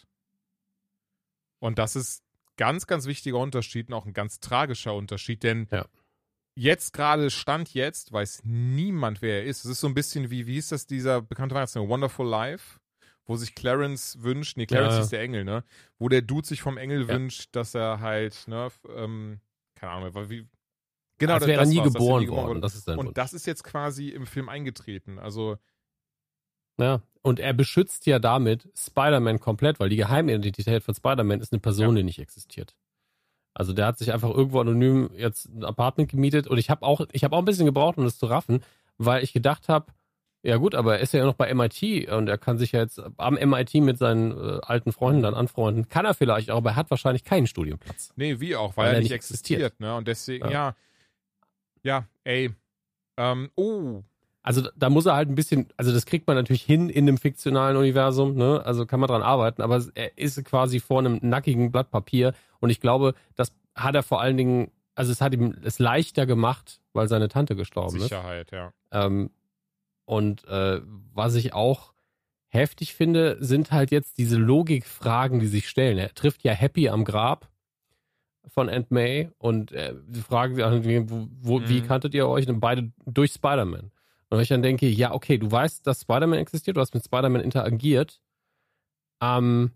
Und das ist ganz, ganz wichtiger Unterschied und auch ein ganz tragischer Unterschied, denn Ja. jetzt gerade, Stand jetzt, weiß niemand, wer er ist. Es ist so ein bisschen wie, wie hieß das, dieser bekannte Weihnachtsfilm, Wonderful Life, wo sich Clarence wünscht, nee, Clarence Ja. ist der Engel, ne? Wo der Dude sich vom Engel Ja. wünscht, dass er halt, ne, f- ähm, keine Ahnung, mehr, wie, genau, Als wäre er das nie war's, dass er geboren nie geboren worden. wurde. Das ist sein Und Wunsch. das ist jetzt quasi im Film eingetreten. Also, Ja. Und er beschützt ja damit Spider-Man komplett, weil die Geheimidentität von Spider-Man ist eine Person, Ja. die nicht existiert. Also der hat sich einfach irgendwo anonym jetzt ein Apartment gemietet und ich habe auch, ich habe auch ein bisschen gebraucht, um das zu raffen, weil ich gedacht habe, ja gut, aber er ist ja noch bei M I T und er kann sich ja jetzt am M I T mit seinen äh, alten Freunden dann anfreunden. Kann er vielleicht auch, aber er hat wahrscheinlich keinen Studienplatz. nee, wie auch, weil, Weil er er nicht nicht existiert, existiert. ne? Und deswegen, Ja. ja, ja, ey, ähm, oh, Also da- da muss er halt ein bisschen, also das kriegt man natürlich hin in einem fiktionalen Universum, ne? Also kann man dran arbeiten, aber er ist quasi vor einem nackigen Blatt Papier und ich glaube, das hat er vor allen Dingen, also es hat ihm es leichter gemacht, weil seine Tante gestorben ist. Sicherheit, ja. Ähm, und äh, was ich auch heftig finde, sind halt jetzt diese Logikfragen, die sich stellen. Er trifft ja Happy am Grab von Aunt May und äh, die fragen sie, also, wo, wo, Mhm. wie kanntet ihr euch? Und beide durch Spider-Man. Und ich dann denke, ja, okay, du weißt, dass Spider-Man existiert, du hast mit Spider-Man interagiert, ähm,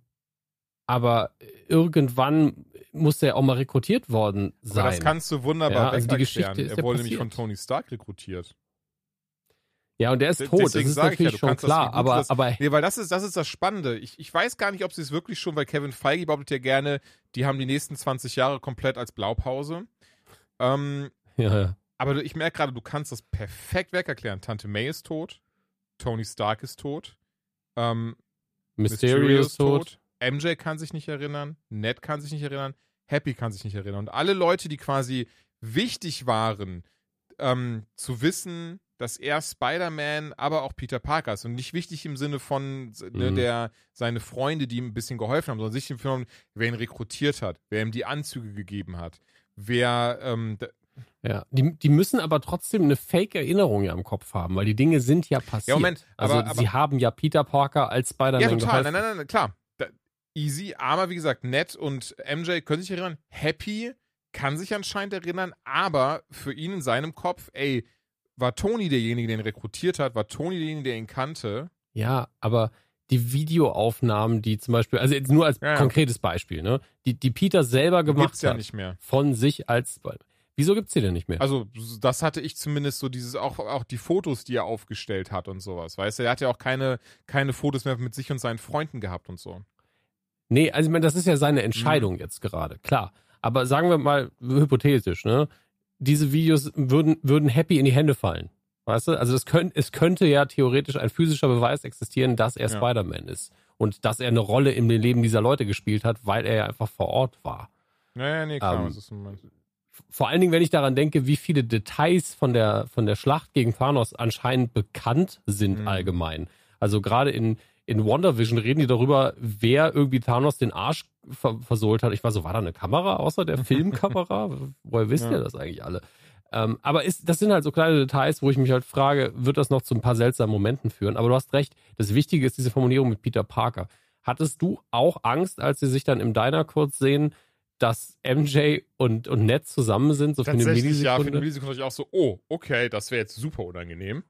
aber irgendwann muss er auch mal rekrutiert worden sein. Aber das kannst du wunderbar Ja, also die wegerklären. Geschichte ist Er ja wurde nämlich passiert. von Tony Stark rekrutiert. Ja, und der ist D- tot, das deswegen ist sag ich ja, natürlich du schon kannst das- wie klar, gut du aber, das- aber Nee, weil das ist, das ist das Spannende. Ich, ich weiß gar nicht, ob sie es wirklich schon, weil Kevin Feige behauptet ja gerne, die haben die nächsten zwanzig Jahre komplett als Blaupause. Ähm, ja, ja. aber du- ich merke gerade, du kannst das perfekt wegerklären. Tante May ist tot, Tony Stark ist tot, ähm, Mysterio ist tot. M J kann sich nicht erinnern, Ned kann sich nicht erinnern, Happy kann sich nicht erinnern. Und alle Leute, die quasi wichtig waren, ähm, zu wissen, dass er Spider-Man, aber auch Peter Parker ist. Und nicht wichtig im Sinne von ne, Mhm. der, seine Freunde, die ihm ein bisschen geholfen haben, sondern sich im Film, wer ihn rekrutiert hat, wer ihm die Anzüge gegeben hat, wer ähm, d- Ja, die, die müssen aber trotzdem eine Fake-Erinnerung ja im Kopf haben, weil die Dinge sind ja passiert. Ja, Moment, also aber- aber- sie haben ja Peter Parker als Spider-Man ja, total. geholfen. Nein, nein, nein, klar. Da, easy, aber wie gesagt, Ned und M J können sich erinnern. Happy kann sich anscheinend erinnern, aber für ihn in seinem Kopf, ey, war Tony derjenige, der ihn rekrutiert hat, war Tony derjenige, der ihn kannte. Ja, aber die Videoaufnahmen, die zum Beispiel, also jetzt nur als Ja, ja. konkretes Beispiel, ne, die, die Peter selber gemacht Gibt's ja hat, nicht mehr. von sich als Spider-Man. Wieso gibt's die denn nicht mehr? Also, das hatte ich zumindest so dieses, auch, auch die Fotos, die er aufgestellt hat und sowas. Weißt du, er hat ja auch keine, keine Fotos mehr mit sich und seinen Freunden gehabt und so. Nee, also ich meine, das ist ja seine Mhm. Entscheidung jetzt gerade, klar. Aber sagen wir mal hypothetisch, ne? Diese Videos würden, würden Happy in die Hände fallen. Weißt du? Also das könnt, es könnte ja theoretisch ein physischer Beweis existieren, dass er Ja. Spider-Man ist. Und dass er eine Rolle im Leben dieser Leute gespielt hat, weil er ja einfach vor Ort war. Naja, nee, klar, Ähm, was ist ein Vor allen Dingen, wenn ich daran denke, wie viele Details von der, von der Schlacht gegen Thanos anscheinend bekannt sind Mhm. allgemein. Also gerade in, in WandaVision reden die darüber, wer irgendwie Thanos den Arsch ver- versohlt hat. Ich war so, war da eine Kamera außer der Filmkamera? Woher wisst Ja. ihr das eigentlich alle? Ähm, aber ist, das sind halt so kleine Details, wo ich mich halt frage, wird das noch zu ein paar seltsamen Momenten führen? Aber du hast recht, das Wichtige ist diese Formulierung mit Peter Parker. Hattest du auch Angst, als sie sich dann im Diner kurz sehen, dass M J und, und Ned zusammen sind, so für eine Tatsächlich, ja, für Millisekunde? eine Millisekunde dachte ich auch so, oh, okay, das wäre jetzt super unangenehm.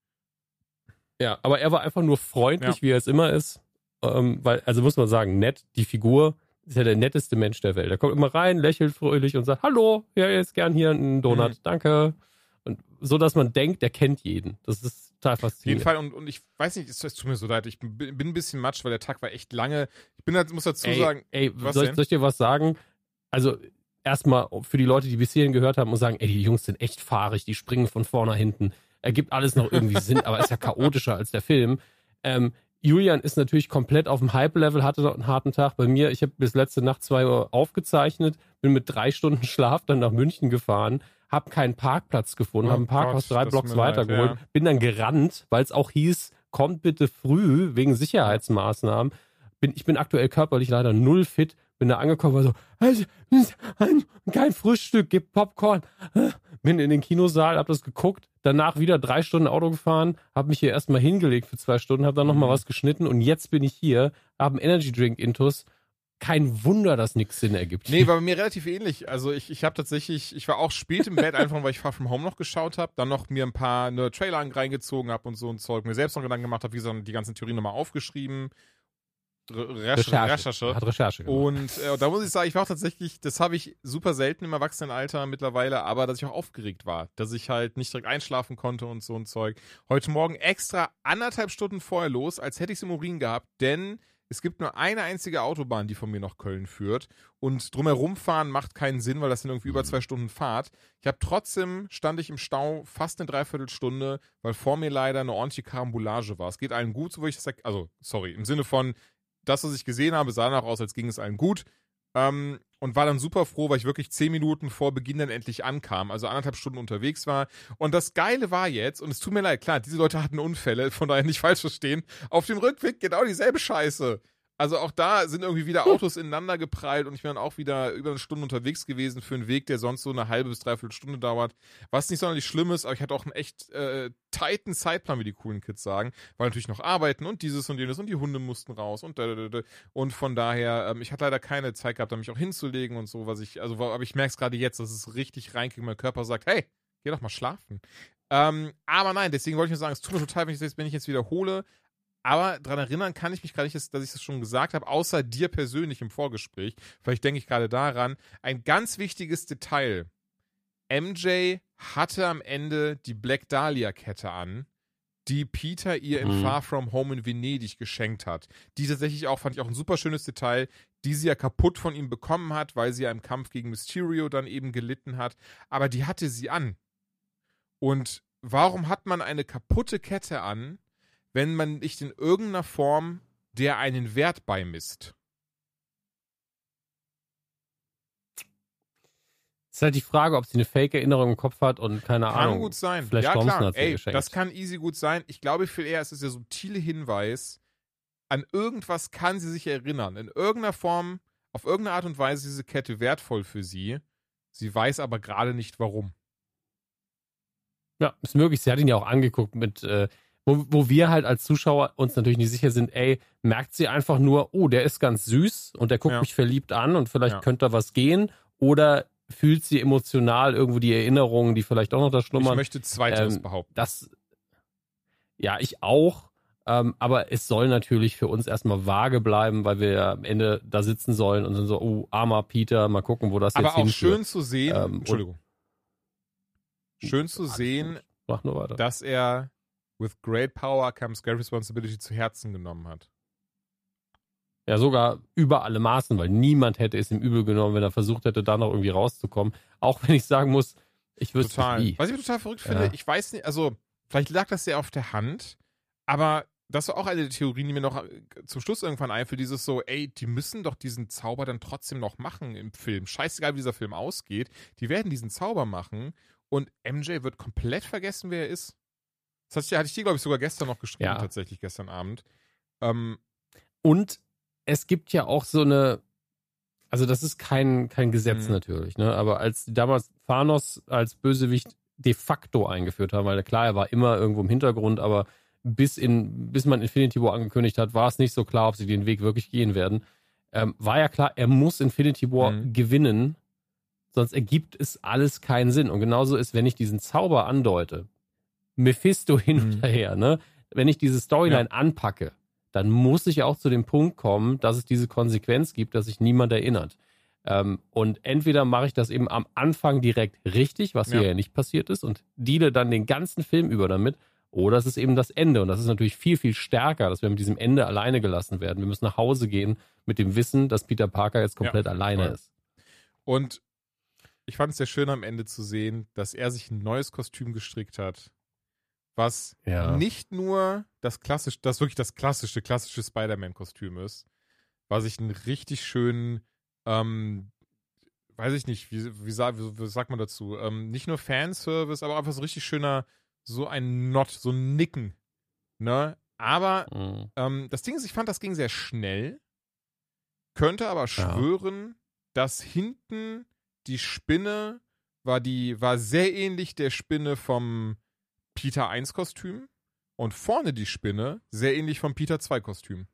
Ja, aber er war einfach nur freundlich, Ja. wie er es immer ist. Ähm, weil, also muss man sagen, Ned, die Figur, ist ja der netteste Mensch der Welt. Er kommt immer rein, lächelt fröhlich und sagt, hallo, ja, jetzt gern hier einen Donut, Mhm. danke. Und so, dass man denkt, der kennt jeden. Das ist total Auf jeden faszinierend. Fall, und, und ich weiß nicht, es, es tut mir so leid, ich bin, bin ein bisschen matsch, weil der Tag war echt lange. Ich bin halt, muss dazu Ey, sagen, ey was soll, ich, denn? soll ich dir was sagen? Also, erstmal für die Leute, die bis hierhin gehört haben und sagen, ey, die Jungs sind echt fahrig, die springen von vorne nach hinten. Ergibt alles noch irgendwie Sinn, aber ist ja chaotischer als der Film. Ähm, Julian ist natürlich komplett auf dem Hype-Level, hatte noch einen harten Tag. Bei mir, ich habe bis letzte Nacht zwei Uhr aufgezeichnet, bin mit drei Stunden Schlaf dann nach München gefahren, habe keinen Parkplatz gefunden, Oh habe ein Parkhaus Gott, drei das Blocks tut mir leid, weitergeholt, ja. bin dann gerannt, weil es auch hieß, kommt bitte früh wegen Sicherheitsmaßnahmen. Bin, ich bin aktuell körperlich leider null fit, bin da angekommen, war so, also, kein Frühstück, gib Popcorn. Bin in den Kinosaal, hab das geguckt, danach wieder drei Stunden Auto gefahren, hab mich hier erstmal hingelegt für zwei Stunden, hab dann nochmal Mhm. was geschnitten und jetzt bin ich hier, hab einen Energy Drink Intus. Kein Wunder, dass nichts Sinn ergibt. Nee, war bei mir relativ ähnlich. Also ich, ich habe tatsächlich, ich war auch spät im Bett, einfach weil ich Far From Home noch geschaut habe, dann noch mir ein paar ne, Trailer reingezogen habe und so ein Zeug, mir selbst noch Gedanken gemacht habe, wie gesagt, die ganzen Theorien nochmal aufgeschrieben. Re Recherche. Recherche. Hat Recherche gemacht. Und äh, da muss ich sagen, ich war auch tatsächlich, das habe ich super selten im Erwachsenenalter mittlerweile, aber dass ich auch aufgeregt war, dass ich halt nicht direkt einschlafen konnte und so ein Zeug. Heute Morgen extra anderthalb Stunden vorher los, als hätte ich es im Urin gehabt, denn es gibt nur eine einzige Autobahn, die von mir nach Köln führt und drumherum fahren macht keinen Sinn, weil das sind irgendwie über zwei Stunden Fahrt. Ich habe trotzdem, stand ich im Stau fast eine Dreiviertelstunde, weil vor mir leider eine ordentliche Karambolage war. Es geht allen gut, so würde ich das sagen, also sorry, im Sinne von, das, was ich gesehen habe, sah danach aus, als ging es allen gut. Ähm, und war dann super froh, weil ich wirklich zehn Minuten vor Beginn dann endlich ankam, also anderthalb Stunden unterwegs war. Und das Geile war jetzt, und es tut mir leid, klar, diese Leute hatten Unfälle, von daher nicht falsch verstehen, auf dem Rückweg genau dieselbe Scheiße. Also auch da sind irgendwie wieder Autos ineinander geprallt und ich bin dann auch wieder über eine Stunde unterwegs gewesen für einen Weg, der sonst so eine halbe bis dreiviertel Stunde dauert. Was nicht sonderlich schlimm ist, aber ich hatte auch einen echt äh, tighten Zeitplan, wie die coolen Kids sagen, weil natürlich noch arbeiten und dieses und jenes und die Hunde mussten raus und da, da, da. Und von daher, ähm, ich hatte leider keine Zeit gehabt, da mich auch hinzulegen und so, was ich, also aber ich merke es gerade jetzt, dass es richtig reinkriegt, mein Körper sagt, hey, geh doch mal schlafen. Ähm, aber nein, deswegen wollte ich nur sagen, es tut mir total, wenn ich das, wenn ich jetzt wiederhole. Aber daran erinnern kann ich mich gerade nicht, dass ich das schon gesagt habe, außer dir persönlich im Vorgespräch. Vielleicht denke ich gerade daran. Ein ganz wichtiges Detail. M J hatte am Ende die Black Dahlia-Kette an, die Peter ihr in Mhm. Far From Home in Venedig geschenkt hat. Die tatsächlich auch, fand ich auch ein super schönes Detail, die sie ja kaputt von ihm bekommen hat, weil sie ja im Kampf gegen Mysterio dann eben gelitten hat. Aber die hatte sie an. Und warum hat man eine kaputte Kette an, wenn man nicht in irgendeiner Form der einen Wert beimisst? Ist halt die Frage, ob sie eine Fake-Erinnerung im Kopf hat und keine Kann Ahnung. gut sein. Flash ja, Thompson klar. hat sie Ey, geschenkt. das kann easy gut sein. Ich glaube viel eher, es ist der subtile Hinweis, an irgendwas kann sie sich erinnern. In irgendeiner Form, auf irgendeine Art und Weise ist diese Kette wertvoll für sie. Sie weiß aber gerade nicht, warum. Ja, ist möglich. Sie hat ihn ja auch angeguckt mit, äh, wo, wo wir halt als Zuschauer uns natürlich nicht sicher sind, ey, merkt sie einfach nur, oh, der ist ganz süß und der guckt Ja. mich verliebt an und vielleicht Ja. könnte da was gehen, oder fühlt sie emotional irgendwo die Erinnerungen, die vielleicht auch noch da Ich schlummern. möchte Zweiteres Ähm, behaupten. Das, ja, ich auch, ähm, aber es soll natürlich für uns erstmal vage bleiben, weil wir ja am Ende da sitzen sollen und dann so, oh, armer Peter, mal gucken, wo das Aber jetzt auch hinführt. schön zu sehen, Ähm, und- Entschuldigung. Schön zu Alles sehen, gut. Mach nur weiter. dass er with great power comes great responsibility zu Herzen genommen hat. Ja, sogar über alle Maßen, weil niemand hätte es ihm übel genommen, wenn er versucht hätte, da noch irgendwie rauszukommen. Auch wenn ich sagen muss, ich wüsste Total. nicht wie. Was ich total verrückt Ja. finde, ich weiß nicht, also vielleicht lag das ja auf der Hand, aber das war auch eine der Theorien, die mir noch äh, zum Schluss irgendwann einfiel, dieses so, ey, die müssen doch diesen Zauber dann trotzdem noch machen im Film. Scheißegal, wie dieser Film ausgeht, die werden diesen Zauber machen und M J wird komplett vergessen, wer er ist. Das hatte ich, hatte ich dir, glaube ich, sogar gestern noch geschrieben, Ja. tatsächlich gestern Abend. Ähm, Und es gibt ja auch so eine, also das ist kein, kein Gesetz Mhm. natürlich, ne? Aber als die damals Thanos als Bösewicht de facto eingeführt haben, weil klar, er war immer irgendwo im Hintergrund, aber bis in, bis man Infinity War angekündigt hat, war es nicht so klar, ob sie den Weg wirklich gehen werden. Ähm, war ja klar, er muss Infinity War Mhm. gewinnen, sonst ergibt es alles keinen Sinn. Und genauso ist, wenn ich diesen Zauber andeute, Mephisto hin Mhm. und her, ne? Wenn ich diese Storyline anpacke, dann muss ich auch zu dem Punkt kommen, dass es diese Konsequenz gibt, dass sich niemand erinnert. Ähm, und entweder mache ich das eben am Anfang direkt richtig, was hier Ja. ja nicht passiert ist, und deale dann den ganzen Film über damit, oder es ist eben das Ende. Und das ist natürlich viel, viel stärker, dass wir mit diesem Ende alleine gelassen werden. Wir müssen nach Hause gehen mit dem Wissen, dass Peter Parker jetzt komplett Ja, alleine voll. ist. Und ich fand es sehr schön am Ende zu sehen, dass er sich ein neues Kostüm gestrickt hat, was Ja. nicht nur das klassische, das wirklich das klassische, klassische Spider-Man-Kostüm ist, was ich einen richtig schönen, ähm, weiß ich nicht, wie, wie, sa- wie, wie sagt man dazu, ähm, nicht nur Fanservice, aber einfach so richtig schöner, so ein Nod, so ein Nicken, ne? Aber Mhm. ähm, das Ding ist, ich fand, das ging sehr schnell, könnte aber schwören, dass hinten die Spinne war die, war sehr ähnlich der Spinne vom Peter eins Kostüm und vorne die Spinne sehr ähnlich vom Peter zwei Kostüm.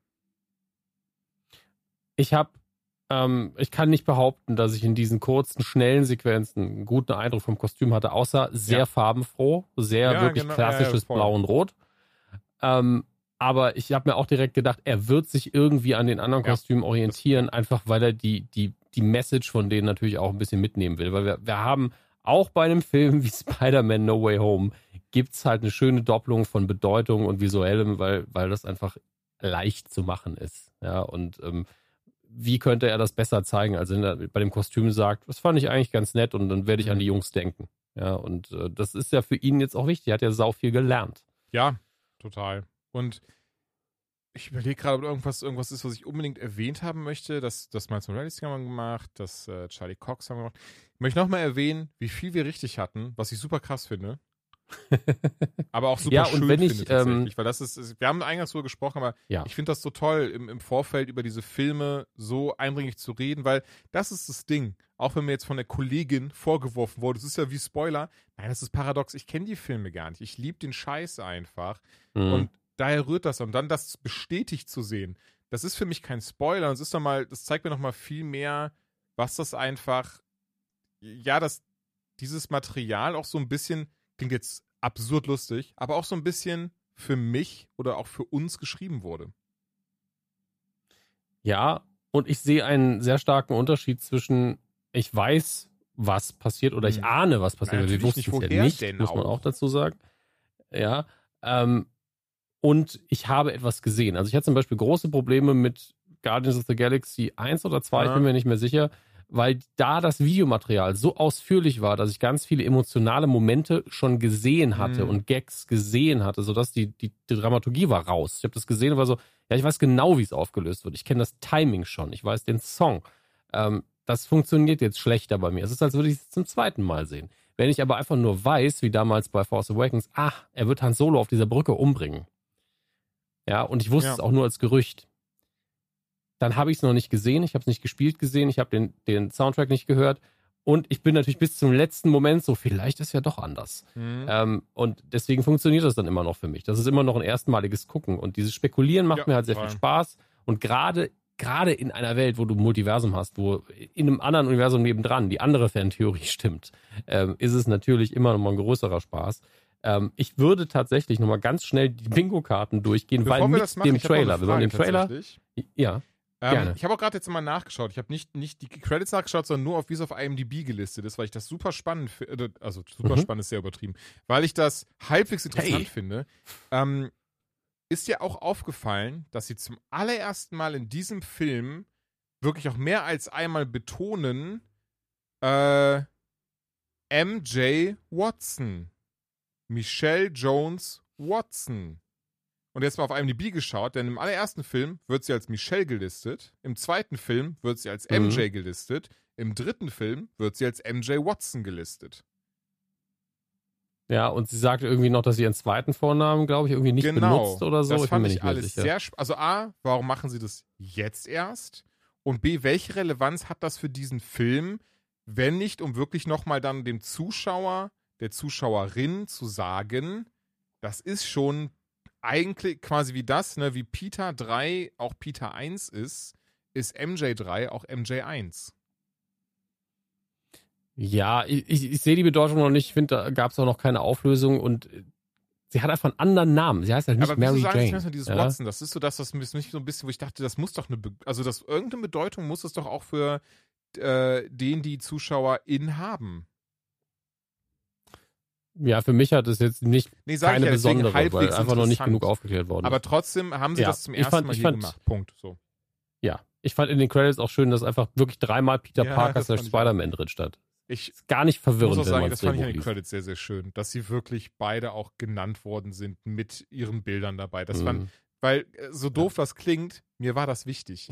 Ich habe, ähm, ich kann nicht behaupten, dass ich in diesen kurzen, schnellen Sequenzen einen guten Eindruck vom Kostüm hatte, außer sehr Ja. farbenfroh, sehr Ja, wirklich genau, klassisches ja, ja, voll. Blau und Rot. Ähm, aber ich habe mir auch direkt gedacht, er wird sich irgendwie an den anderen Ja, Kostümen orientieren, einfach weil er die, die, die Message von denen natürlich auch ein bisschen mitnehmen will. Weil wir, wir haben auch bei einem Film wie Spider-Man No Way Home gibt's halt eine schöne Doppelung von Bedeutung und Visuellem, weil, weil das einfach leicht zu machen ist. Ja, und ähm, wie könnte er das besser zeigen, als wenn er bei dem Kostüm sagt, das fand ich eigentlich ganz nett und dann werde ich Mhm. an die Jungs denken. Ja, und äh, das ist ja für ihn jetzt auch wichtig. Er hat ja sau viel gelernt. Ja, total. Und ich überlege gerade, ob irgendwas, irgendwas ist, was ich unbedingt erwähnt haben möchte. Das, das Miles Morales haben wir gemacht, das äh, Charlie Cox haben wir gemacht. Ich möchte nochmal erwähnen, wie viel wir richtig hatten, was ich super krass finde. Aber auch super Ja, und schön wenn finde ich, tatsächlich. ähm, weil das ist, ist, wir haben eingangs drüber gesprochen, aber Ja. ich finde das so toll, im, im Vorfeld über diese Filme so eindringlich zu reden, weil das ist das Ding. Auch wenn mir jetzt von der Kollegin vorgeworfen wurde, das ist ja wie Spoiler. Nein, das ist paradox. Ich kenne die Filme gar nicht. Ich liebe den Scheiß einfach. Mhm. Und daher rührt das. Und dann das bestätigt zu sehen, das ist für mich kein Spoiler. Und es ist doch mal, das zeigt mir noch mal viel mehr, was das einfach, ja, dass dieses Material auch so ein bisschen, klingt jetzt absurd lustig, aber auch so ein bisschen für mich oder auch für uns geschrieben wurde. Ja, und ich sehe einen sehr starken Unterschied zwischen, ich weiß, was passiert oder ich Hm. ahne, was passiert. Ja, weil wir natürlich wussten nicht, es ja woher nicht, denn muss man auch? auch dazu sagen. Ja, ähm, und ich habe etwas gesehen. Also ich hatte zum Beispiel große Probleme mit Guardians of the Galaxy eins oder zwei, ich Ja. bin mir nicht mehr sicher, weil da das Videomaterial so ausführlich war, dass ich ganz viele emotionale Momente schon gesehen hatte Mhm. und Gags gesehen hatte, sodass die, die, die Dramaturgie war raus. Ich habe das gesehen und war so, ja, ich weiß genau, wie es aufgelöst wird. Ich kenne das Timing schon, ich weiß den Song. Ähm, das funktioniert jetzt schlechter bei mir. Es ist, als würde ich es zum zweiten Mal sehen. Wenn ich aber einfach nur weiß, wie damals bei Force Awakens, ach, er wird Han Solo auf dieser Brücke umbringen. Ja, und ich wusste Ja. es auch nur als Gerücht. Dann habe ich es noch nicht gesehen, ich habe es nicht gespielt gesehen, ich habe den, den Soundtrack nicht gehört und ich bin natürlich bis zum letzten Moment so, vielleicht ist ja doch anders. Mhm. Ähm, und deswegen funktioniert das dann immer noch für mich. Das ist immer noch ein erstmaliges Gucken und dieses Spekulieren macht Ja, mir halt sehr total. viel Spaß und gerade gerade in einer Welt, wo du ein Multiversum hast, wo in einem anderen Universum nebendran die andere Fantheorie stimmt, ähm, ist es natürlich immer noch mal ein größerer Spaß. Ähm, ich würde tatsächlich noch mal ganz schnell die Bingo-Karten durchgehen, Bevor weil wir mit das machen, dem ich hab noch eine Trailer, wir wollen Frage den Trailer, tatsächlich. ja, Ähm, Gerne. ich habe auch gerade jetzt mal nachgeschaut. Ich habe nicht, nicht die Credits nachgeschaut, sondern nur auf, wie es auf I M D B gelistet ist, weil ich das super spannend finde. Also super Mhm. spannend ist sehr übertrieben. Weil ich das halbwegs interessant Hey. finde. Ähm, ist dir auch aufgefallen, dass sie zum allerersten Mal in diesem Film wirklich auch mehr als einmal betonen, äh, M J Watson. Michelle Jones Watson. Und jetzt mal auf I M D B geschaut, denn im allerersten Film wird sie als Michelle gelistet, im zweiten Film wird sie als M J Mhm. gelistet, im dritten Film wird sie als M J Watson gelistet. Ja, und sie sagte irgendwie noch, dass sie ihren zweiten Vornamen, glaube ich, irgendwie nicht genau, benutzt oder so. Das ich fand bin mir ich nicht mehr alles sicher. sehr sp- Also A, warum machen sie das jetzt erst? Und B, welche Relevanz hat das für diesen Film, wenn nicht, um wirklich nochmal dann dem Zuschauer, der Zuschauerin zu sagen, das ist schon eigentlich quasi wie das, ne, wie Peter drei auch Peter eins ist, ist M J drei auch M J eins. Ja, ich, ich, ich sehe die Bedeutung noch nicht. Ich finde, da gab es auch noch keine Auflösung und sie hat einfach einen anderen Namen. Sie heißt halt nicht Aber Mary wieso sagen Jane. Sie manchmal dieses ja? Watson? Das ist so das, was mich so ein bisschen, wo ich dachte, das muss doch eine, Be- also das irgendeine Bedeutung muss es doch auch für äh, den die ZuschauerInnen haben. Ja, für mich hat es jetzt nicht Nee, sag keine ich ja, deswegen besondere, weil halbwegs einfach noch nicht interessant. genug aufgeklärt worden ist. Aber trotzdem haben sie Ja, das zum ich ersten fand- Mal ich hier fand- gemacht. Punkt. So. Ja, ich fand in den Credits auch schön, dass einfach wirklich dreimal Peter Ja, Parker das slash fand ich Spider-Man drin stand. Ich Ist gar nicht verwirrend, muss auch wenn sagen, man das das fand ich an Drehbuch den liest. Credits sehr, sehr schön, dass sie wirklich beide auch genannt worden sind mit ihren Bildern dabei. Das fand, Mhm. weil äh, so doof das klingt, mir war das wichtig.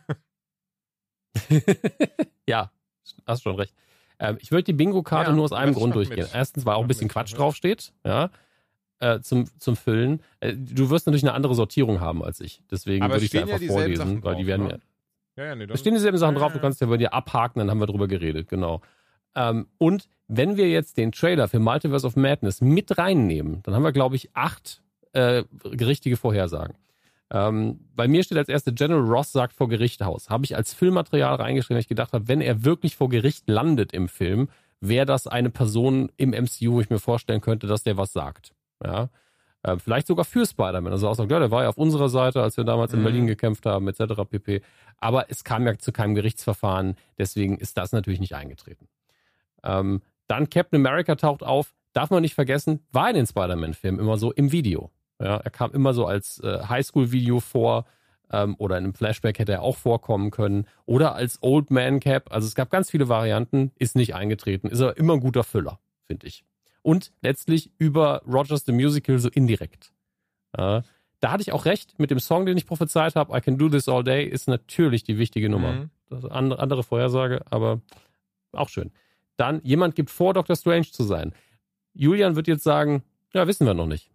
Ja, hast schon recht. Ähm, ich würde die Bingo-Karte Ja, nur aus einem mach Grund mit. durchgehen. Erstens, weil auch ein Mach bisschen mit, Quatsch mach mit. draufsteht, ja, äh, zum, zum Füllen. Äh, du wirst natürlich eine andere Sortierung haben als ich. Deswegen Aber würde ich sie stehen ja einfach dieselben vorlesen, Sachen weil die drauf, werden ne? mir. Ja, ja, nee, Da stehen dieselben Sachen ja, drauf, du ja. kannst ja bei dir abhaken, dann haben wir drüber geredet, genau. Ähm, und wenn wir jetzt den Trailer für Multiverse of Madness mit reinnehmen, dann haben wir, glaube ich, acht äh, richtige Vorhersagen. Ähm, bei mir steht als erste, General Ross sagt vor Gericht aus. Habe ich als Filmmaterial reingeschrieben, weil ich gedacht habe, wenn er wirklich vor Gericht landet im Film, wäre das eine Person im M C U, wo ich mir vorstellen könnte, dass der was sagt. Ja. Äh, vielleicht sogar für Spider-Man. Also auch sagt, ja, der war ja auf unserer Seite, als wir damals in Mhm. Berlin gekämpft haben, et cetera pp. Aber es kam ja zu keinem Gerichtsverfahren, deswegen ist das natürlich nicht eingetreten. Ähm, dann Captain America taucht auf, darf man nicht vergessen, war in den Spider-Man-Filmen immer so im Video. Ja, er kam immer so als äh, Highschool-Video vor ähm, oder in einem Flashback hätte er auch vorkommen können oder als Old Man Cap. Also es gab ganz viele Varianten, ist nicht eingetreten, ist aber immer ein guter Füller, finde ich. Und letztlich über Rogers the Musical so indirekt. Äh, da hatte ich auch recht mit dem Song, den ich prophezeit habe, I Can Do This All Day, ist natürlich die wichtige Nummer. Mhm. Das ist eine andere Vorhersage, aber auch schön. Dann, jemand gibt vor, Doctor Strange zu sein. Julian wird jetzt sagen, ja, wissen wir noch nicht.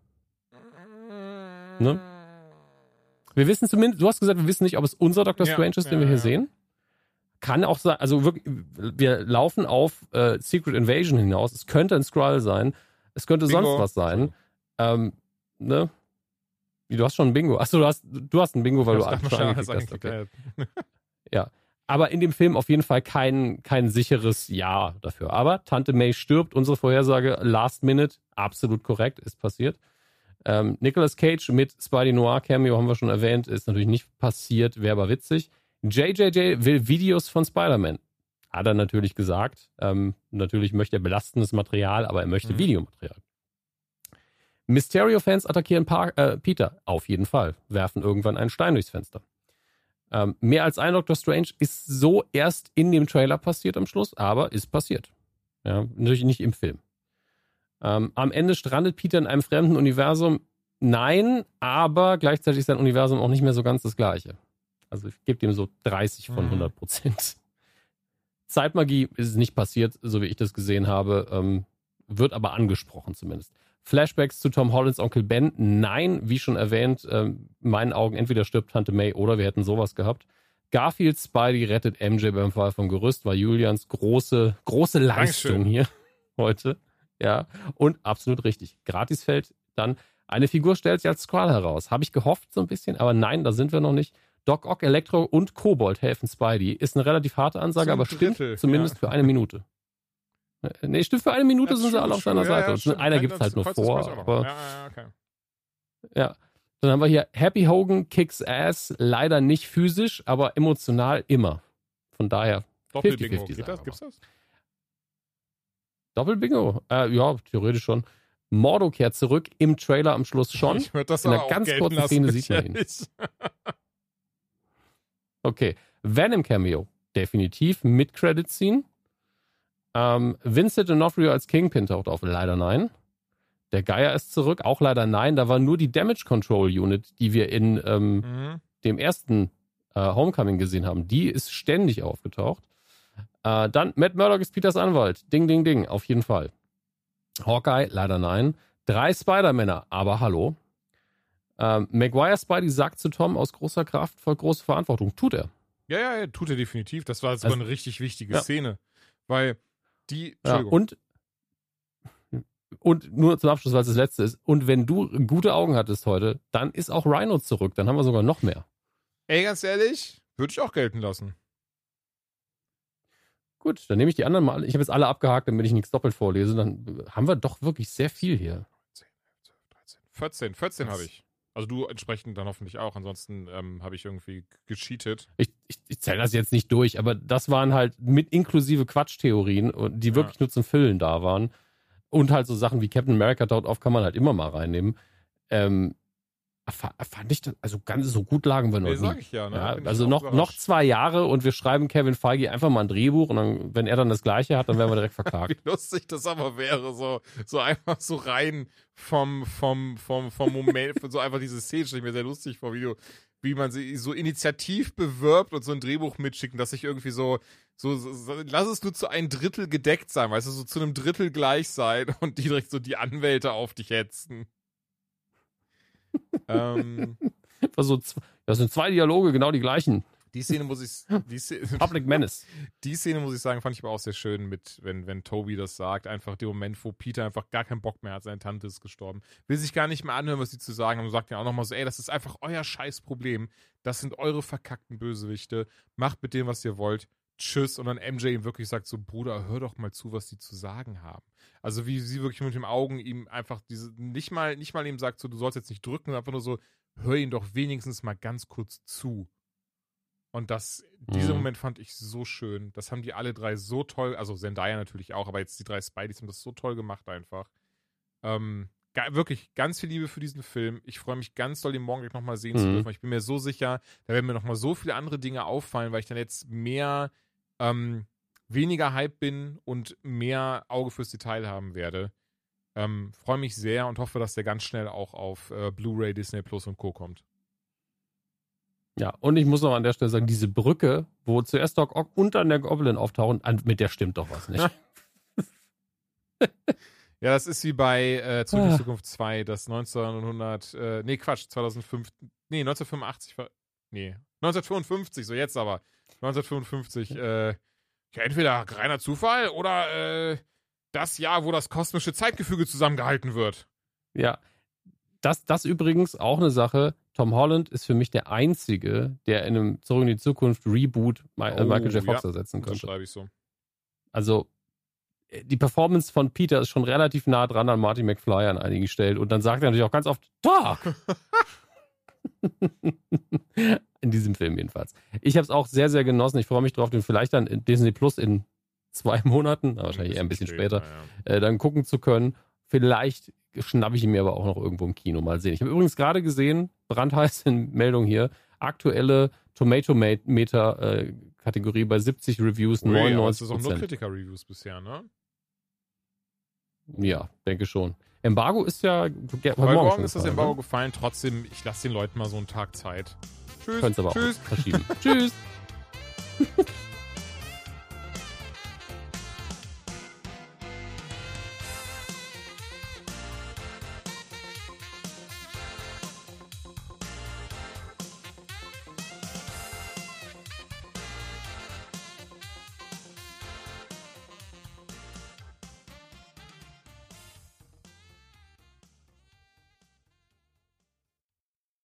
Ne? Wir wissen zumindest, du hast gesagt, wir wissen nicht, ob es unser Doctor Ja, Strange ist, den ja, wir hier ja. sehen. Kann auch sein, also wirklich, wir laufen auf äh, Secret Invasion hinaus. Es könnte ein Skrull sein. Es könnte Bingo. sonst was sein. Ähm, ne? Wie, du hast schon ein Bingo. Achso, du hast, du hast ein Bingo, weil Ich du dachte, schon schon, angeklickt das hast. eigentlich Okay. geil. Ja. Aber in dem Film auf jeden Fall kein, kein sicheres Ja dafür. Aber Tante May stirbt, unsere Vorhersage, Last Minute, absolut korrekt, ist passiert. Ähm, Nicolas Cage mit Spidey Noir Cameo haben wir schon erwähnt, ist natürlich nicht passiert, wäre aber witzig. J J J will Videos von Spider-Man. Hat er natürlich gesagt. Ähm, natürlich möchte er belastendes Material, aber er möchte Mhm. Videomaterial. Mysterio-Fans attackieren Par- äh, Peter. Auf jeden Fall. Werfen irgendwann einen Stein durchs Fenster. Ähm, mehr als ein Doctor Strange ist so erst in dem Trailer passiert am Schluss, aber ist passiert. Ja, natürlich nicht im Film. Ähm, am Ende strandet Peter in einem fremden Universum. Nein, aber gleichzeitig ist sein Universum auch nicht mehr so ganz das gleiche. Also ich gebe dem so dreißig von Mhm. hundert Prozent. Zeitmagie ist es nicht passiert, so wie ich das gesehen habe, ähm, wird aber angesprochen zumindest. Flashbacks zu Tom Hollands Onkel Ben, nein, wie schon erwähnt, ähm, in meinen Augen entweder stirbt Tante May oder wir hätten sowas gehabt. Garfield Spidey rettet M J beim Fall vom Gerüst, war Julians große, große Leistung Dankeschön. hier heute. Ja, und absolut richtig. Gratisfeld, dann eine Figur stellt sich als Skrull heraus. Habe ich gehofft so ein bisschen, aber nein, da sind wir noch nicht. Doc Ock, Elektro und Kobold helfen Spidey. Ist eine relativ harte Ansage, Zum aber stimmt Drittel, zumindest ja. für eine Minute. Nee, stimmt, für eine Minute Das sind sie stimmt, alle auf stimmt. seiner Ja, Seite. ja, Und stimmt. einer Nein, gibt es das halt nur kreuzt das vor. Kreuz auch noch. Aber Ja, ja, okay. ja. Dann haben wir hier Happy Hogan kicks ass. Leider nicht physisch, aber emotional immer. Von daher Doppelbingo. fifty fifty Geht das? sagen wir Gibt's das? Doppelbingo. Äh, ja, theoretisch schon. Mordo kehrt zurück im Trailer am Schluss schon. Ich würde das In einer aber auch ganz gelten kurzen lassen, Szene bin sieht ich man ihn. ehrlich. Okay. Venom Cameo. Definitiv mit Credit Scene. Ähm, Vincent D'Onofrio als Kingpin taucht auf. Leider nein. Der Geier ist zurück. Auch leider nein. Da war nur die Damage Control Unit, die wir in ähm, Mhm. dem ersten äh, Homecoming gesehen haben. Die ist ständig aufgetaucht. Äh, dann Matt Murdock ist Peters Anwalt. Ding, ding, ding. Auf jeden Fall. Hawkeye, leider nein. Drei Spider-Männer, aber hallo. Ähm, Maguire Spidey sagt zu Tom, aus großer Kraft folgt große Verantwortung. Tut er. Ja, ja, ja, tut er definitiv. Das war sogar Also, eine richtig wichtige ja. Szene. Weil die, Ja, Entschuldigung. und, und nur zum Abschluss, weil es das letzte ist. Und wenn du gute Augen hattest heute, dann ist auch Rhino zurück. Dann haben wir sogar noch mehr. Ey, ganz ehrlich, würde ich auch gelten lassen. Gut, dann nehme ich die anderen mal. Ich habe jetzt alle abgehakt, damit ich nichts doppelt vorlese. Dann haben wir doch wirklich sehr viel hier. zehn, elf, zwölf, dreizehn, vierzehn, vierzehn habe ich. Also du entsprechend dann hoffentlich auch. Ansonsten ähm, habe ich irgendwie gecheatet. Ich, ich, ich zähle das jetzt nicht durch, aber das waren halt mit inklusive Quatschtheorien, die wirklich Ja. nur zum Füllen da waren. Und halt so Sachen wie Captain America taucht auf, kann man halt immer mal reinnehmen. Ähm, fa- fand ich, das, also ganz so gut lagen wir noch Nee, nie. sag ich ja. Ne? Ja, Bin ich also auch noch, noch überrascht. zwei Jahre und wir schreiben Kevin Feige einfach mal ein Drehbuch und dann, wenn er dann das Gleiche hat, dann werden wir direkt verklagt. Wie lustig das aber wäre, so, so einfach so rein vom, vom, vom, vom Moment, so einfach diese Szene stelle ich mir sehr lustig vor, wie du, wie man sie so initiativ bewirbt und so ein Drehbuch mitschicken, dass sich irgendwie so, so, so, so, lass es nur zu ein Drittel gedeckt sein, weißt du, so zu einem Drittel gleich sein und die direkt so die Anwälte auf dich hetzen. ähm, Also, das sind zwei Dialoge, genau die gleichen. die Szene muss ich, die Szene, Public Menace. Die Szene, muss ich sagen, fand ich aber auch sehr schön, mit, wenn, wenn Toby das sagt. Einfach der Moment, wo Peter einfach gar keinen Bock mehr hat, seine Tante ist gestorben. Will sich gar nicht mehr anhören, was sie zu sagen haben. Und sagt ja auch nochmal so, ey, das ist einfach euer Scheißproblem. Das sind eure verkackten Bösewichte. Macht mit dem, was ihr wollt. Tschüss. Und dann M J ihm wirklich sagt so, Bruder, hör doch mal zu, was die zu sagen haben. Also wie sie wirklich mit den Augen ihm einfach diese, nicht mal, nicht mal ihm sagt so, du sollst jetzt nicht drücken, sondern einfach nur so, hör ihm doch wenigstens mal ganz kurz zu. Und das, dieser Mhm. Moment fand ich so schön. Das haben die alle drei so toll, also Zendaya natürlich auch, aber jetzt die drei Spideys haben das so toll gemacht einfach. Ähm, ga, wirklich ganz viel Liebe für diesen Film. Ich freue mich ganz doll, den morgen gleich nochmal sehen zu Mhm. dürfen. Ich bin mir so sicher, da werden mir nochmal so viele andere Dinge auffallen, weil ich dann jetzt mehr, ähm, weniger Hype bin und mehr Auge fürs Detail haben werde. Ähm, freue mich sehr und hoffe, dass der ganz schnell auch auf äh, Blu-ray, Disney Plus und Co. kommt. Ja, und ich muss noch an der Stelle sagen, diese Brücke, wo zuerst Doc Ock und dann der Goblin auftauchen, an- mit der stimmt doch was nicht. Ja, das ist wie bei äh, Zurück in die Ah. Zukunft zwei, das neunzehnhundert, äh, nee, Quatsch, zweitausendfünf, nee, neunzehnhundertfünfundachtzig, war- nee, neunzehnhundertfünfundfünfzig, so jetzt aber, neunzehnhundertfünfundfünfzig, äh, ja, entweder reiner Zufall oder äh, das Jahr, wo das kosmische Zeitgefüge zusammengehalten wird. Ja, das, das übrigens auch eine Sache. Tom Holland ist für mich der Einzige, der in einem Zurück in die Zukunft Reboot Mi- äh, Oh, Michael J. Fox ja. ersetzen Das könnte. schreibe ich so. Also die Performance von Peter ist schon relativ nah dran an Marty McFly an einigen Stellen und dann sagt er natürlich auch ganz oft Doc! In diesem Film jedenfalls. Ich habe es auch sehr, sehr genossen. Ich freue mich drauf, den vielleicht dann in Disney Plus in zwei Monaten, na, wahrscheinlich eher ein bisschen später, Ja, äh, dann gucken zu können. Vielleicht schnappe ich ihn mir aber auch noch irgendwo im Kino. Mal sehen. Ich habe übrigens gerade gesehen, brandheiße Meldung hier, aktuelle Tomato-Meter-Kategorie bei siebzig Reviews, ja. Ui, aber es neunundneunzig ist auch nur Prozent. Kritiker-Reviews bisher, ne? Ja, denke schon. Embargo ist ja heute Heute Morgen Morgen schon ist das gefallen, Embargo ne? gefallen. Trotzdem, ich lasse den Leuten mal so einen Tag Zeit. Tschüss. Könnt's aber Tschüss. auch verschieben. Tschüss.